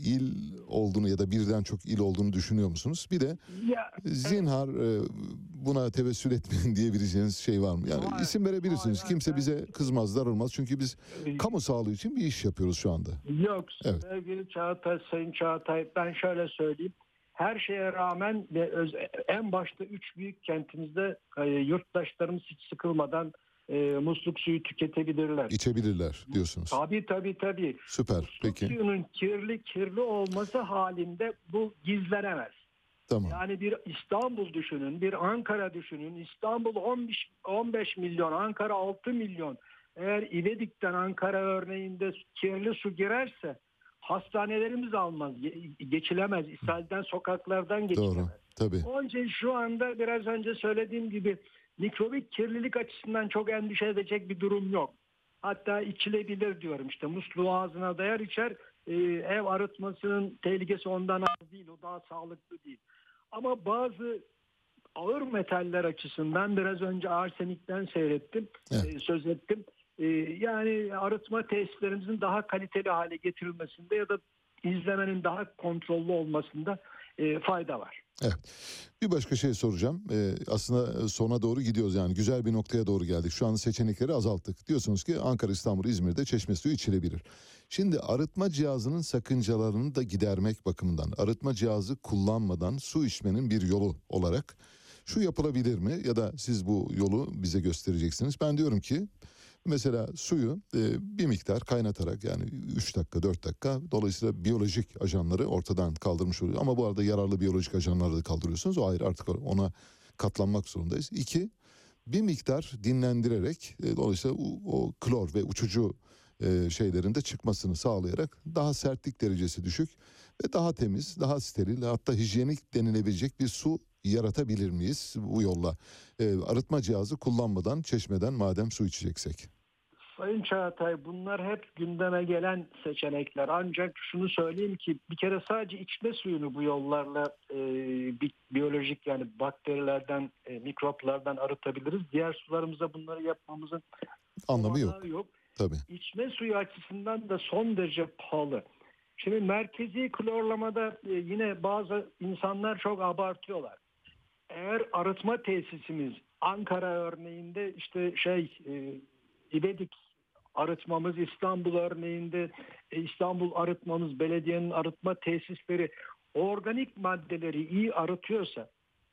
il olduğunu ya da birden çok il olduğunu düşünüyor musunuz? Bir de Ya, zinhar e, buna tevessül etmeyin diyebileceğiniz şey var mı? Yani Hayır, isim verebilirsiniz. hayır, Kimse ben- bize kızmaz, darılmaz. Çünkü biz kamu sağlığı için bir iş yapıyoruz şu anda. Yok Evet. sevgili Çağatay, Sayın Çağatay, ben şöyle söyleyeyim. Her şeye rağmen ve öz- en başta üç büyük kentimizde e, yurttaşlarımız hiç sıkılmadan e, musluk suyu tüketebilirler. İçebilirler diyorsunuz. Tabii tabii tabii. Süper. Musluk Peki. suyunun kirli kirli olması halinde bu gizlenemez. Tamam. Yani bir İstanbul düşünün, bir Ankara düşünün. İstanbul on beş, on beş milyon, Ankara altı milyon. Eğer İvedik'ten Ankara örneğinde kirli su girerse hastanelerimiz almaz, ge- geçilemez. İshalden sokaklardan geçilemez. Doğru. Tabii. Onun için şu anda biraz önce söylediğim gibi mikrobik kirlilik açısından çok endişe edecek bir durum yok. Hatta içilebilir diyorum, işte musluğu ağzına dayar içer, e, ev arıtmasının tehlikesi ondan az değil, o daha sağlıklı değil. Ama bazı ağır metaller açısından biraz önce arsenikten seyrettim, Evet. e, söz ettim. E, yani arıtma tesislerimizin daha kaliteli hale getirilmesinde ya da izlemenin daha kontrollü olmasında e, fayda var. Evet. Bir başka şey soracağım. Ee, aslında sona doğru gidiyoruz, yani güzel bir noktaya doğru geldik. Şu an seçenekleri azalttık. Diyorsunuz ki Ankara, İstanbul, İzmir'de çeşme suyu içilebilir. Şimdi arıtma cihazının sakıncalarını da gidermek bakımından arıtma cihazı kullanmadan su içmenin bir yolu olarak şu yapılabilir mi? Ya da siz bu yolu bize göstereceksiniz. Ben diyorum ki mesela suyu e, bir miktar kaynatarak, yani üç dakika dört dakika, dolayısıyla biyolojik ajanları ortadan kaldırmış oluyor. Ama bu arada yararlı biyolojik ajanları da kaldırıyorsunuz. O ayrı, artık ona katlanmak zorundayız. İki, bir miktar dinlendirerek e, dolayısıyla o, o klor ve uçucu e, şeylerin de çıkmasını sağlayarak daha sertlik derecesi düşük ve daha temiz, daha steril, hatta hijyenik denilebilecek bir su yaratabilir miyiz bu yolla? E, arıtma cihazı kullanmadan çeşmeden madem su içeceksek. Sayın Çağatay, bunlar hep gündeme gelen seçenekler. Ancak şunu söyleyeyim ki bir kere sadece içme suyunu bu yollarla e, bi- biyolojik, yani bakterilerden, e, mikroplardan arıtabiliriz. Diğer sularımıza bunları yapmamızın Anlamı yok. olanağı yok. Tabii. İçme suyu açısından da son derece pahalı. Şimdi merkezi klorlamada e, yine bazı insanlar çok abartıyorlar. Eğer arıtma tesisimiz Ankara örneğinde işte şey e, İvedik arıtmamız, İstanbul örneğinde e, İstanbul arıtmamız, belediyenin arıtma tesisleri organik maddeleri iyi arıtıyorsa,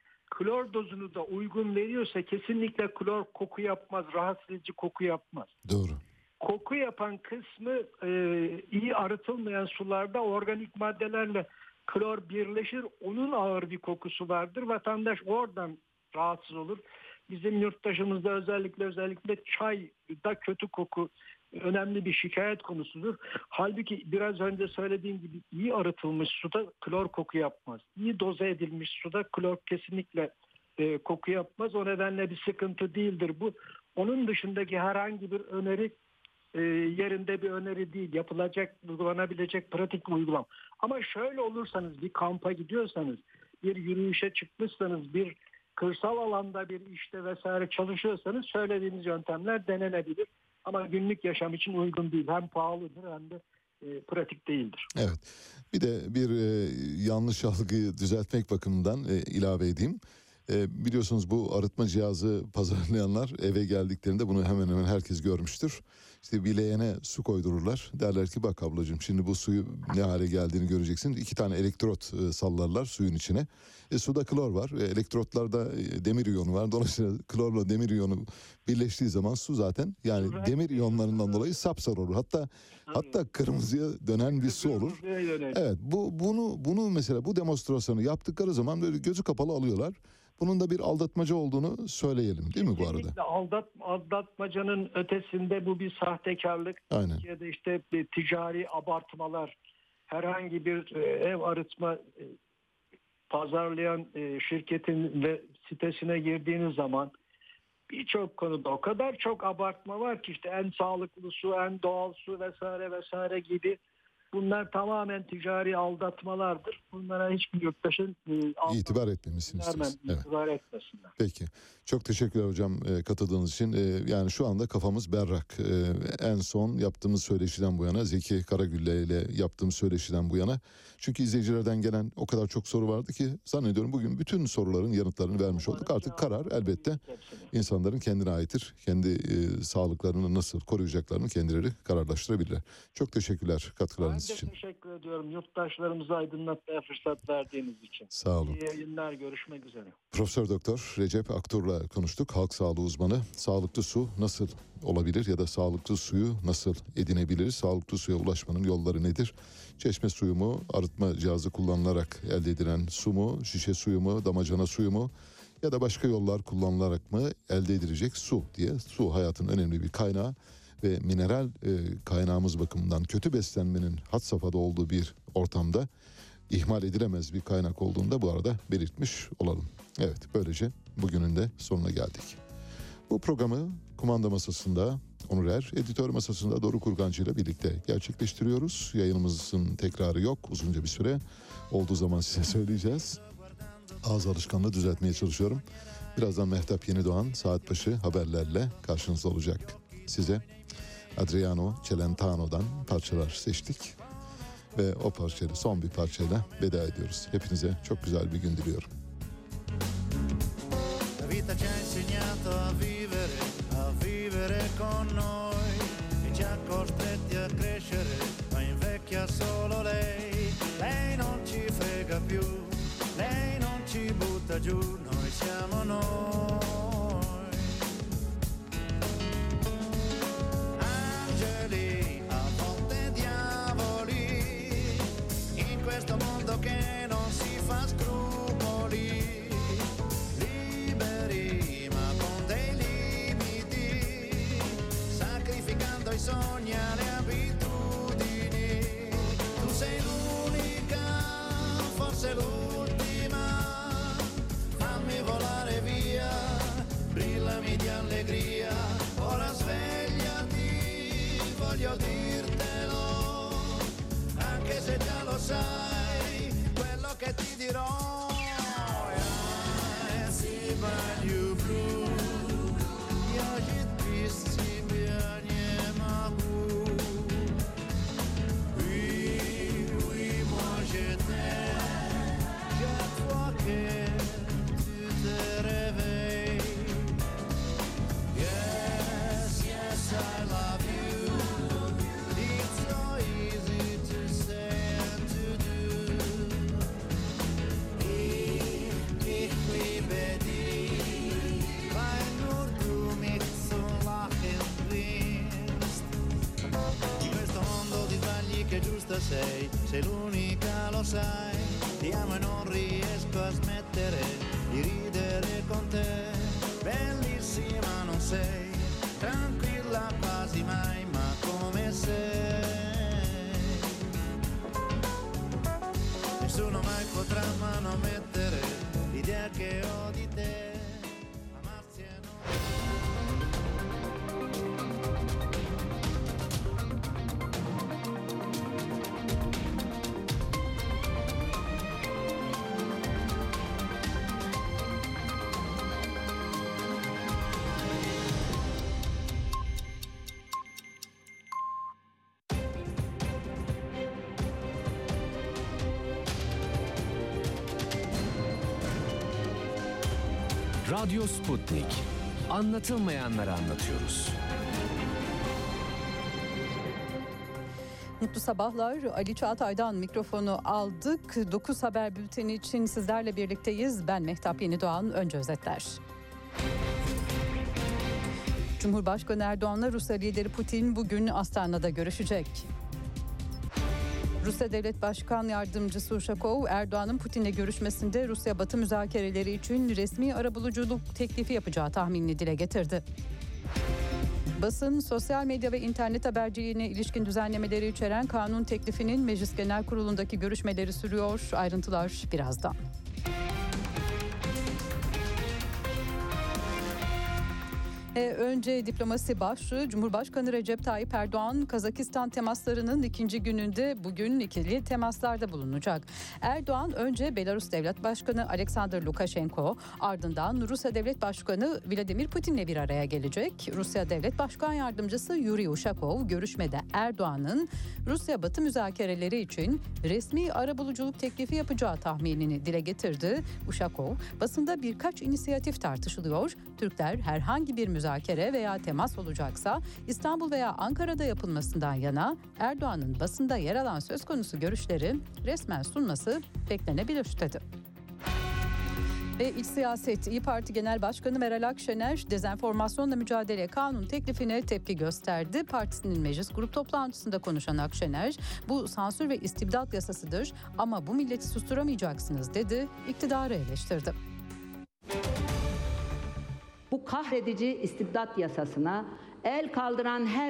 klor dozunu da uygun veriyorsa kesinlikle klor koku yapmaz, rahatsız edici koku yapmaz. Doğru. Koku yapan kısmı e, iyi arıtılmayan sularda organik maddelerle klor birleşir. Onun ağır bir kokusu vardır. Vatandaş oradan rahatsız olur. Bizim yurttaşımızda özellikle özellikle çayda kötü koku önemli bir şikayet konusudur. Halbuki biraz önce söylediğim gibi iyi arıtılmış suda klor koku yapmaz. İyi doze edilmiş suda klor kesinlikle e, koku yapmaz. O nedenle bir sıkıntı değildir bu. Onun dışındaki herhangi bir öneri e, yerinde bir öneri değil. Yapılacak, uygulanabilecek pratik bir uygulam. Ama şöyle olursanız, bir kampa gidiyorsanız, bir yürüyüşe çıkmışsanız, bir kırsal alanda bir işte vesaire çalışıyorsanız söylediğimiz yöntemler denenebilir. Ama günlük yaşam için uygun değil. Hem pahalıdır hem de e, pratik değildir. Evet. Bir de bir e, yanlış algıyı düzeltmek bakımından e, ilave edeyim. E, biliyorsunuz bu arıtma cihazı pazarlayanlar eve geldiklerinde bunu hemen hemen herkes görmüştür. İşte bir leğene su koydururlar. Derler ki bak ablacığım, şimdi bu suyu ne hale geldiğini göreceksin. İki tane elektrot e, sallarlar suyun içine. E, suda klor var. E, elektrotlarda e, demir iyonu var. Dolayısıyla klorla demir iyonu birleştiği zaman su zaten, yani Evet. demir iyonlarından dolayı sapsarı olur. Hatta hatta kırmızıya dönen bir su olur. Evet, bu bunu bunu mesela bu demonstrasyonu yaptıkları zaman böyle gözü kapalı alıyorlar. Bunun da bir aldatmaca olduğunu söyleyelim, değil mi bu arada? Kesinlikle aldat, aldatmacanın ötesinde bu bir sahtekarlık. Aynen. Ya da işte bir ticari abartmalar, herhangi bir e, ev arıtma e, pazarlayan e, şirketin ve sitesine girdiğiniz zaman birçok konuda o kadar çok abartma var ki, işte en sağlıklı su, en doğal su vesaire vesaire gibi Bunlar tamamen ticari aldatmalardır. Bunlara hiçbir yurttaşın e, İtibar etmemesini vermem, istiyoruz. Evet. itibar etmesinler. Peki. Çok teşekkürler hocam e, katıldığınız için. E, yani şu anda kafamız berrak. E, en son yaptığımız söyleşiden bu yana, Zeki Karagülle ile yaptığımız söyleşiden bu yana. Çünkü izleyicilerden gelen o kadar çok soru vardı ki zannediyorum bugün bütün soruların yanıtlarını vermiş olduk. Artık karar elbette insanların kendine aittir. Kendi e, sağlıklarını nasıl koruyacaklarını kendileri kararlaştırabilirler. Çok teşekkürler katkılarınız Ben de için. teşekkür ediyorum yurttaşlarımızı aydınlatmaya fırsat verdiğiniz için. Sağ olun. İyi yayınlar, görüşmek üzere. Profesör Doktor Recep Aktur'la konuştuk. Halk sağlığı uzmanı. Sağlıklı su nasıl olabilir ya da sağlıklı suyu nasıl edinebiliriz? Sağlıklı suya ulaşmanın yolları nedir? Çeşme suyu mu, arıtma cihazı kullanılarak elde edilen su mu, şişe suyu mu, damacana suyu mu ya da başka yollar kullanılarak mı elde edilecek su diye. Su hayatın önemli bir kaynağı ve mineral e, kaynağımız bakımından kötü beslenmenin had safhada olduğu bir ortamda ihmal edilemez bir kaynak olduğunda bu arada belirtmiş olalım. Evet, böylece bugünün de sonuna geldik. Bu programı kumanda masasında Onur Er, editör masasında Doruk Urgancı ile birlikte gerçekleştiriyoruz. Yayınımızın tekrarı yok uzunca bir süre. Olduğu zaman size söyleyeceğiz. Ağız alışkanlığı düzeltmeye çalışıyorum. Birazdan Mehtap Yenidoğan saat başı haberlerle karşınızda olacak. Size Adriano Celentano'dan parçalar seçtik. Ve o parçayla, son bir parçayla veda ediyoruz. Hepinize çok güzel bir gün diliyorum. La vita ci ha insegnato a vivere, a vivere con noi e ci ha costretti a crescere, ma invecchia solo lei. Lei non ci frega più, lei non ci butta giù, noi siamo noi. Angeli, a volte diavoli, in questo mondo che non si fa scrupoli. I sogni alle abitudini, tu sei l'unica, forse l'ultima, fammi volare via, brillami di allegria, ora svegliati, voglio dirtelo, anche se già lo sai, quello che ti dirò. I see by you blue, io ci dissi sei, sei l'unica, lo sai, ti amo e non riesco a smettere di ridere con te, bellissima non sei, tranquilla quasi mai, ma come sei, nessuno mai potrà manomettere l'idea che ho di te. Radyo Sputnik. Anlatılmayanları anlatıyoruz. Mutlu sabahlar. Ali Çağatay'dan mikrofonu aldık. dokuz Haber Bülteni için sizlerle birlikteyiz. Ben Mehtap Yenidoğan. Önce özetler. Cumhurbaşkanı Erdoğan'la Rusya lideri Putin bugün Astana'da görüşecek. Rusya Devlet Başkan Yardımcısı Uşakov, Erdoğan'ın Putin'le görüşmesinde Rusya-Batı müzakereleri için resmi arabuluculuk teklifi yapacağı tahminini dile getirdi. Basın, sosyal medya ve internet haberciliğine ilişkin düzenlemeleri içeren kanun teklifinin Meclis Genel Kurulu'ndaki görüşmeleri sürüyor. Ayrıntılar birazdan. E, önce diplomasi başlığı. Cumhurbaşkanı Recep Tayyip Erdoğan Kazakistan temaslarının ikinci gününde bugün ikili temaslarda bulunacak. Erdoğan önce Belarus Devlet Başkanı Alexander Lukashenko, ardından Rusya Devlet Başkanı Vladimir Putin'le bir araya gelecek. Rusya Devlet Başkan Yardımcısı Yuri Ushakov görüşmede Erdoğan'ın Rusya Batı müzakereleri için resmi arabuluculuk teklifi yapacağı tahminini dile getirdi. Ushakov, basında birkaç inisiyatif tartışılıyor. Türkler herhangi bir müzakere veya temas olacaksa İstanbul veya Ankara'da yapılmasından yana, Erdoğan'ın basında yer alan söz konusu görüşleri resmen sunması beklenebilir dedi. Ve iç siyaset. İYİ Parti Genel Başkanı Meral Akşener dezenformasyonla mücadele kanun teklifine tepki gösterdi. Partisinin meclis grup toplantısında konuşan Akşener, bu sansür ve istibdat yasasıdır ama bu milleti susturamayacaksınız dedi, iktidarı eleştirdi. Bu kahredici istibdat yasasına el kaldıran her